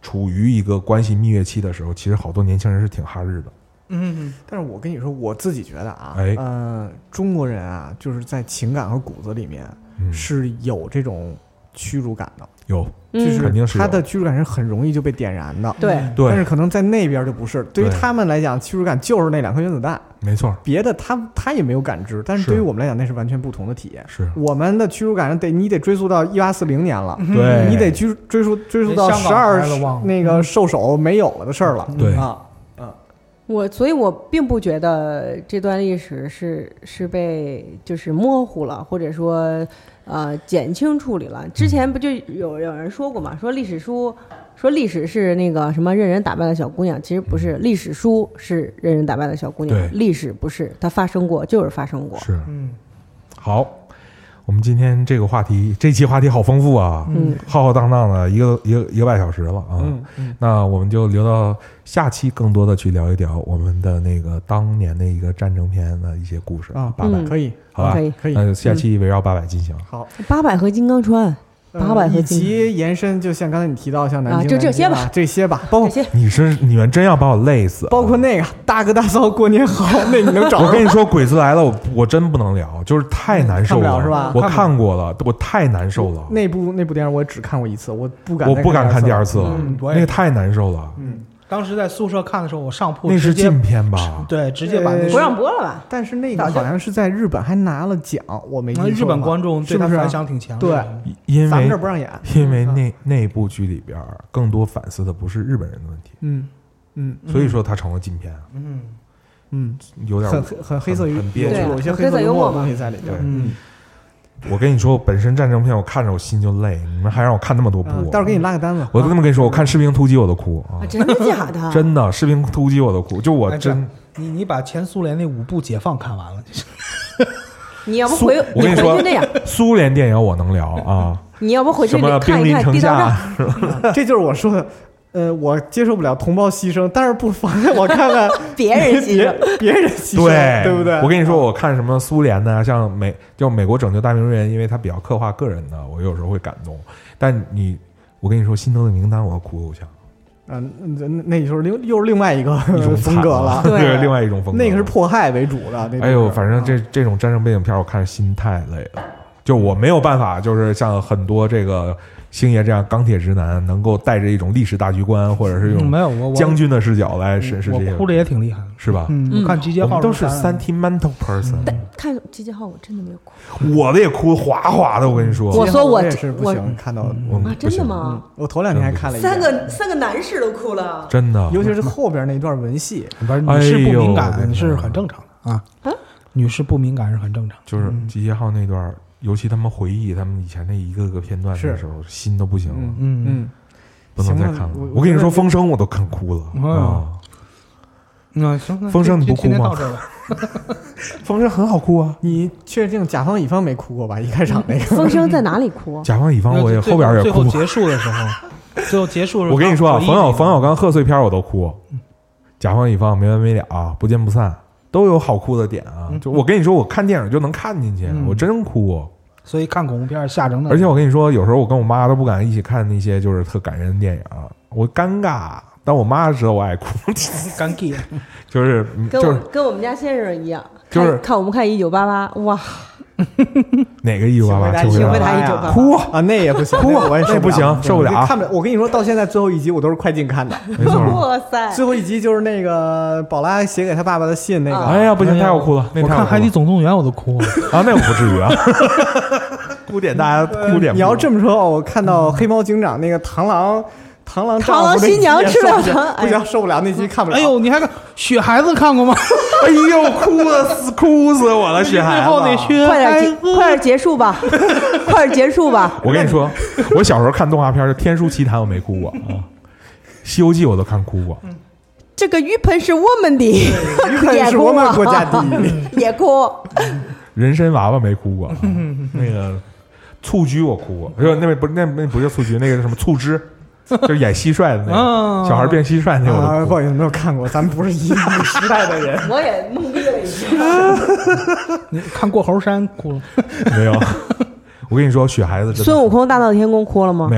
处于一个关系蜜月期的时候，其实好多年轻人是挺哈日的。 嗯， 但是我跟你说，我自己觉得啊， 哎呃，中国人啊，就是在情感和骨子里面嗯， 是有这种屈辱感的， 有， 就嗯肯定是有他的屈辱感是很容易就被点燃的。 对， 对， 但是可能在那边就不是，对于对他们来讲，屈辱感就是那两颗原子弹， 没错， 别的他他也没有感知。但是是对于我们来讲，那是完全不同的体验。 是， 我们的屈辱感得你得追溯到一八四零年了， 对， 你得追追溯追溯到连香港十二牌都忘了那个兽首没有了的事儿了。 对啊， 我所以，我并不觉得这段历史是是被就是模糊了，或者说呃减轻处理了。之前不就有有人说过嘛，说历史书说历史是那个什么任人打败的小姑娘，其实不是，历史书是任人打败的小姑娘对， 历史不是，它发生过就是发生过。 是， 嗯， 好。我们今天这个话题，这期话题好丰富啊， 嗯， 浩浩荡荡的一个一个一个半小时了啊。 嗯嗯， 那我们就留到下期，更多的去聊一聊我们的那个当年的一个战争片的一些故事啊， 八百， 嗯可以好吧？ 可以可以， 那下期围绕八百进行。 好。 八百和金刚川，八百呃以和金及延伸，就像刚才你提到，像南啊京、 就这些吧南京啊，这些吧，包括这些你是你们真要把我累死啊， 包括那个大哥大嫂过年好，那你能找着吗？ 我跟你说，鬼子来了，我我真不能聊，就是太难受看不了是吧我看过了，我太难受了， 那部那部电影我只看过一次，我不敢， 我不敢看第二次了， 嗯我也那个太难受了。 嗯， 当时在宿舍看的时候，我上铺那是直接禁片吧？ 对，直接把那呃不让播了吧？ 但是那个好像是在日本还拿了奖，我没记错的话日本观众对是不是啊他反响挺强的。 对因为咱们这儿不让演， 因为嗯那那部剧里边更多反思的不是日本人的问题， 嗯嗯所以说它成了禁片， 嗯嗯， 有点很很很黑色幽很别对扭。 有一些很黑色幽默嘛幽默的东西在里边。 嗯， 我跟你说，我本身战争片我看着我心就累，你们还让我看那么多部啊，到时候给你拉个单子。 我都这么跟你说，我看《士兵突击》我都哭啊啊，，真的假的？ 真的，《士兵突击》我都哭，就我哎这真你你把前苏联那五部解放看完了， 你要不苏回你我跟你说回去那样， 苏联电影我能聊啊， 你要不回去什么兵临看一看《 城地道战下》是吧？ 这就是我说的，呃，我接受不了同胞牺牲，但是不妨碍我看看》， 别人牺牲。 别别人牺牲， 对， 对不对？ 我跟你说，我看什么苏联的，像美就美国拯救大兵瑞恩，因为他比较刻画个人的，我有时候会感动。但你，我跟你说，辛德勒名单我要哭够呛， 嗯，那那那就是另又是另外一个一种风格了， 对这是另外一种风格。 那个是迫害为主的。那哎呦， 就是反正这这种战争背景片，我看着心太累了。就我没有办法，就是像很多这个星爷这样钢铁直男，能够带着一种历史大局观，或者是一种嗯没有我我将军的视角来审视这些， 我哭的也挺厉害的。 是吧？ 嗯， 嗯我看集结号我们都是三 sentimental person， 但看《集结号》，我真的没有哭我的也哭哗哗的，我跟你说， 我说我我也是不我行，看到我啊！真的不行吗？ 我头两天还看了一遍三个三个男士都哭了。 真的， 尤其是后边那段文戏， 不是女士不敏哎呦我的天感是很正常的啊啊， 女士不敏感是很正常。 就是嗯集结号那段，尤其他们回忆他们以前那一个个片段的是时候，心都不行了， 嗯嗯嗯， 不能再行了看了我。 我跟你说， 我觉得风声我都看哭了嗯啊！ 那行，那风声这你不哭吗今天到这儿吧。 风声很好哭啊， 你确定甲方乙方没哭过吧？一开场那个风声在哪里哭？ 甲方乙方我也最后边也哭。 最后结束的时候，最后结束的时候， 我跟你说啊，冯小回忆那个冯小刚贺岁片我都哭，甲方乙方没完没了，不见不散，都有好哭的点啊。就我跟你说，我看电影就能看进去， 嗯我真哭。 所以看恐怖片吓成那样。 而且我跟你说，有时候我跟我妈都不敢一起看那些就是特感人的电影，我尴尬。但我妈知道我爱哭， 干 gay， 就是跟我就是跟我们家先生一样， 就是看看我们看一九八八，哇， 哪个一九八八？ 请回请回答答一九八八哭。 啊，那也不行， 哭那我也那不行受不了看不了。我跟你说，到现在最后一集我都是快进看的。 没错。 哇塞， 最后一集就是那个宝拉写给他爸爸的信，那个啊哎呀，不行，太要哭了。那我看《 太要哭了海底总动员》我都哭了。 啊，那我不至于啊。哭点大家哭点不。 你要这么说，我看到黑猫警长那个螳螂，螳螂丈夫螳螂那集新娘吃了也受不了糖不行，受不了那集看不了。 哎呦，你还看《雪孩子》看过吗？ 哎呦，哭死哭死我了，雪孩最后那子。 雪快点结孩子， 快点结束吧，快点结束吧。 我跟你说，我小时候看动画片儿《天书奇谭》，我没哭过啊，《西游记》我都看哭过。 这个浴盆是我们的， 鱼盆是我们国家的。 也哭。 人参娃娃没哭过，啊、那个蹴鞠我哭过，不是那不那那不是蹴鞠，那个是什么蹴肢，就是演蟋蟀的那个、 啊小孩变蟋蟀那个我啊， 都哭。 不好意思，没有看过，咱们不是一一个时代的人。 我也懵逼了一下。 你看过猴山哭了？ 没有，我跟你说，雪孩子真的孙悟空大闹天宫哭了吗没？有。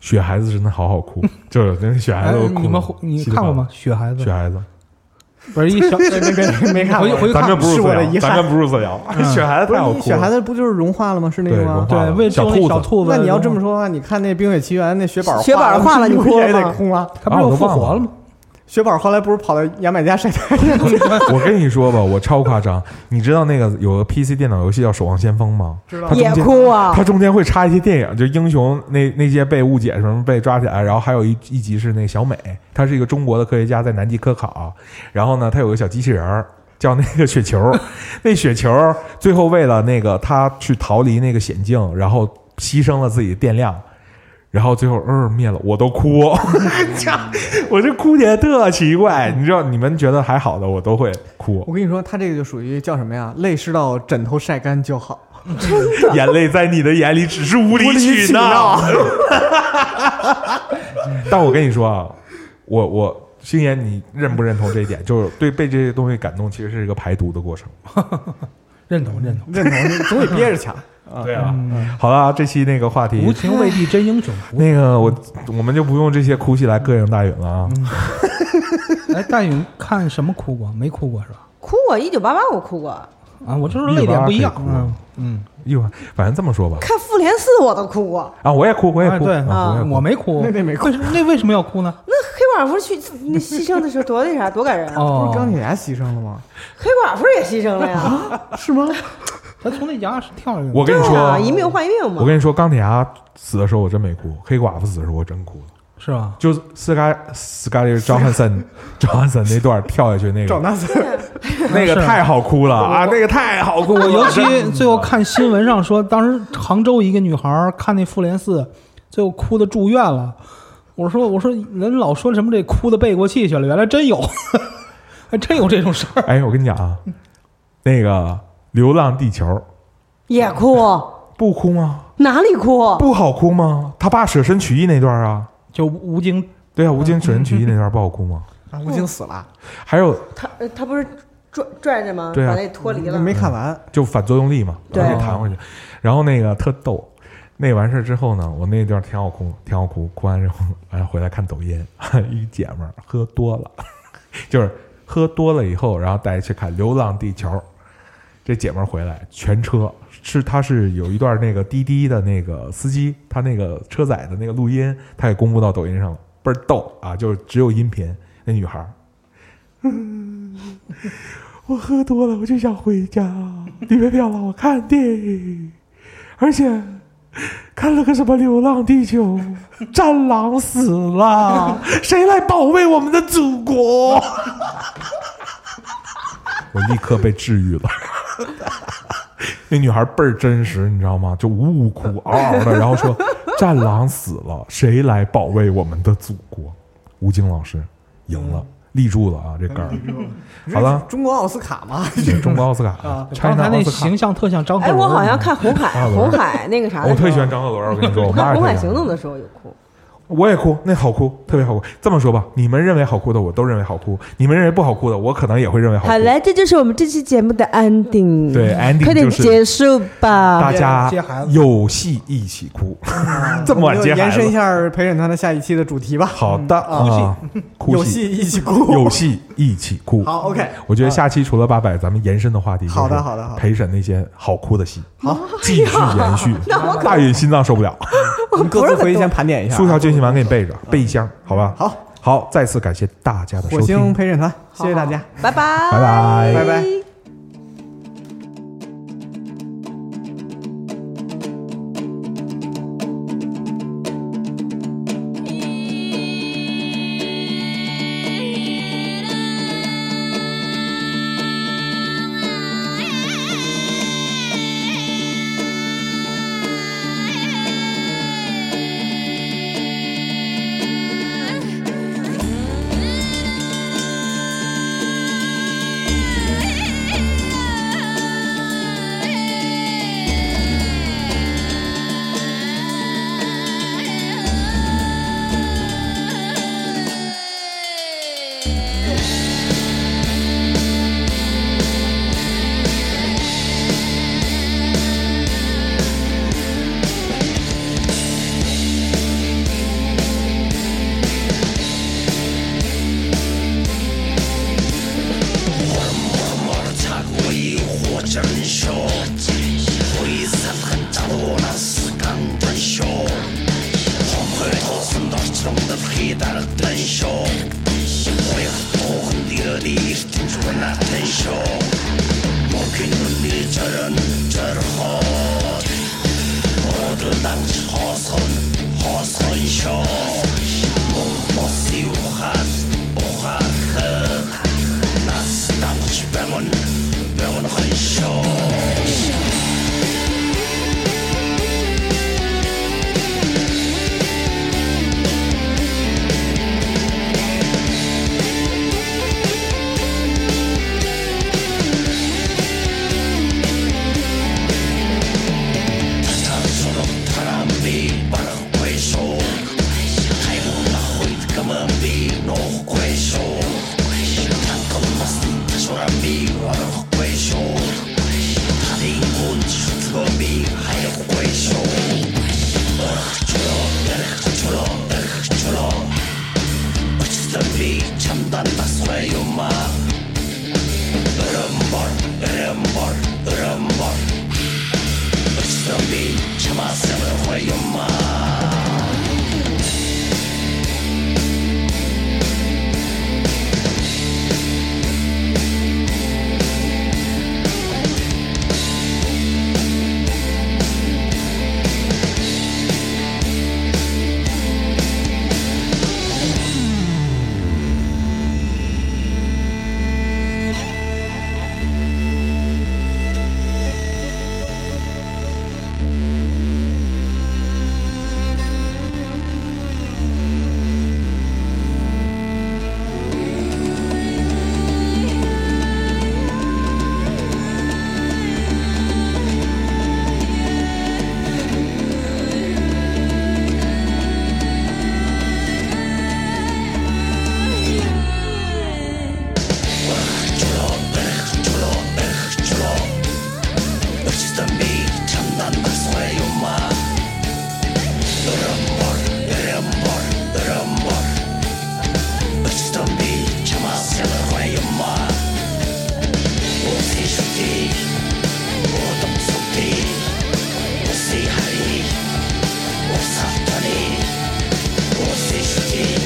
雪孩子真的好好哭，就是那雪孩子都哭、 哎、你们你看过吗？雪孩子， 雪孩子不是一小没没看过， 回回咱们不是是我的遗憾， 咱们不是自聊。嗯、雪孩子太好哭了， 雪孩子不就是融化了吗？是那个吗？ 对，为小兔子。 小兔子。 那你要这么说的话，你看那《冰雪奇缘》那雪宝， 雪宝化了，你哭也得哭啊！ 他不是复活了吗？ 雪宝后来不是跑到牙买加晒太阳？ 我跟你说吧，我超夸张。你知道那个有个 P C 电脑游戏叫《守望先锋》吗？ 知道。 也哭啊！ 它中间会插一些电影，就英雄那那些被误解什么被抓起来，然后还有一一集是那个小美，她是一个中国的科学家在南极科考，然后呢，她有个小机器人叫那个雪球，那雪球最后为了那个她去逃离那个险境，然后牺牲了自己的电量。然后最后嗯、呃、灭了，我都哭，我这哭起来特奇怪，你知道，你们觉得还好的，我都会哭。 我跟你说，他这个就属于叫什么呀？泪湿到枕头晒干就好， 真的， 眼泪在你的眼里只是无理取闹。但我跟你说啊，我我星爷，你认不认同这一点？就是对被这些东西感动，其实是一个排毒的过程。 认同认同认同，总比憋着强。 对啊，嗯、好了，这期那个话题， 无情未必真英雄。 那个我我们就不用这些哭戏来膈应大允了啊。 嗯、哎，大允看什么哭过？没哭过是吧？ 哭过，一九八八我哭过啊，我就是泪点不一样。嗯嗯， 一会儿反正这么说吧， 看复联四我都哭过啊，我也哭，我也哭， 啊、对啊， 我没哭， 那那没哭， 那为什么要哭呢？ 那黑寡妇去那牺牲的时候多那啥，多感人啊！ 不是钢铁侠牺牲了吗？ 黑寡妇也牺牲了呀？ 是吗？ 他从那牙齿跳下去。 我跟你说， 啊、一命换一命嘛。 我跟你说，钢铁侠死的时候我真没哭，黑寡妇死的时候我真哭了。 是吧？ 就是斯卡斯卡利张汉森张汉森那段跳下去那个， 赵大森那个太好哭了啊！那个太好哭了。 尤其最后看新闻上说，当时杭州一个女孩看那复联四，最后哭的住院了。我说我说人老说什么这哭的背过气去了，原来真有，还真有这种事儿。 哎，我跟你讲啊，那个《流浪地球》 也哭， 不哭吗？ 哪里哭？ 不好哭吗？他爸舍身取义那段啊， 就吴京， 对啊，吴京舍身取义那段不好哭吗？ 啊，吴京死了， 还有他他不是拽拽着吗？ 对啊， 把那脱离了， 没看完， 就反作用力嘛， 对， 给弹回去。然后那个特逗，那完事之后呢，我那段挺好哭，挺好哭。哭完之后，完回来看抖音，一姐们儿喝多了，就是喝多了以后，然后带去看《流浪地球》。这姐们儿回来，全车是她是有一段那个滴滴的那个司机，他那个车载的那个录音，他也公布到抖音上了，倍儿逗啊！就是只有音频。那女孩，嗯，我喝多了，我就想回家，你别别让我看电影，而且看了个什么《流浪地球》，战狼死了，谁来保卫我们的祖国？我立刻被治愈了。那女孩倍儿真实，你知道吗？就呜呜哭，嗷嗷的，然后说：“战狼死了，谁来保卫我们的祖国？”吴京老师赢了，立住了啊！这杆儿。好了， 中国奥斯卡嘛， 中国奥斯卡啊， 刚才那形象特像张鹤哎， 伦。 我好像看红海，红海那个啥的时候， 我特喜欢张鹤伦。我跟你说，我看红妈也海行动的时候有哭。 我也哭，那好哭，特别好哭。这么说吧，你们认为好哭的，我都认为好哭；你们认为不好哭的，我可能也会认为好哭。 好了，这就是我们这期节目的 ending。 对 ，ending 快点结束吧， 大家有戏一起哭。这么晚接孩子， 延伸一下陪审团的下一期的主题吧。 好的啊， 有戏一起哭， 有戏一起哭。 好 ，OK。 我觉得下期除了八百，咱们延伸的话题， 好的，好的，好的， 陪审那些好哭的戏， 好， 继续延续。大允心脏受不了。 我们各自回去先盘点一下， 速效救心丸给你备着，备一箱，好吧？ 好， 好，再次感谢大家的收听， 火星陪审团，谢谢大家， 拜拜， 拜拜， 拜拜。 我